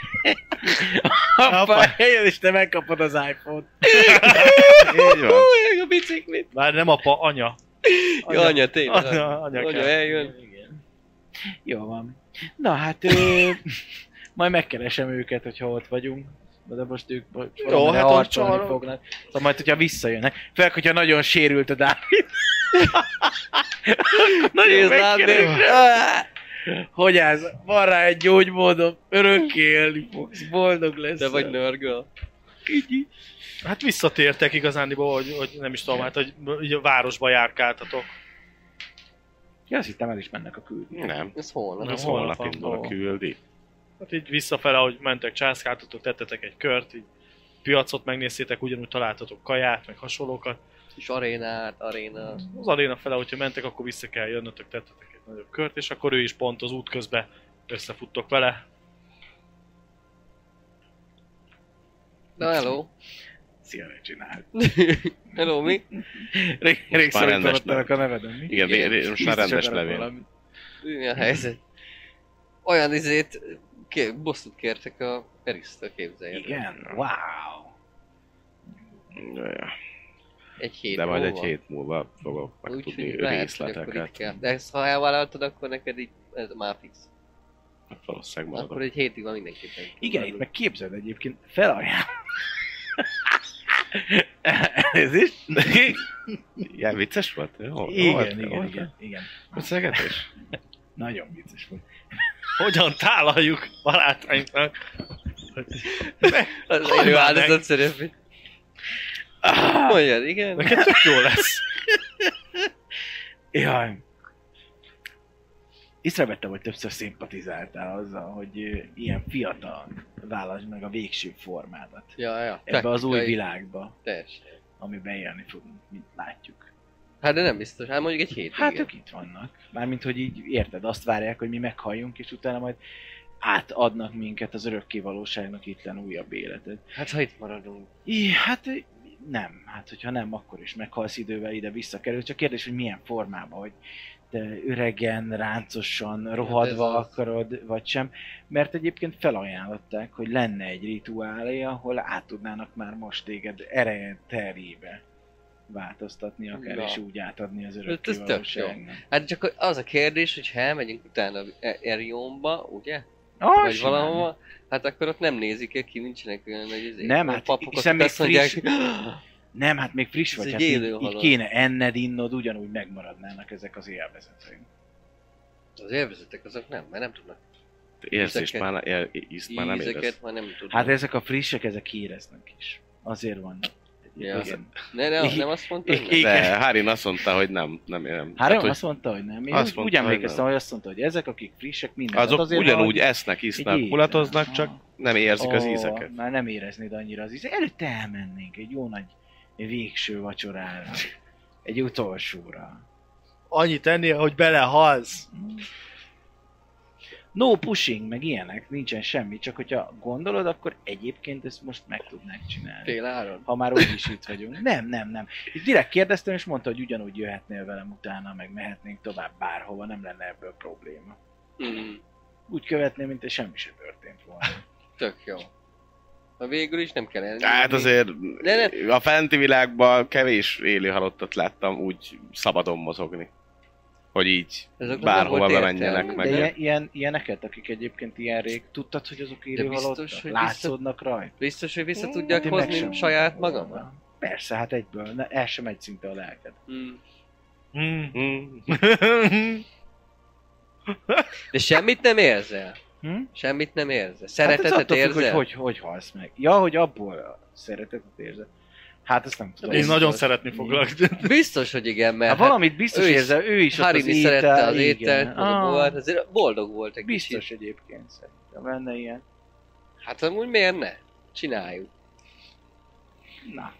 Apa, eljön és te megkapod az iPhone-t. Így van. Ó, a biciklit. Már nem apa, anya. Ja, anya, tényleg. Anya, anya, Anya kell. eljön. Igen. Jó van. Na hát, ö, majd megkeresem őket, hogyha ott vagyunk. De most ők most Jó, valamire hát ott harcolni csalok. fognak. Szóval majd, hogyha visszajönnek. Főleg, hogyha nagyon sérült a Dávid. Nagyon Nézd rád, megkeresem. de- Hogy ez? Van rá egy gyógymódom. Örökké élni fogsz. Boldog lesz. De vagy nörgöl. Hát visszatértek igazándiból, hogy, hogy nem is tudom, hát hogy így a városba járkáltatok. Ja, azt hittem el is mennek a küldni. Nem. Ez holnap. Nem. Ez holnap holnap van. indul a Ó. küldi. Hát így visszafele, ahogy mentek, császkáltatok, tettetek egy kört, így piacot megnéztétek, ugyanúgy találtatok kaját, meg hasonlókat. És arénát, aréna. Az aréna fele, hogyha mentek, akkor vissza kell jönnötök, tettetek egy nagyobb kört, és akkor ő is pont az út közben összefuttok vele. Na, hello. Szia, ne csináld. Hello, mi? Rég, rég már rendes szólítanottalak a neveden, mi? Igen, Igen. igen most már Biztos rendes akarok levél. valamit. Mi a helyzet? Olyan izét, ké, bosszút kértek a Perisztől, képzeljetek. Igen? Wow. Ja, Egy hét de majd egy múlva. hét múlva fogok megtudni Úgyhogy lehet, hogy akkor itt részleteket. kell. De ezt ha elvállaltad, akkor neked így, ez már fix. Hát valószínűleg maradok. Akkor egy hétig van mindenképpen. Igen, itt meg képzeld egyébként, felajánl. Ez is? Ja, vicces volt? Jó, Igen, volt, igen, volt. igen, igen. Beszélgetés? Nagyon vicces volt. Hogyan tálaljuk barátainknak? Az Hagyd élő már áldozat meg. szerepét. Mondjad, igen. Neked tök jó lesz. Jaj. Észrevettem, hogy többször szimpatizáltál azzal, hogy ö, ilyen fiatal válasd meg a végső formádat. Ja, ja. Ebbe az új Taktikai- világba, Teljesen. amiben élni fogunk, mint látjuk. Hát de nem biztos, hát mondjuk egy hétig. Hát igen. ők itt vannak. Mármint, hogy így érted, azt várják, hogy mi meghalljunk, és utána majd átadnak minket az örökké valóságnak ittlen újabb életet. Hát ha itt maradunk. I, hát ö, nem. Hát hogyha nem, akkor is meghalsz idővel ide visszakerül. Csak kérdés, hogy milyen formában, hogy te öregen, ráncosan, rohadva ez az. akarod, vagy sem. Mert egyébként felajánlották, hogy lenne egy rituálé, ahol át tudnának már most téged ereje terjébe változtatni akár, Na. és úgy átadni az Ez örökké tök jó. valóságnak. Hát csak az a kérdés, hogy ha elmegyünk utána Erionba, ugye? Ah, Vagy simán. valahova, hát akkor ott nem nézik el ki, nincsenek olyan nagy izé. Nem, olyan hát papok, hiszen akik azt még mondják, friss- hogy Nem, hát még friss Ez vagy, egy hát így, élő így halott. kéne enned, innod, ugyanúgy megmaradnának ezek az élvezetek. az élvezetek azok nem, mert nem tudnak. Érzést Ízeket- már, ér, ízt már nem érez. Ízeket már nem tudnak. Hát ezek a frissek, ezek éreznek is. Azért vannak. Ja. Igen. Ne, ne, nem azt mondta, hogy nem. Igen. De Hárin azt mondta, hogy nem. nem, nem. Hát Tehát, hogy azt mondta, hogy nem. Én Azt úgy, mondta, úgy emlékeztem, hogy hogy azt mondta, hogy ezek, akik frissek, minden. azok azért ugyanúgy valahogy esznek, így isznak, érzem. mulatoznak, csak Aha. nem érzik az Ó, ízeket. Már nem éreznéd annyira az ízeket. Előtte elmennénk egy jó nagy végső vacsorára. Egy utolsóra. Annyit ennél, hogy belehalsz. No pushing, meg ilyenek, nincsen semmi, csak hogyha gondolod, akkor egyébként ezt most meg tudnánk csinálni. Fél áron. Ha már úgyis itt vagyunk. Nem, nem, nem. Itt direkt kérdeztem, és mondta, hogy ugyanúgy jöhetnél velem utána, meg mehetnénk tovább bárhova, nem lenne ebből probléma. Mm, Úgy követném, mint hogy semmi se történt volna. tök jó. Ha végül is nem kell elni. Hát azért De a fenti világban kevés élő halottat láttam úgy szabadon mozogni. Hogy így Ezeknek bárhova nem volt bemenjenek értelme. meg. De ilyen, ilyen, ilyeneket, akik egyébként ilyen rég, tudtad, hogy azok élő biztos, halottak? hogy Látszódnak rajta? Biztos, hogy vissza tudják Hát én meg hozni sem saját mondom magamra? volna. Persze, hát egyből. Ne, el sem megy szinte a lelked. Mm. Hmm. Mm. De semmit nem érzel? Hm? Semmit nem érzel? Hát ez Szeretetet attól függ, érzel? hogy, hogy hogy halsz meg. Ja, hogy abból a szeretetet érzed. Hát ezt nem tudom. Én nagyon Biztos. szeretni foglak. Biztos, hogy igen, mert Hát valamit biztos ő is- érzel, ő is ott az Harini étel, szerette az igen. ételt, meg a Ah, bort, azért boldog volt egy biztos kicsit. egyébként szerintem lenne ilyen. Hát amúgy miért ne? Csináljuk. Na.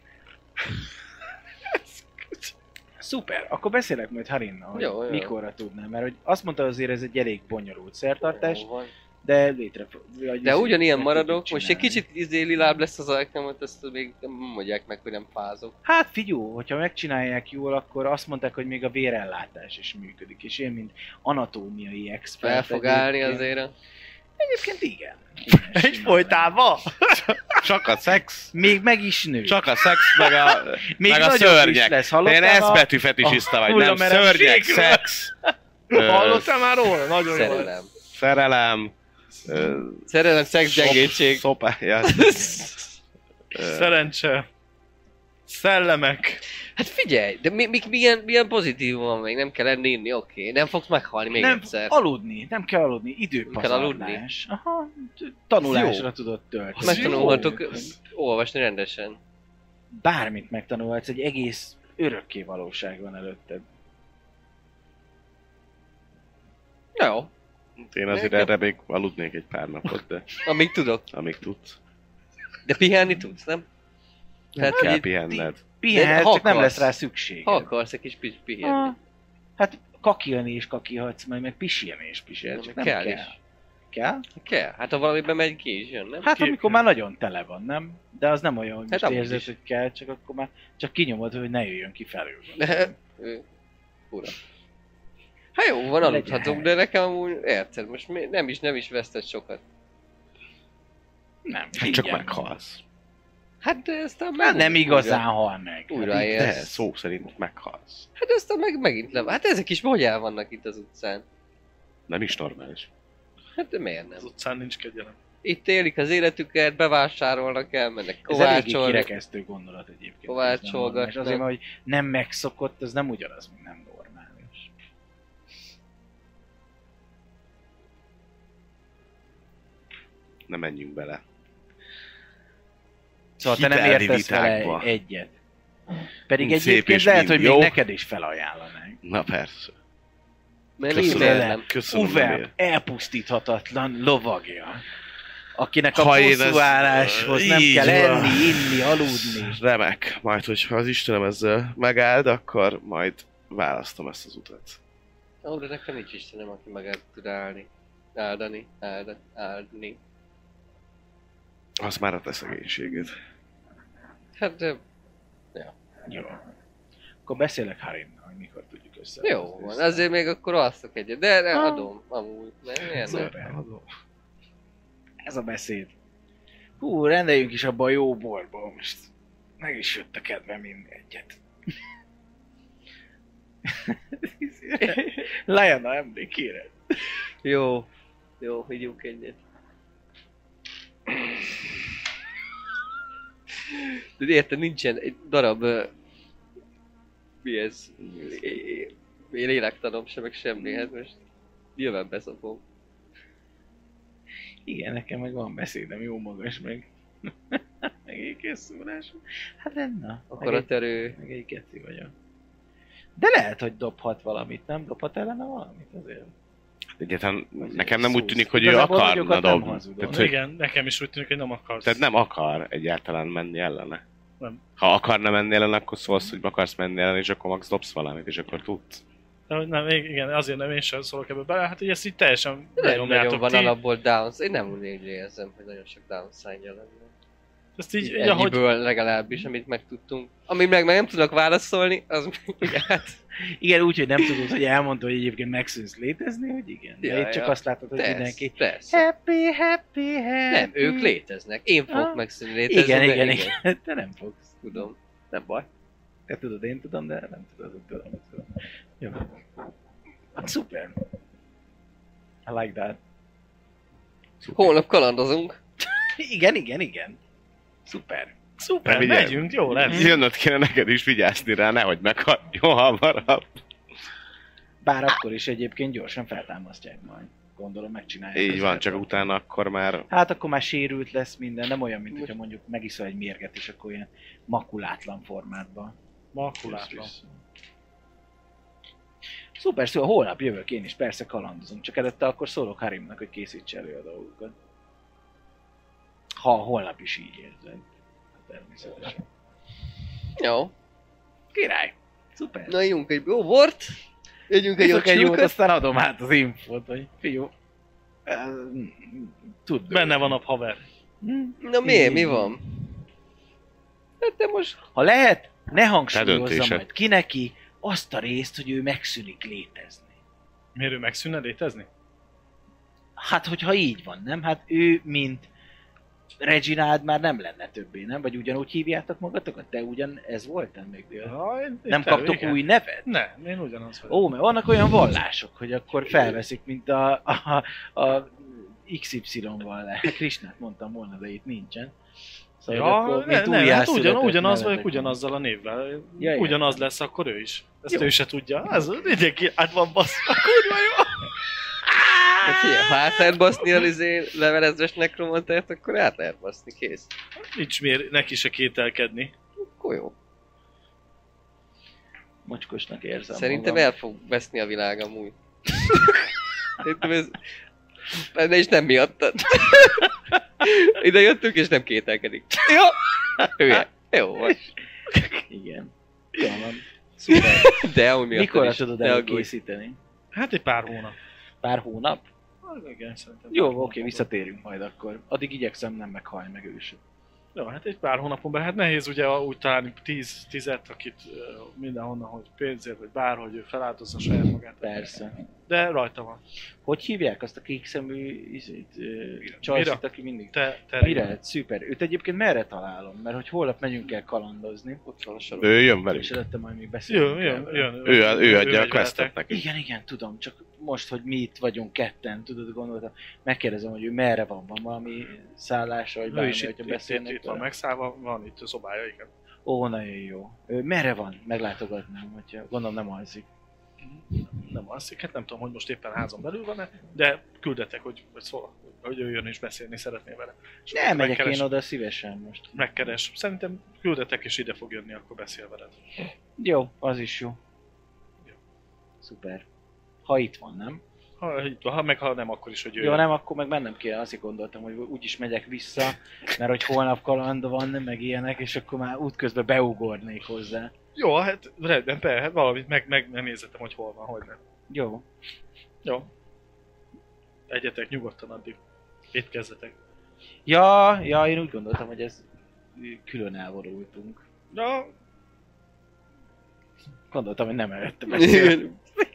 Szuper, akkor beszélek majd Harinnal, hogy Jó, jó. mikorra tudnám, mert hogy azt mondta azért ez egy elég bonyolult szertartás, Jó van. de létre... vagy De izé- ugyanilyen meg maradok, tudjuk most egy csinálni. kicsit izé lilább lesz az ajkamat, ezt még nem mondják meg, hogy nem fázok. Hát figyú, hogyha megcsinálják jól, akkor azt mondták, hogy még a vérellátás is működik, és én, mint anatómiai expert... Fel fog állni egyébként- azért a... Egyébként igen. Igen, Egy simán folytában? Csak a szex, Még meg is nő. csak a szex, meg a, még meg a nagyobb szörnyek. is lesz. Én Hallottál ez a... betű fetiszista vagy, nem hullamerevségről? szörnyek, szex, ö, Hallottál már róla? Nagyon jó. Szerelem. szerelem, ö, Szerelem, szex, gyengétség. Szopa, ja. Ö, Szerencse. Szellemek. Hát figyelj, de mi, mi, milyen, milyen pozitív van még, nem kell enni inni, oké. Okay. Nem fogsz meghalni még nem, egyszer. aludni, nem kell aludni, Nem kell időpazarlás. Aha, t- tanulásra Jó. tudod tölteni. Megtanulhatok Jó. olvasni rendesen. Bármit megtanulhatsz, egy egész örökké valóság van előtted. Jó. Én azért erre még aludnék egy pár napot, de Amíg tudok. amíg tudsz. De pihenni tudsz, nem? Nem Hát, kell hogy- pihenned. Pihenhet, ha csak nem akarsz. lesz rá szükség. Ha akarsz egy kis pi- pihenni. Ah, hát kakilni is kakihatsz, majd meg pisilni is pisilni, csak nem kell kell. is. Kell? Kell. Hát ha valamiben megy, ki is jön, nem? Hát Ki- amikor már nagyon tele van, nem? De az nem olyan, hogy Hát most amúgy érzed, is. hogy kell, csak akkor már csak kinyomod, hogy ne jöjjön ki felül. Ő- Ura. Hát jó, van, Legyen aludhatunk, de nekem amúgy érted, most mi- nem is, nem is vesztett sokat. Nem, Hát csak ingyen van. meghalsz. Hát de aztán Hát nem újra- igazán hal meg. Újra Hát, De élsz. szó szerint meghalsz. Hát aztán meg megint le. Hát ezek is hogy el vannak itt az utcán? Nem is normális. Hát de miért nem? Az utcán nincs kegyelem. Itt élik az életüket, bevásárolnak, elmennek ez eléggé kovácsolni. kirekesztő gondolat egyébként. Kovácsolgatnak. És azért, mert hogy nem megszokott, az nem ugyanaz, mint nem normális. Ne menjünk bele. Szóval te nem Hitelvi értesz vele vitákba. egyet. Pedig Mind szép egyébként és lehet, mind hogy jó. még neked is felajánlanák. Na persze. Mert Köszönöm. miért nem? Köszönöm. Uwe, miért. elpusztíthatatlan lovagja. Akinek a Ha én ez- bosszúálláshoz nem így kell van. enni, inni, aludni. Remek. Majd, hogyha az Istenem ezzel megáld, akkor majd választom ezt az utat. Ó, de nekem nincs Istenem, aki meg el tud állni. Áldani, áldani, áldni. Az már a te szegénységed. Hát de Jó. Akkor beszélek Harimnal, hogy mikor tudjuk össze. jó van, azért még akkor alszok egyet, de, de Ah. adom, amúgy. Nem, miért nem? Szuper. Ez a beszéd. Hú, rendeljünk is abba a jó boltba most. Meg is jött a kedvem mindegyet. Lajana emlékére. Jó. Jó, higgyunk egyet. De érted, nincsen egy darab... Uh, mi ez? É- é- Lélektanom sem, meg semmi, hát most nyilván beszopom. Igen, nekem meg van beszédem, jó magas meg. meg egy készülés. Hát lenne. Akaraterő. Meg egy geci vagyok. De lehet, hogy dobhat valamit, nem? Dobhat ellene valamit azért? Egyáltalán Azért nekem nem úgy szó- tűnik, hogy ő Igazából akarna nagyokat nem dobni. hazudol. Tehát, hogy, Igen, nekem is úgy tűnik, hogy nem akarsz. tehát nem akar egyáltalán menni ellene. Nem. Ha akarna menni ellene, akkor szólsz, hogy akarsz menni ellene, és akkor max dobsz valamit, és akkor tudsz. De, hogy nem, igen, azért nem, én sem szólok ebbe bele, hát hogy ezt így teljesen Nem nagyon benyomjátok van ti. alapból downs. Én nem úgy érzem, hogy nagyon sok downside-ja lenne. Ezt így, így ahogy... Ennyiből legalábbis, amit megtudtunk. Amit meg, meg nem tudok válaszolni, az igen, hát Igen, úgy, hogy nem tudod, hogy elmondta, hogy egyébként megszűnsz létezni, hogy igen. De Ja, itt csak ja. azt látod, hogy persze, mindenki persze. happy, happy, happy. Nem, ők léteznek. Én fogok Ah. megszűnni létezni. Igen, de igen, igen. Te nem fogsz. Tudom. Nem baj. Te tudod, én tudom, de nem tudod, hogy tudom, hogy tudom. Jó. Hát szuper. I like that. Holnap kalandozunk. Igen, igen, igen. Szuper. Szuper, Nem, ugye? megyünk, jó lesz. Jönnöd kéne neked is vigyázni rá, nehogy meghaljon hamarabb. Bár akkor is egyébként gyorsan feltámasztják majd. Gondolom megcsinálják. Így ezt. van, csak utána akkor már... Hát akkor már sérült lesz minden, nem olyan, mint hogyha mondjuk megiszol egy mérget, és akkor ilyen makulátlan formátban. Makulátlan. Szuper, szóval holnap jövök én is, persze kalandozunk, csak előtte akkor szólok Harimnak, hogy készítse elő a dolgokat. Ha holnap is így érzed. Természetesen. Jó. Király! Szuper! Na, ígyunk egy jó bort. Együnk egy jó Iszok egy jót, csirket. aztán adom át az infót, hogy fiú, eh, tudd. Benne van a haver. Hm? Na miért, mi van? Hát de most... Ha lehet, ne Te hangsúlyozza döntésed. majd ki neki azt a részt, hogy ő megszűnik létezni. Miért ő megszűnne létezni? Hát, hogyha így van, nem? Hát ő, mint Reginald már nem lenne többé, nem? Vagy ugyanúgy hívjátok magatokat? Te ugyan ez voltál még dél? Ja, én- Nem te- kaptok igen. új nevet? Nem, én ugyanaz vagyok. Ó, mert vannak olyan vallások, hogy akkor felveszik, mint a, a, a iksz ipszilon vallás. Krisnát mondtam volna, de itt nincsen. Szóval Ja, akkor, ne, mint ne, hát ugyan, újjászületett ugyanaz vagyok, nevetek ugyanazzal a névvel. Ja, ja. Ugyanaz lesz, akkor ő is. Ezt Jó. ő se tudja. Ez mindenki át van bassz. Kurva jó! Hát figyelj, ha át lehet baszni a izé levelezres nekromontert, akkor át lehet baszni, kész. Nincs miért neki se kételkedni. Akkor jó. Mocskosnak érzem Szerintem magam. el fog veszni a világ amúgy. Szerintem ez... De is nem miattad. Ide jöttünk és nem kételkedik. Jó? Hülye. Jó, vagy. Igen. Jó van. Szuper. De amúgy miattad Mikorra is. tudod Ne aggódj. elkészíteni? Hát egy pár hónap. Pár hónap? Hát igen, szerintem. Jó, pár oké, hónapon. visszatérünk majd akkor. Addig igyekszem nem meghalni meg ő sem. Jó, hát egy pár hónapon belül, hát nehéz ugye úgy találni tíz, tizet, akit uh, mindenhonnan, hogy pénzért, vagy bárhogy ő feláldozza saját magát. Persze. De rajta van. Hogy hívják azt a kékszemű izét, Csajcit, aki mindig... Te, te Mire? Szuper. Őt egyébként merre találom? Mert hogy holnap megyünk el kalandozni. Ott van a sarok. Ő jön velünk. És előtte majd még beszélünk. Jön, jön, kell. jön. Ő, ő, ő adja a megy questet veletek. neki. Igen, igen, tudom, csak most, hogy mi itt vagyunk ketten, tudod, gondoltam, megkérdezem, hogy ő merre van, van valami szállása, vagy Ő bármi, is itt, hogyha itt, itt, beszélnek itt van vele. megszállva, van itt a szobája, igen. Ó, nagyon jó. Ő merre van? Meglátogatnám, hogyha gondolom nem alszik. Nem alszik, hát nem tudom, hogy most éppen házon belül van-e, de küldetek, hogy, hogy szól, hogy ő jön és beszélni szeretné vele. És Nem, megyek megkeres- én oda szívesen most. Megkeres. Szerintem küldetek és ide fog jönni, akkor beszél veled. Jó, az is jó. Jó. Szuper. Ha itt van, nem? Ha, itt van, ha meg ha nem, akkor is, hogy ő Jó, jön. nem, akkor meg mennem kéne, azt gondoltam, hogy úgyis megyek vissza, mert hogy holnap kaland van, meg ilyenek, és akkor már útközben beugornék hozzá. Jó, hát rendben, persze, hát valamit meg, meg nem nézzetem, hogy hol van, hogy nem. Jó. Jó. Egyetek nyugodtan addig. Étkezzetek. Ja, ja, én úgy gondoltam, hogy ez külön elvonultunk. Ja, Gondoltam, hogy nem előtte beszélni.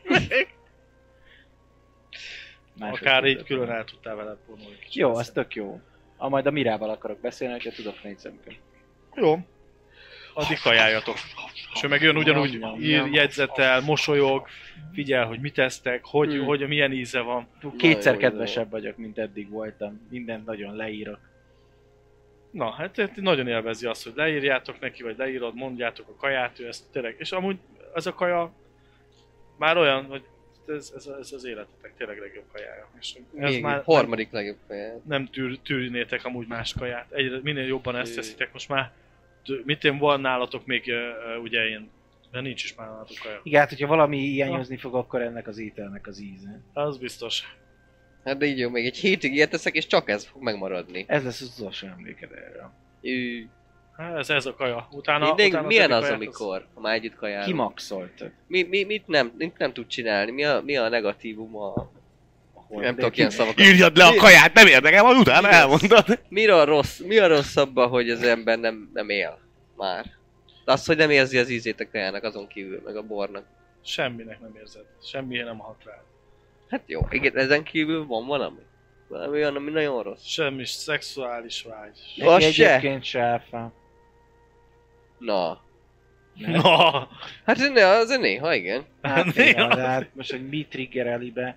akár így külön el tudtál veled vonulni. kicsit Jó, az beszélni. tök jó. Ha majd a Mirával akarok beszélni, hogyha tudok négy szemükön. Jó. Addig kajáljatok. És ő meg jön ugyanúgy ír, jegyzetel, mosolyog, figyel, hogy mit tesztek, hogy, Hmm. hogy milyen íze van. Kétszer jó, jó. kedvesebb vagyok, mint eddig voltam. Mindent nagyon leírok. Na, hát hát nagyon élvezi azt, hogy leírjátok neki, vagy leírod, mondjátok a kaját, ő ezt tényleg. És amúgy ez a kaja már olyan, hogy ez, ez, ez az életetek tényleg legjobb kajája. És ez Még már harmadik legjobb fejed. nem, nem tűr, tűrnétek amúgy más kaját. Egyre, minél jobban ezt Ő. teszitek, most már t- mit én van nálatok még uh, uh, ugye ilyen, de nincs is már nálatok kaja. Igen, hát hogyha valami hiányozni fog, akkor ennek az ételnek az íze. Az biztos. Hát de így jó, még egy hétig ilyet teszek, és csak ez fog megmaradni. Ez lesz az utolsó emléked erre. Ű. Hát ez, ez a kaja. Utána, Mindig, utána milyen többi az, kaját amikor, ha már együtt kajálunk? Kimaxoltad. Mi, mi, mit, nem, mit nem tud csinálni? Mi a, mi a negatívum a... Ahol Nem tudok ilyen szavakat. Írjad le a kaját, nem érdekel, majd utána elmondod. Mi a rossz, mi a rossz abban, hogy az ember nem, nem él már? De az, hogy nem érzi az ízét a kajának azon kívül, meg a bornak. Semminek nem érzed. Semmi nem hat rá. Hát jó, igen, ezen kívül van valami? Valami olyan, ami nagyon rossz. Semmi szexuális vágy. Neki Az se. egyébként se áfa. Na. Nem? Na, Hát ez ne, az néha, igen. Hát, Néha. igen, de hát most, hogy mi triggereli be.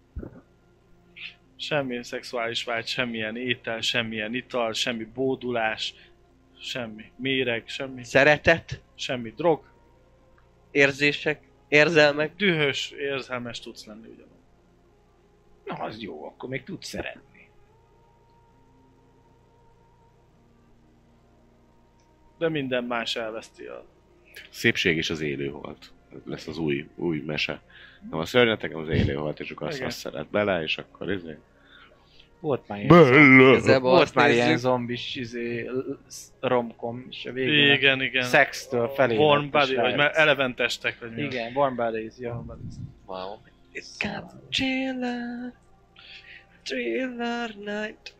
semmi szexuális vágy, semmilyen étel, semmilyen ital, semmi bódulás, semmi méreg, semmi, Szeretet, semmi drog. érzések, érzelmek. Dühös, érzelmes tudsz lenni ugyanúgy. Na, az jó, akkor még tudsz szeretni. De minden más elveszti a... Szépség is az élő volt. Ez lesz az új, új mese. Nem a szörnyetek, az élő volt, és akkor azt, Igen. azt szeret bele, és akkor izé... Volt már ilyen, Bella! Igazából volt azt már ilyen nézzük. zombis izé, l- romkom, és a végén Igen, igen. a szextől felé. Warm lett a body, vagy srác. már eleven testek, vagy mi. Igen, warm bodies, ja. Wow. It's got thriller, thriller night.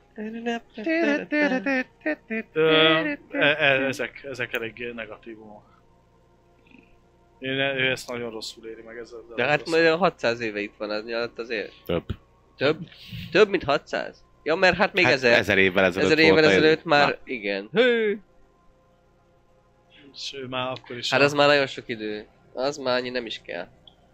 Ö, e, e, ezek, ezek elég negatívumok. Én, ő ezt nagyon rosszul éri meg ezzel. De hát majd a hatszáz éve itt van, az alatt azért. Több. Több? Több, mint hatszáz? Ja, mert hát még Hát ezer, ezer évvel ezelőtt ezer évvel volt a- ezelőtt már, Na, igen. Hű! És ő már akkor is... Hát a- az már nagyon sok idő. Az már annyi nem is kell.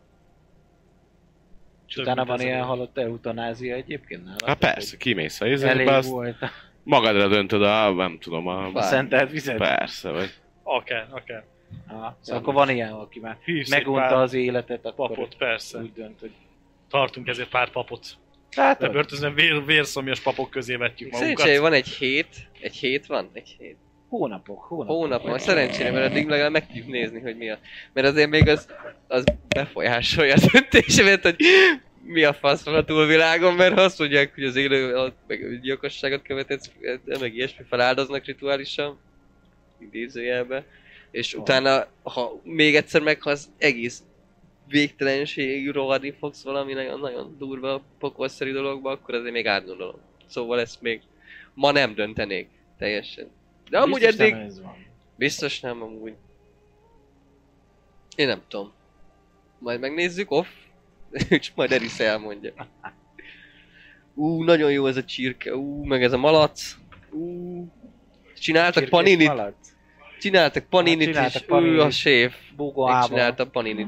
És Több utána mint van ezer ilyen év. halott eutanázia egyébként nála? Hát persze, kimész a izébe, Elég azt volt a magadra döntöd a, nem tudom, a... Bár. szentelt vizet. Persze, vagy... Akár, akár. Aha, szóval akkor van ilyen, aki már Hívsz egy megunta pár az életet, akkor papot, persze. úgy dönt, hogy... Tartunk ezért pár papot. Hát, De börtözön vér, vérszomjas papok közé vetjük magunkat. Szerencsére van egy hét. Egy hét van? Egy hét. hónapok, hónapok. Hónap, majd szerencsére, mert addig legalább meg tudjuk nézni, hogy mi a... Mert azért még az, az befolyásolja a döntésemet, hogy mi a fasz van a túlvilágon, mert ha azt mondják, hogy az élő, a- meg gyilkosságot követett, meg ilyesmi feláldoznak rituálisan, idézőjelbe, és Oh. utána, ha még egyszer meghalsz, egész végtelenségig rohadni fogsz valami nagyon-nagyon durva, pokolszerű dologba, akkor azért még átgondolom. Szóval ezt még ma nem döntenék teljesen. De amúgy Biztos eddig nem ez van. biztos nem amúgy. Én nem tudom. Majd megnézzük, off. Csak majd Eris elmondja. Ú, nagyon jó ez a csirke, ú, meg ez a malac. Ú, csináltak Csirkés paninit, malac. csináltak paninit Hát, csináltak is, paninit. ő a séf. Bugóával. Megcsinálta paninit.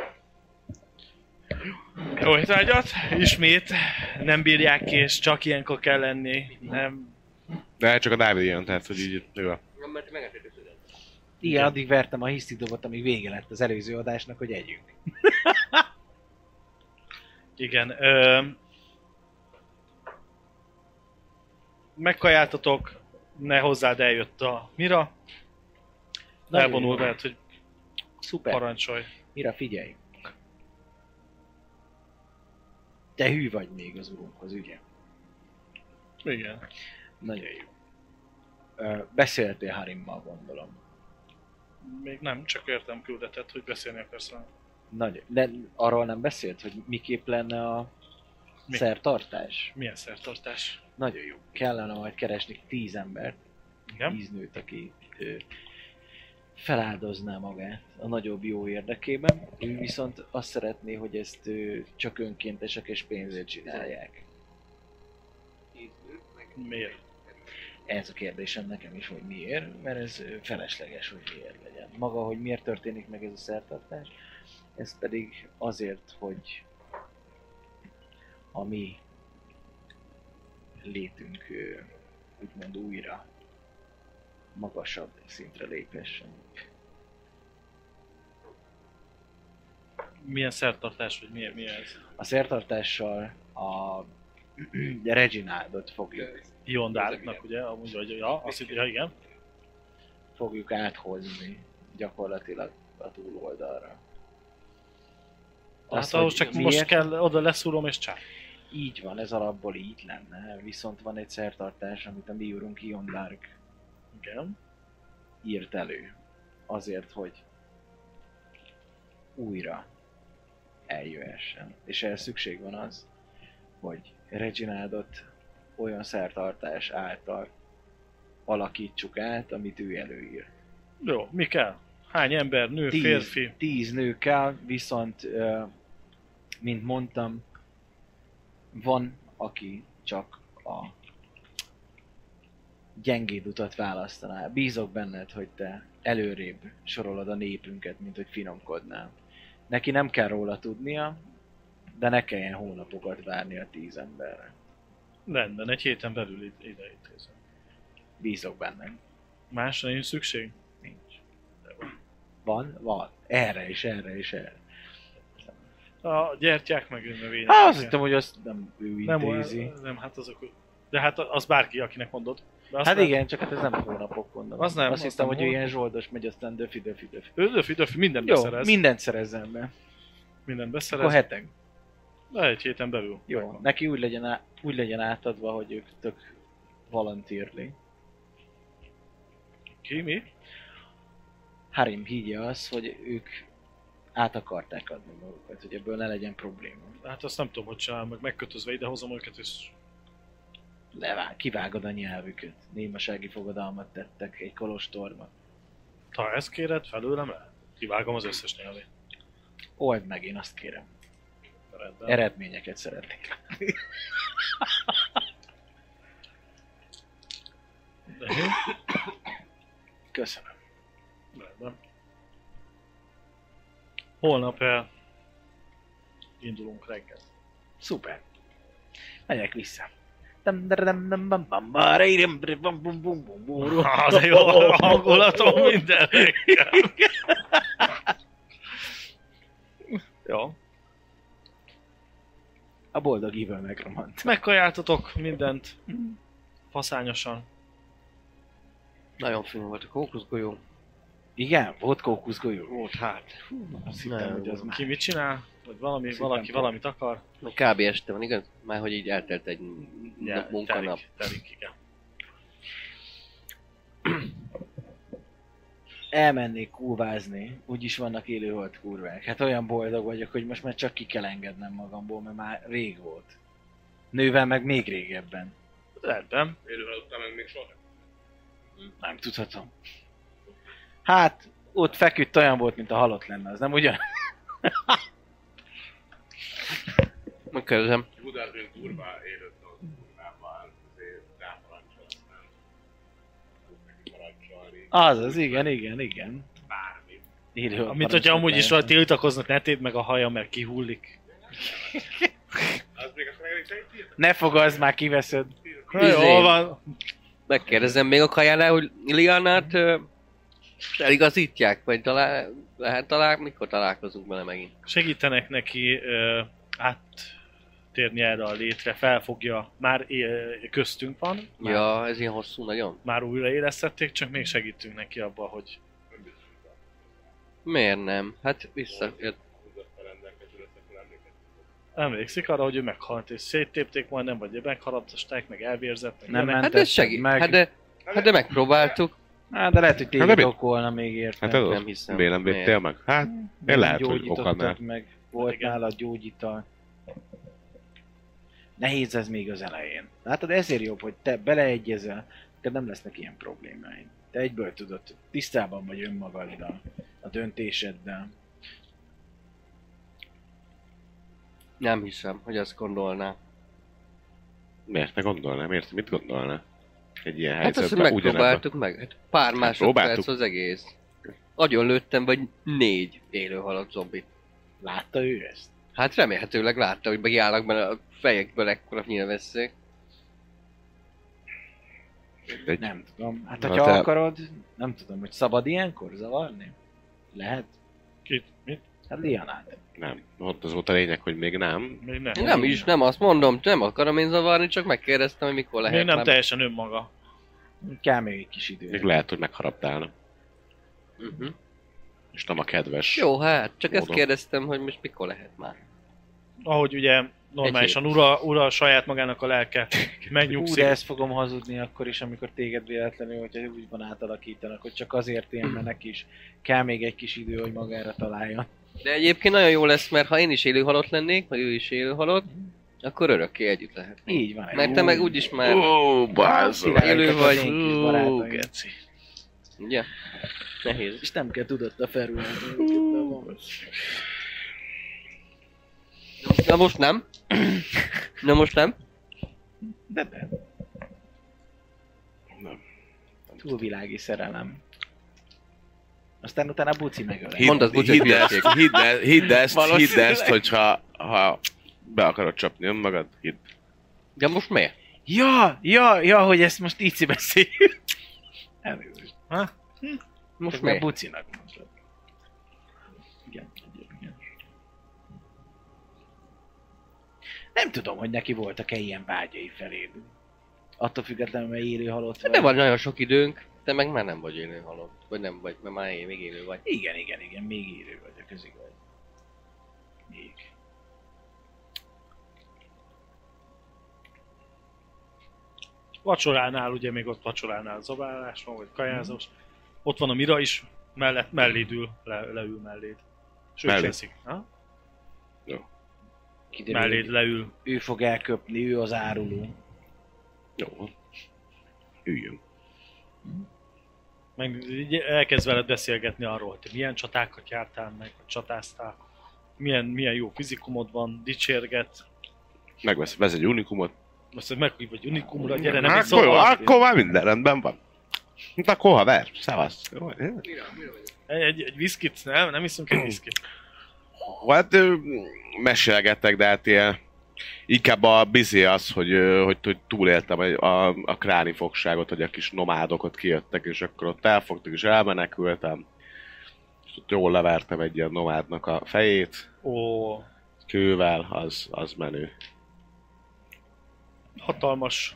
Jó étvágyat, ismét nem bírják ki, és csak ilyenkor kell lenni. Nem. De csak a Dávid jön, tehát hogy így jó. Igen, addig vertem a hisztidobot, amíg vége lett az előző adásnak, hogy együnk. Igen. Ö, megkajáltatok, ne hozzád eljött a Mira. Nagyon Elvonul jó. veled, hogy Szuper. parancsolj. Mira, figyelj. Te hű vagy még az urunkhoz, ugye? Igen. Nagyon jó. Ö, beszéltél Harimmal, gondolom. Még nem, csak értem küldetett, hogy beszélni akarsz rá. Nagyon. De arról nem beszélt, hogy miképp lenne a Mi? szertartás? Milyen szertartás? Nagyon jó. Kellene majd keresni tíz embert, Igen? tíz nőt, aki ö, feláldozná magát a nagyobb jó érdekében. Ő viszont azt szeretné, hogy ezt ö, csak önkéntesek és pénzért csinálják. Miért? Ez a kérdésem nekem is, hogy miért, mert ez ö, felesleges, hogy miért legyen. Maga, hogy miért történik meg ez a szertartás, ez pedig azért, hogy a mi létünk ö, úgymond újra magasabb szintre léphessen. Milyen szertartás, vagy mi, mi ez? A szertartással a Reginaldot fogjuk, Iondárknak, ugye? Amúgy, vagy, ja, azt hitt, ja, igen. fogjuk áthozni gyakorlatilag a túloldalra. Tehát Az, ahhoz hogy csak miért? most kell, oda leszúrom és csá. Így van, ez alapból így lenne, viszont van egy szertartás, amit a mi úrunk Iondark Igen. írt elő. Azért, hogy újra eljöhessen. És ehhez szükség van az, hogy Reginaldot olyan szertartás által alakítsuk át, amit ő előír. Jó, mi kell? Hány ember, nő, Tíz, férfi? tíz nő kell, viszont, ö, mint mondtam, van, aki csak a gyengéd utat választaná. Bízok benned, hogy te előrébb sorolod a népünket, mint hogy finomkodnál. Neki nem kell róla tudnia, de ne kelljen hónapokat várni a tíz emberre. Rendben, egy héten belül ide, ide intézem. Bízok benned. Másra nincs szükség? Nincs. Van? Van. Erre és erre és erre. A gyertyák meg növények. Hát azt hittem, hogy azt nem ő nem, intézi. nem, hát azok... De hát az bárki, akinek mondod. De azt Hát nem, igen, csak hát ez nem hónapok gondolom. Az nem, Azt az hittem, nem hogy ő hónap. ilyen zsoldos megy, aztán döfi, döfi, döfi. Ő döfi, döfi, mindent Jó, beszerez. mindent szerezzen be. Mindent Akkor beszerez. heteg. De egy héten belül. Jó, megvan. neki úgy legyen, á, úgy legyen átadva, hogy ők tök volunteerly. Ki, mi? Harim higgye az, hogy ők át akarták adni magukat, hogy ebből ne legyen probléma. Hát azt nem tudom, hogy csinál, meg megkötözve idehozom őket, és... Levá, kivágod a nyelvüket. Némasági fogadalmat tettek egy kolostorba. Ha ezt kéred, felőlem el. Kivágom az összes nyelvét. Old meg, én azt kérem. Rendben. Eredményeket szeretnék. De jó. Köszönöm. Rendben. Holnap el indulunk reggel. Szuper. Megyek vissza. Az Az jó hangulatom minden reggel. Jó. A boldog ível megromant. Megkajáltatok mindent. Faszányosan. Nagyon finom volt a kókuszgolyó. Igen? Volt kókuszgolyó? Volt hát. Azt hittem, hogy az már. Ki mit csinál? Vagy valami, Szépen valaki pont. valamit akar. Kb. Este van, igaz? Már hogy így eltelt egy Ja, nap, munkanap. Telik, telik, igen. Elmennék kurvázni, úgyis vannak élőholt kurvák. Hát olyan boldog vagyok, hogy most már csak ki kell engednem magamból, mert már rég volt. Nővel meg még régebben. Rendben. Élőhalottam meg még soha. Nem tudhatom. Hát, ott feküdt olyan volt, mint a halott lenne, az nem ugyan? Megkérdezem. Budár, mint kurva élőt kurvában, azért ráparancsol, aztán tudsz neki parancsolni. Az az, igen, igen, igen. Bármi. Élőholt Mint hogyha amúgy is parancsot rajta tiltakoznak, ne tépd meg a haja, mert kihullik. Az még azt meg szerint írtak? Ne fogadj már, kiveszed. Na, jól van. Megkérdezem még a kajánál, hogy Lianát ö, eligazítják? Vagy talál, lehet talál, mikor találkozunk vele megint? Segítenek neki uh, áttérni erre a létre, felfogja, már é- köztünk van, már, Ja, ez ilyen hosszú nagyon. már újraélesztették, csak még segítünk neki abba, hogy Miért nem? Hát visszajött. emlékszik arra, hogy ő meghalt, és széttépték majdnem, vagy megharaptasták, meg elvérzett, meg Nem ilyenek. Hát mentetted ez segít. meg. Hát de, hát de megpróbáltuk. Hát de lehet, hogy Hát téged de mi- okolna még érte. Hát ez Nem az, hiszem. miért nem védtél Miért? meg? Hát, Nem én lehet, hogy gyógyítottad okadnál. meg, volt Igen. nálad gyógyital. Nehéz ez még az elején. Látod, ezért jobb, hogy te beleegyezel, neked nem lesznek ilyen problémáid. Te egyből tudod, tisztában vagy önmagaddal, a döntéseddel. Nem hiszem, hogy azt gondolná. Miért ne gondolná? Miért? Mit gondolná? Egy ilyen Hát azt, hogy helyzetben ugyanebben. megpróbáltuk meg. Hát pár másodperc próbáltuk. az egész. Agyon lőttem, vagy négy élőhalott zombit. Látta ő ezt? Hát remélhetőleg látta, hogy megállnak bele a fejekből ekkora nyilvesszék. Egy- Nem tudom. Hát, Na hogyha te- akarod, nem tudom, hogy szabad ilyenkor zavarni? Lehet? Kit? Mit? Hát Lianát. Nem. Ott az volt a lényeg, hogy még nem. Még nem. Nem is, nem azt mondom, nem akarom én zavarni, csak megkérdeztem, hogy mikor lehet. Még nem már- teljesen önmaga. Kell még egy kis idő. Még lehet, hogy megharaptálna. Uh-huh. És nem a kedves. Jó, hát, csak ezt módon. kérdeztem, hogy most mikor lehet már. Ahogy ugye normálisan ura, ura saját magának a lelke Hú, megnyugszik. de ezt fogom hazudni akkor is, amikor téged véletlenül, hogyha úgy van átalakítanak, hogy csak azért ilyen, mert neki is kell még egy kis idő, hogy magára találjon. De egyébként nagyon jó lesz, mert ha én is élőhalott lennék, vagy ő is élőhalott, akkor örökké együtt lehet. Így van. Mert te meg úgyis már, Ó, bazzol. Királyok élő az vagy. én kis Ó, barátaim. geci. ugye? Nehéz. És nem kell tudatta felülni. Na most nem? Na most nem? De nem. Nem. Túlvilági szerelem. Aztán utána buci megölel. Hidd, Mondd az buci hidd, ezt, hülyeség. hidd, ezt, hidd ezt, hidd Valószínűleg. ezt, hogyha ha be akarod csapni önmagad, hidd. De most miért? Ja, ja, ja, hogy ezt most így beszéljük. Elnézést. Ha? Most Csak már miért? bucinak mondtad. Igen, igen. Nem tudom, hogy neki voltak-e ilyen vágyai feléd. Attól függetlenül, mert élő halott De van nagyon sok időnk, te meg már nem vagy élőhalott. Vagy nem vagy, mert már én még élő vagy. Igen, igen, igen, még élő vagyok, ez igaz. Még. Vacsoránál, ugye még ott vacsoránál zabálás van, vagy kajázós. Ott van a Mira is, mellett, melléd ül, le, leül melléd. És ő is Mellé. eszik. Ha? Kiderül, Melléd hogy leül. ő fog elköpni, ő az áruló. Jó. Üljünk. Meg így elkezd veled beszélgetni arról, hogy te milyen csatákat jártál meg, vagy csatáztál. Milyen, milyen jó fizikumod van, dicsérget. Megvesz, vesz egy unikumot. Azt mondja, meg vagy unikumra, gyere, nem akkor, is szóval. akkor már minden rendben van. Hát akkor haver, szevasz. Egy, egy, egy viszkit, nem? Nem iszunk egy viszkit. Hát ö, mesélgettek, de hát ilyen, inkább a bizé az, hogy, ö, hogy, hogy túléltem a, a, a kráni fogságot, hogy a kis nomádok ott kijöttek, és akkor ott elfogtak, és elmenekültem. És ott jól levertem egy ilyen nomádnak a fejét, Ó, kővel, az, az menő. hatalmas.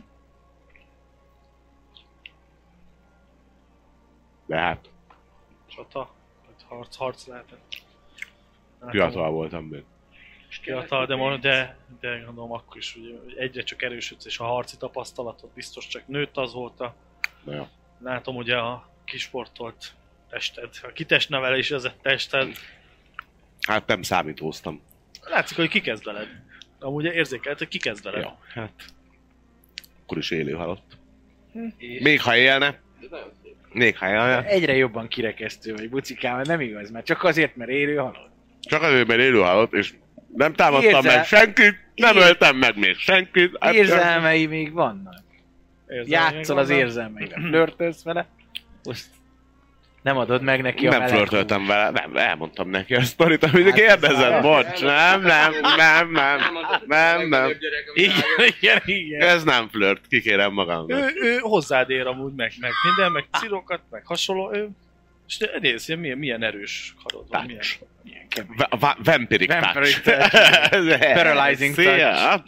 De hát, Csata, vagy harc, harc lehetett. Hát, fiatal voltam még. fiatal, de, mo- de, de gondolom akkor is ugye, egyre csak erősödsz, és a harci tapasztalatod biztos csak nőtt azóta. Ja. Látom ugye a kisportolt tested, a kitestnevelésezett tested. Hát nem számítóztam. Látszik, hogy kikezd veled. Amúgy érzékelt, hogy kikezd veled. Ja, hát... Akkor is élő halott. És Még ha élne. Még ha élne. Egyre jobban kirekesztő vagy, bucikám, nem igaz, mert csak azért, mert élő halott. Csak azért, mert élő halott, és nem támadtam Érzel- meg senkit, nem Ér- öltem meg még senkit. Hát- Érzelmei még vannak. Érzelmények Játszol az vannak. érzelmeivel, flörtölsz vele, most nem adod meg neki a Nem meleg flörtöltem vele, nem, elmondtam neki a sztorit, amit Hát, kérdezett, ez bocs, nem, nem, nem, nem, nem, nem. Igen, igen, igen. Ez nem flört, kikérem magamnak. Ő, ő hozzád ér amúgy meg, meg minden, meg cirokat, meg hasonló. Ő, és te- nézd, milyen, milyen erős karod van. Milyen, Touch. Milyen kemény. Va- va- Vampiric Vampiric touch. touch. Paralyzing Szia.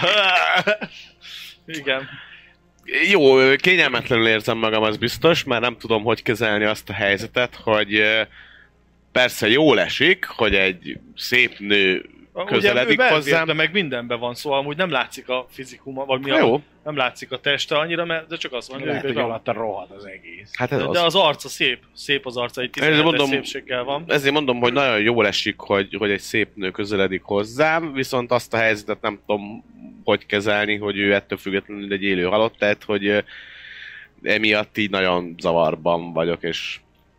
igen. Jó, kényelmetlenül érzem magam, az biztos, mert nem tudom, hogy kezelni azt a helyzetet, hogy eh, persze jól esik, hogy egy szép nő közeledik ugye, ő hozzám. belvérbe, meg mindenben van, szóval amúgy nem látszik a fizikuma, vagy mi a, Jó, nem látszik a teste annyira, mert de csak azt mondja, Lehet, hogy hogy van. alatta rohad az egész. hát ez De az. az arca szép, szép az arca, egy Ezért tizenhetes mondom- szépséggel van. Ezért mondom, hogy nagyon jól esik, hogy, hogy egy szép nő közeledik hozzám, viszont azt a helyzetet nem tudom, hogy kezelni, hogy ő ettől függetlenül egy élő halott, tehát hogy eh, emiatt így nagyon zavarban vagyok, és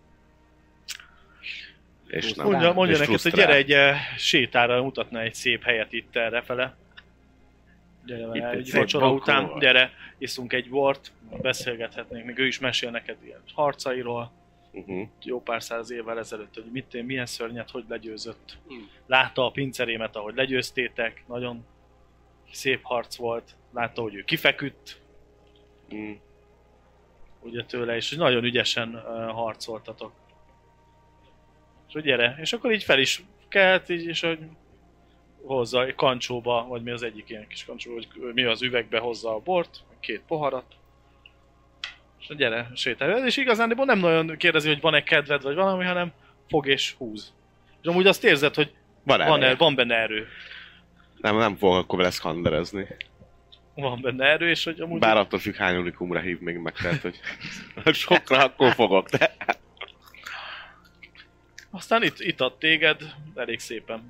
és nem. Mondja, mondja és neked, hogy frusztrál. gyere egy eh, sétára, mutatna egy szép helyet itt errefele. Gyere Itt vele, egy egy szép vacsora bakó után, van. gyere, iszunk egy bort, beszélgethetnénk, még ő is mesél neked ilyen harcairól, Uh-huh. jó pár száz évvel ezelőtt, hogy mit, milyen szörnyet, hogy legyőzött. Hmm. Látta a pincerémet, ahogy legyőztétek, nagyon szép harc volt. Látta, hogy ő kifeküdt, Mm. ugye tőle, és hogy nagyon ügyesen uh, harcoltatok. És hogy gyere, és akkor így fel is kelt, így, és hogy hozza egy kancsóba, vagy mi az egyik ilyen kis kancsó, hogy mi az üvegbe hozza a bort, két poharat, és hogy gyere, sétálj. És igazán nem nagyon kérdezi, hogy van-e kedved, vagy valami, hanem fog és húz. És amúgy azt érzed, hogy Van, van, erre. er, van benne erő. Nem, nem fogok akkor vele szkanderezni. Van benne erő, és hogy amúgy... Bár attól függ, hány unikumra hív még meg, tehát, hogy sokra akkor fogok, de... Aztán itt, itt ad téged, elég szépen.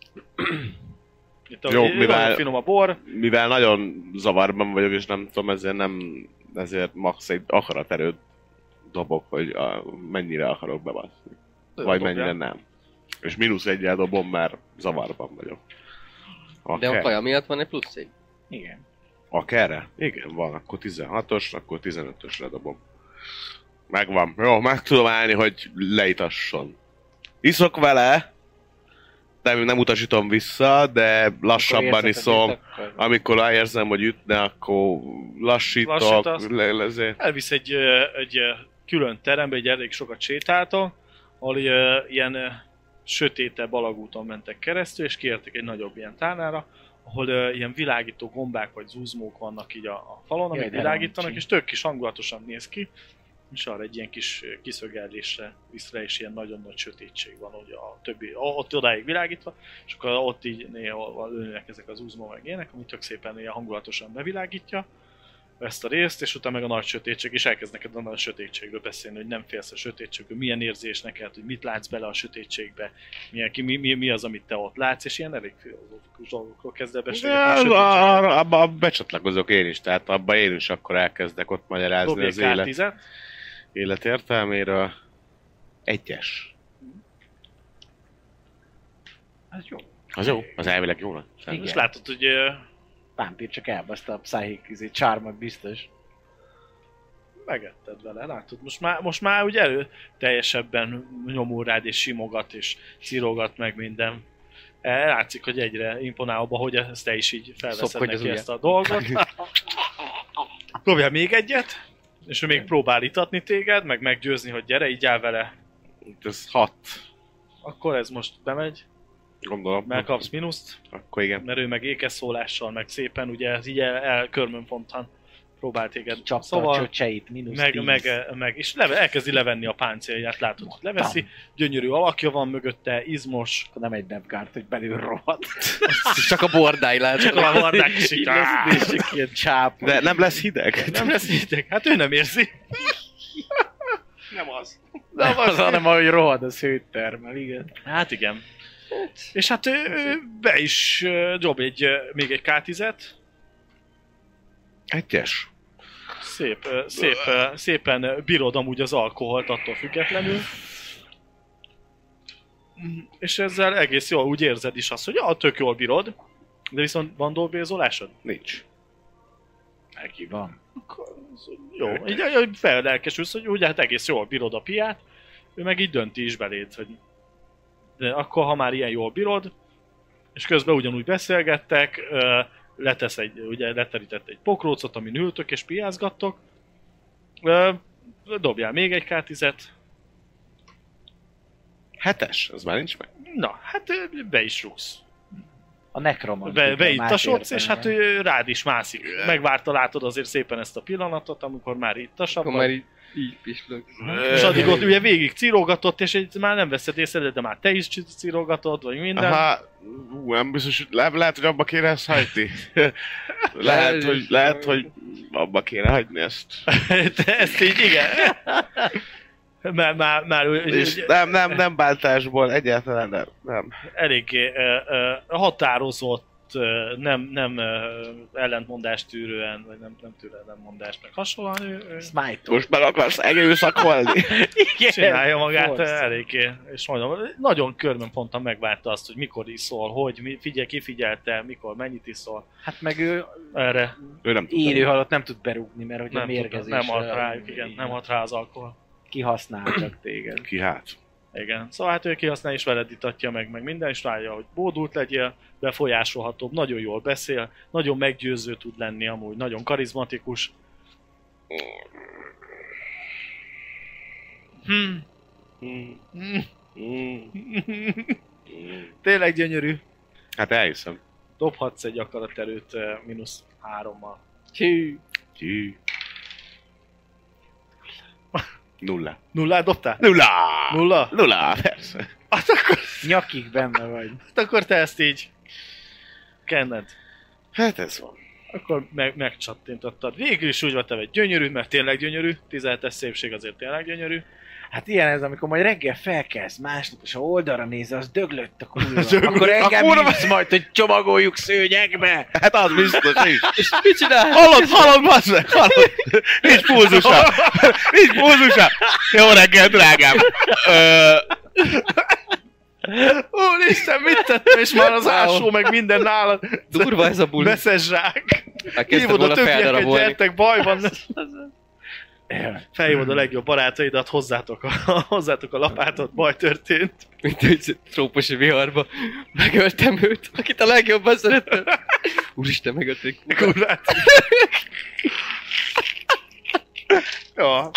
Itt Jó, Jó, mivel- finom a bor, Mivel nagyon zavarban vagyok, és nem tudom, ezért nem... Ezért max egy akaraterőt dobok, hogy a, mennyire akarok bebaszni. Vagy dobjál. mennyire nem. És mínusz egyel dobom, mert zavarban vagyok. De a Akár. kaja miatt van egy plusz egy. Igen. Akárre? Igen, van. Akkor tizenhatos, akkor tizenötösre dobom. Megvan. Jó, meg tudom állni, hogy leitasson. Iszok vele, nem, nem utasítom vissza, de lassabban iszom. Amikor érzem, hogy ütne, akkor lassítok. Lassítasz? Le, le, ezért. elvisz egy, ö, egy ö, külön terembe, egy elég sokat sétáltok, ahol ö, ilyen ö, sötétebb alagúton mentek keresztül, és kiértek egy nagyobb ilyen tárnára, ahol ö, ilyen világító gombák vagy zuzmók vannak így a, a falon, amik Jaj, de világítanak, roncsi. és tök kis hangulatosan néz ki, és arra egy ilyen kis ö, kiszögellésre visz le, és ilyen nagyon nagy sötétség van, ugye a többi, ott odáig világítva, és akkor ott így néha lőnek ezek az uzmó meg ilyenek, ami tök szépen ilyen hangulatosan bevilágítja ezt a részt, és utána meg a nagy sötétség, és elkezd neked a nagy sötétségről beszélni, hogy nem félsz a sötétségről, milyen érzés neked, hogy mit látsz bele a sötétségbe, milyen, ki, mi, mi, mi az, amit te ott látsz, és ilyen elég filozófikus dolgokról kezd el beszélni. Ja, abba, abba becsatlakozok én is, tehát abba én is akkor elkezdek ott magyarázni Dobj egy az élet, ká tízet, élet értelméről. Egyes. Az jó. Az jó? Az elvileg jó lett? Igen. és látod, hogy ö, Vámpír csak elbaszta a Psychic izé, charmot biztos. megetted vele, látod, most már, most már ugye elő teljesebben nyomul rád, és simogat, és cirogat meg minden. E, Látszik, hogy egyre imponálóbb, hogy ezt te is így felveszed Szopkodj az neki ujjat. ezt a dolgot. Dobjál még egyet, és ő még próbál itatni téged, meg meggyőzni, hogy gyere, így áll vele. Ez hat. Akkor ez most bemegy, Gondolom. megkapsz mínuszt, Akkor igen. mert ő meg ékeszólással, meg szépen, ugye ez így el, el körmönfontan próbál téged. Csapta Szóval, a csöcseit, mínusz meg, tíz. meg, meg, és leve, elkezdi levenni a páncélját, látod, hogy leveszi, gyönyörű alakja van mögötte, izmos. Nem egy Nevgárt, hogy belül rohadt. Csak a bordáj lát. Csak a hordák is így. És csak ilyen csáp. De nem lesz hideg? Nem lesz hideg, hát ő nem érzi. Nem az. Nem az, hanem ahogy rohad, az hőt termel, igen. Hát igen. És hát ő, ő be is ö, dob egy, ö, még egy ká tízet. Egyes. Szép, ö, szép, ö, szépen bírod amúgy az alkoholt attól függetlenül. És ezzel egész jól úgy érzed is azt, hogy ja, tök jól bírod. De viszont van dolbézolásod? Nincs. Neki van. Akkor az jó, így, így fellelkesülsz, hogy ugye hát egész jól bírod a piát. Ő meg így dönti is beléd, hogy de akkor, ha már ilyen jól bírod, és közben ugyanúgy beszélgettek, ö, letesz egy, ugye leterített egy pokrócot, amin ültök és piázgattok. Ö, dobjál még egy ká tízet. Hetes? Az már nincs meg. Na, hát ö, be is rúgsz. A nekroman. Be, beittasodsz, és hát ő rád is mászik. Megvárta, látod azért szépen ezt a pillanatot, amikor már ittasabb. Akkor már így, így pislog. És addig ott ugye végig cirógatott, és egy, már nem veszed észre, de már te is cirógatod, vagy minden. Aha, ú, nem biztos, hogy le, lehet, hogy abba kéne ezt hagyni. lehet, hogy, lehet, hogy abba kéne hagyni ezt. Te ezt így, igen. Már, már, már És nem, nem, nem bántásból, egyáltalán nem. nem. eléggé uh, uh, határozott, uh, nem, nem uh, ellentmondást tűrően, vagy nem, nem tűr ellentmondást, meg hasonlóan ő, ő Smite. Most meg akarsz erőszakolni? csinálja magát uh, force. eléggé. És mondom, nagyon körben pontan megvárta azt, hogy mikor iszol, hogy, mi, figyelj, kifigyelte, mikor, mennyit iszol. Hát meg ő Erre Ő nem tudta. élő halott nem tud berúgni, mert hogy a nem, tudta, mérgezés. nem hat rájuk, igen, nem hat rá az alkohol. Kihasználtak téged. Ki hát? Igen. Szóval hát ő kihasznál és veled itatja meg, meg minden, és rája, hogy bódult legyél, befolyásolhatóbb, nagyon jól beszél, nagyon meggyőző tud lenni amúgy, nagyon karizmatikus. Hmm. Hmm. Hmm. Hmm. Tényleg gyönyörű. Hát elhiszem. Dobhatsz egy akaraterőt eh, mínusz hárommal. Hű. Hű. Nulla. Nullát dobtál? Nulla! Nulla? Nulla, persze. Hát akkor, Nyakig benne vagy. hát akkor te ezt így kenned. Hát ez van. Akkor meg, megcsattintottad. Végül is úgy voltam egy gyönyörű, mert tényleg gyönyörű. tizenhetes szépség azért tényleg gyönyörű. Hát ilyen ez, amikor majd reggel felkelsz, másnap, és ha oldalra nézel, az döglött a kurva. Döglött Akkor a engem kurva. hívsz majd, hogy csomagoljuk szőnyegbe. Hát az biztos is. És mit csinál? Hallod, hallod, bassz meg, hallod. Nincs pulzusa. Nincs pulzusa. Jó reggel, drágám. Ö, Úristen, mit tettem, és már az ásó, meg minden nálad. Durva ez a buli. Veszes zsák. Elkezdted Hívod a volna többieket, feldarabolni. gyertek, baj van. Felhívod a legjobb barátaidat, hozzátok a, hozzátok a lapátot, baj történt. Mint egy trópusi viharba. Megöltem őt, akit a legjobban szerettem. Úristen, megölték. Kurvát. Ja.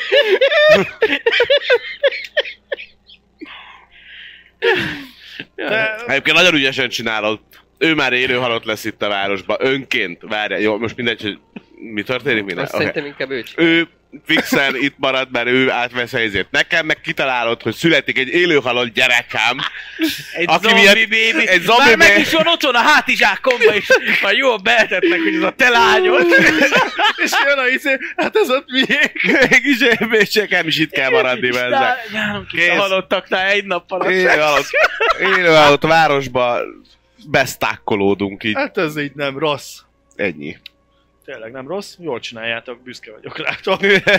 De, Egyébként nagyon ügyesen csinálod. Ő már élő halott lesz itt a városban. Önként. Várja, jó, most mindegy, hogy mi történik minden. Azt Okay. szerintem inkább ő csinál. Ő fixen itt marad, mert ő átvesz helyzét. Nekem meg kitalálod, hogy születik egy élőhalott gyerekem. Egy Aki zombi miatt- baby. egy zombi Már meg baby. is van otthon a hátizsákomba, és már jól behetetnek, hogy ez a te lányod. és jön a izé, hát ez ott miénk. Mégis és nekem is itt kell maradni ezzel. Nálunk is Kész. a halottaknál egy nap alatt. Élő halott, élő halott városba besztákkolódunk így. Hát ez így nem rossz. Ennyi. Tényleg nem rossz, jól csináljátok, büszke vagyok rátok.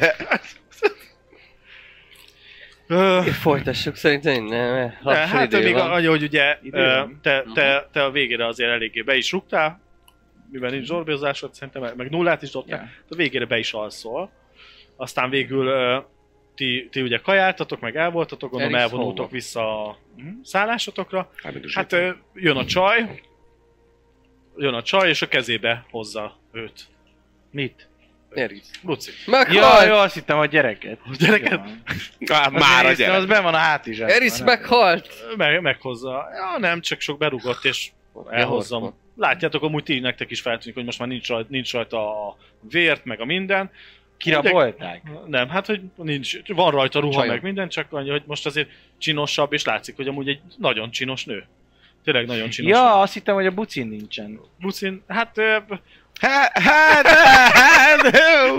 Ö, Folytassuk szerintem, nem, De, lassan hát idő még van. annyi, hogy ugye Idő ö, van. te, te, te a végére azért eléggé be is rúgtál, mivel nincs zsorbézásod, szerintem, meg nullát is dobtál, Ja. a végére be is alszol. Aztán végül ö, ti, ti ugye kajáltatok, meg el voltatok, gondolom Eris elvonultok hol van? vissza a szállásotokra. Hát, Hát ö, jön a csaj, jön a csaj, és a kezébe hozza őt. Mit? Eris. Luci. Ja, Meghalt! jó, azt hittem, hogy gyereket. Gyereket? Á, már a Az gyerek. be van a hátizsákban. Eris meghalt! Meg, meghozza. Ja, nem, csak sok berugott, és elhozza, hozza. látjátok, amúgy ti nektek is feltűnik, hogy most már nincs rajta, nincs rajta a vért, meg a minden. Kirabolták? Nem, hát hogy nincs, van rajta ruha, Csajok. meg minden, csak annyi, hogy most azért csinosabb, és látszik, hogy amúgy egy nagyon csinos nő. Tényleg nagyon csinos Ja, nő. azt hittem, hogy a bucin nincsen. Bucin, hát... ö, Hát, hát, hát,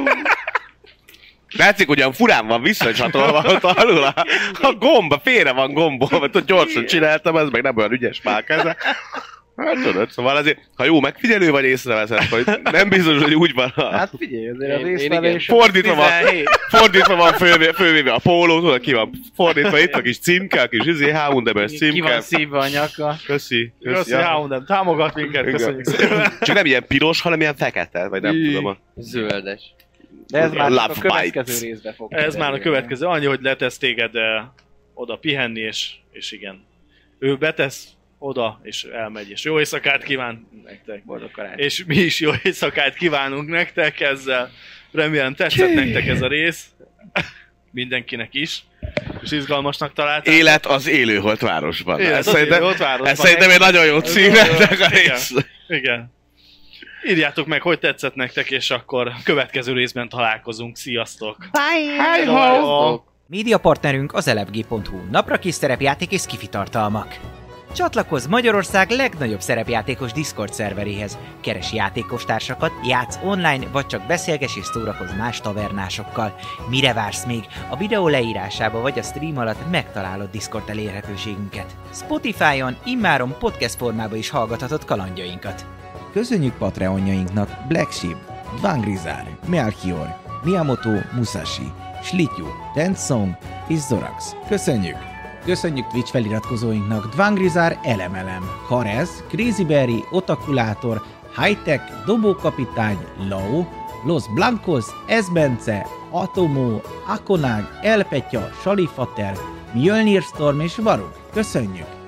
látszik, ugyan furán van visszacsatolva ott alul, a, a gomba, félre van gombolva, tudod, gyorsan csináltam, ez meg nem olyan ügyes már keze. Hát tudod, szóval azért, ha jó megfigyelő vagy, észreveszed, hogy nem biztos, hogy úgy van. A... Hát figyelj, azért Én- az én észlelés... Fordítva van, tizenhét. fordítva van fölvé, fölvéve a póló, tudod, ki van fordítva, itt a kis címke, a kis izé, H and M-es Ki címke. van szívva a nyaka. Köszi. Köszi, ja. H and M támogat minket, Igen. köszönjük szépen. Csak nem ilyen piros, hanem ilyen fekete, vagy nem Ű. tudom. A... Zöldes. De ez már csak Love a következő bites. részbe fog Ez már a kiderülni. következő, annyi, hogy letesz téged eh, oda pihenni, és, és igen. Ő betesz oda, és elmegy, és jó éjszakát kíván nektek. Boldog karácsony. És mi is jó éjszakát kívánunk nektek ezzel. Remélem tetszett nektek ez a rész. Mindenkinek is. És izgalmasnak találtátok. Élet az élőholt városban. Élet Ez az szerintem, élőholt városban. ez szerintem egy nagyon jó Ez cím nagyon jó. ennek a Igen. rész. Igen. Írjátok meg, hogy tetszett nektek, és akkor következő részben találkozunk. Sziasztok! Sziasztok! Média partnerünk az elefg pont hu, napra kis szerepjáték és skifi tartalmak. Csatlakozz Magyarország legnagyobb szerepjátékos Discord szerveréhez. Keres játékostársakat, játsz online, vagy csak beszélges és szórakozz más tavernásokkal. Mire vársz még? A videó leírásába vagy a stream alatt megtalálod Discord elérhetőségünket. Spotify-on immáron podcast formában is hallgathatod kalandjainkat. Köszönjük Patreonjainknak Black Sheep, Dvangrizár, Melchior, Miyamoto Musashi, Slityu, Tensong és Zorax. Köszönjük! Köszönjük Twitch feliratkozóinknak Dvangrizár Elemelem, Karez, Crazy Berry, Otakulátor, Hightech, Dobókapitány, Lau, Los Blancos, Esbence, Atomo, Akonag, Elpetya, Salifater, Mjölnir Storm és Varug. Köszönjük!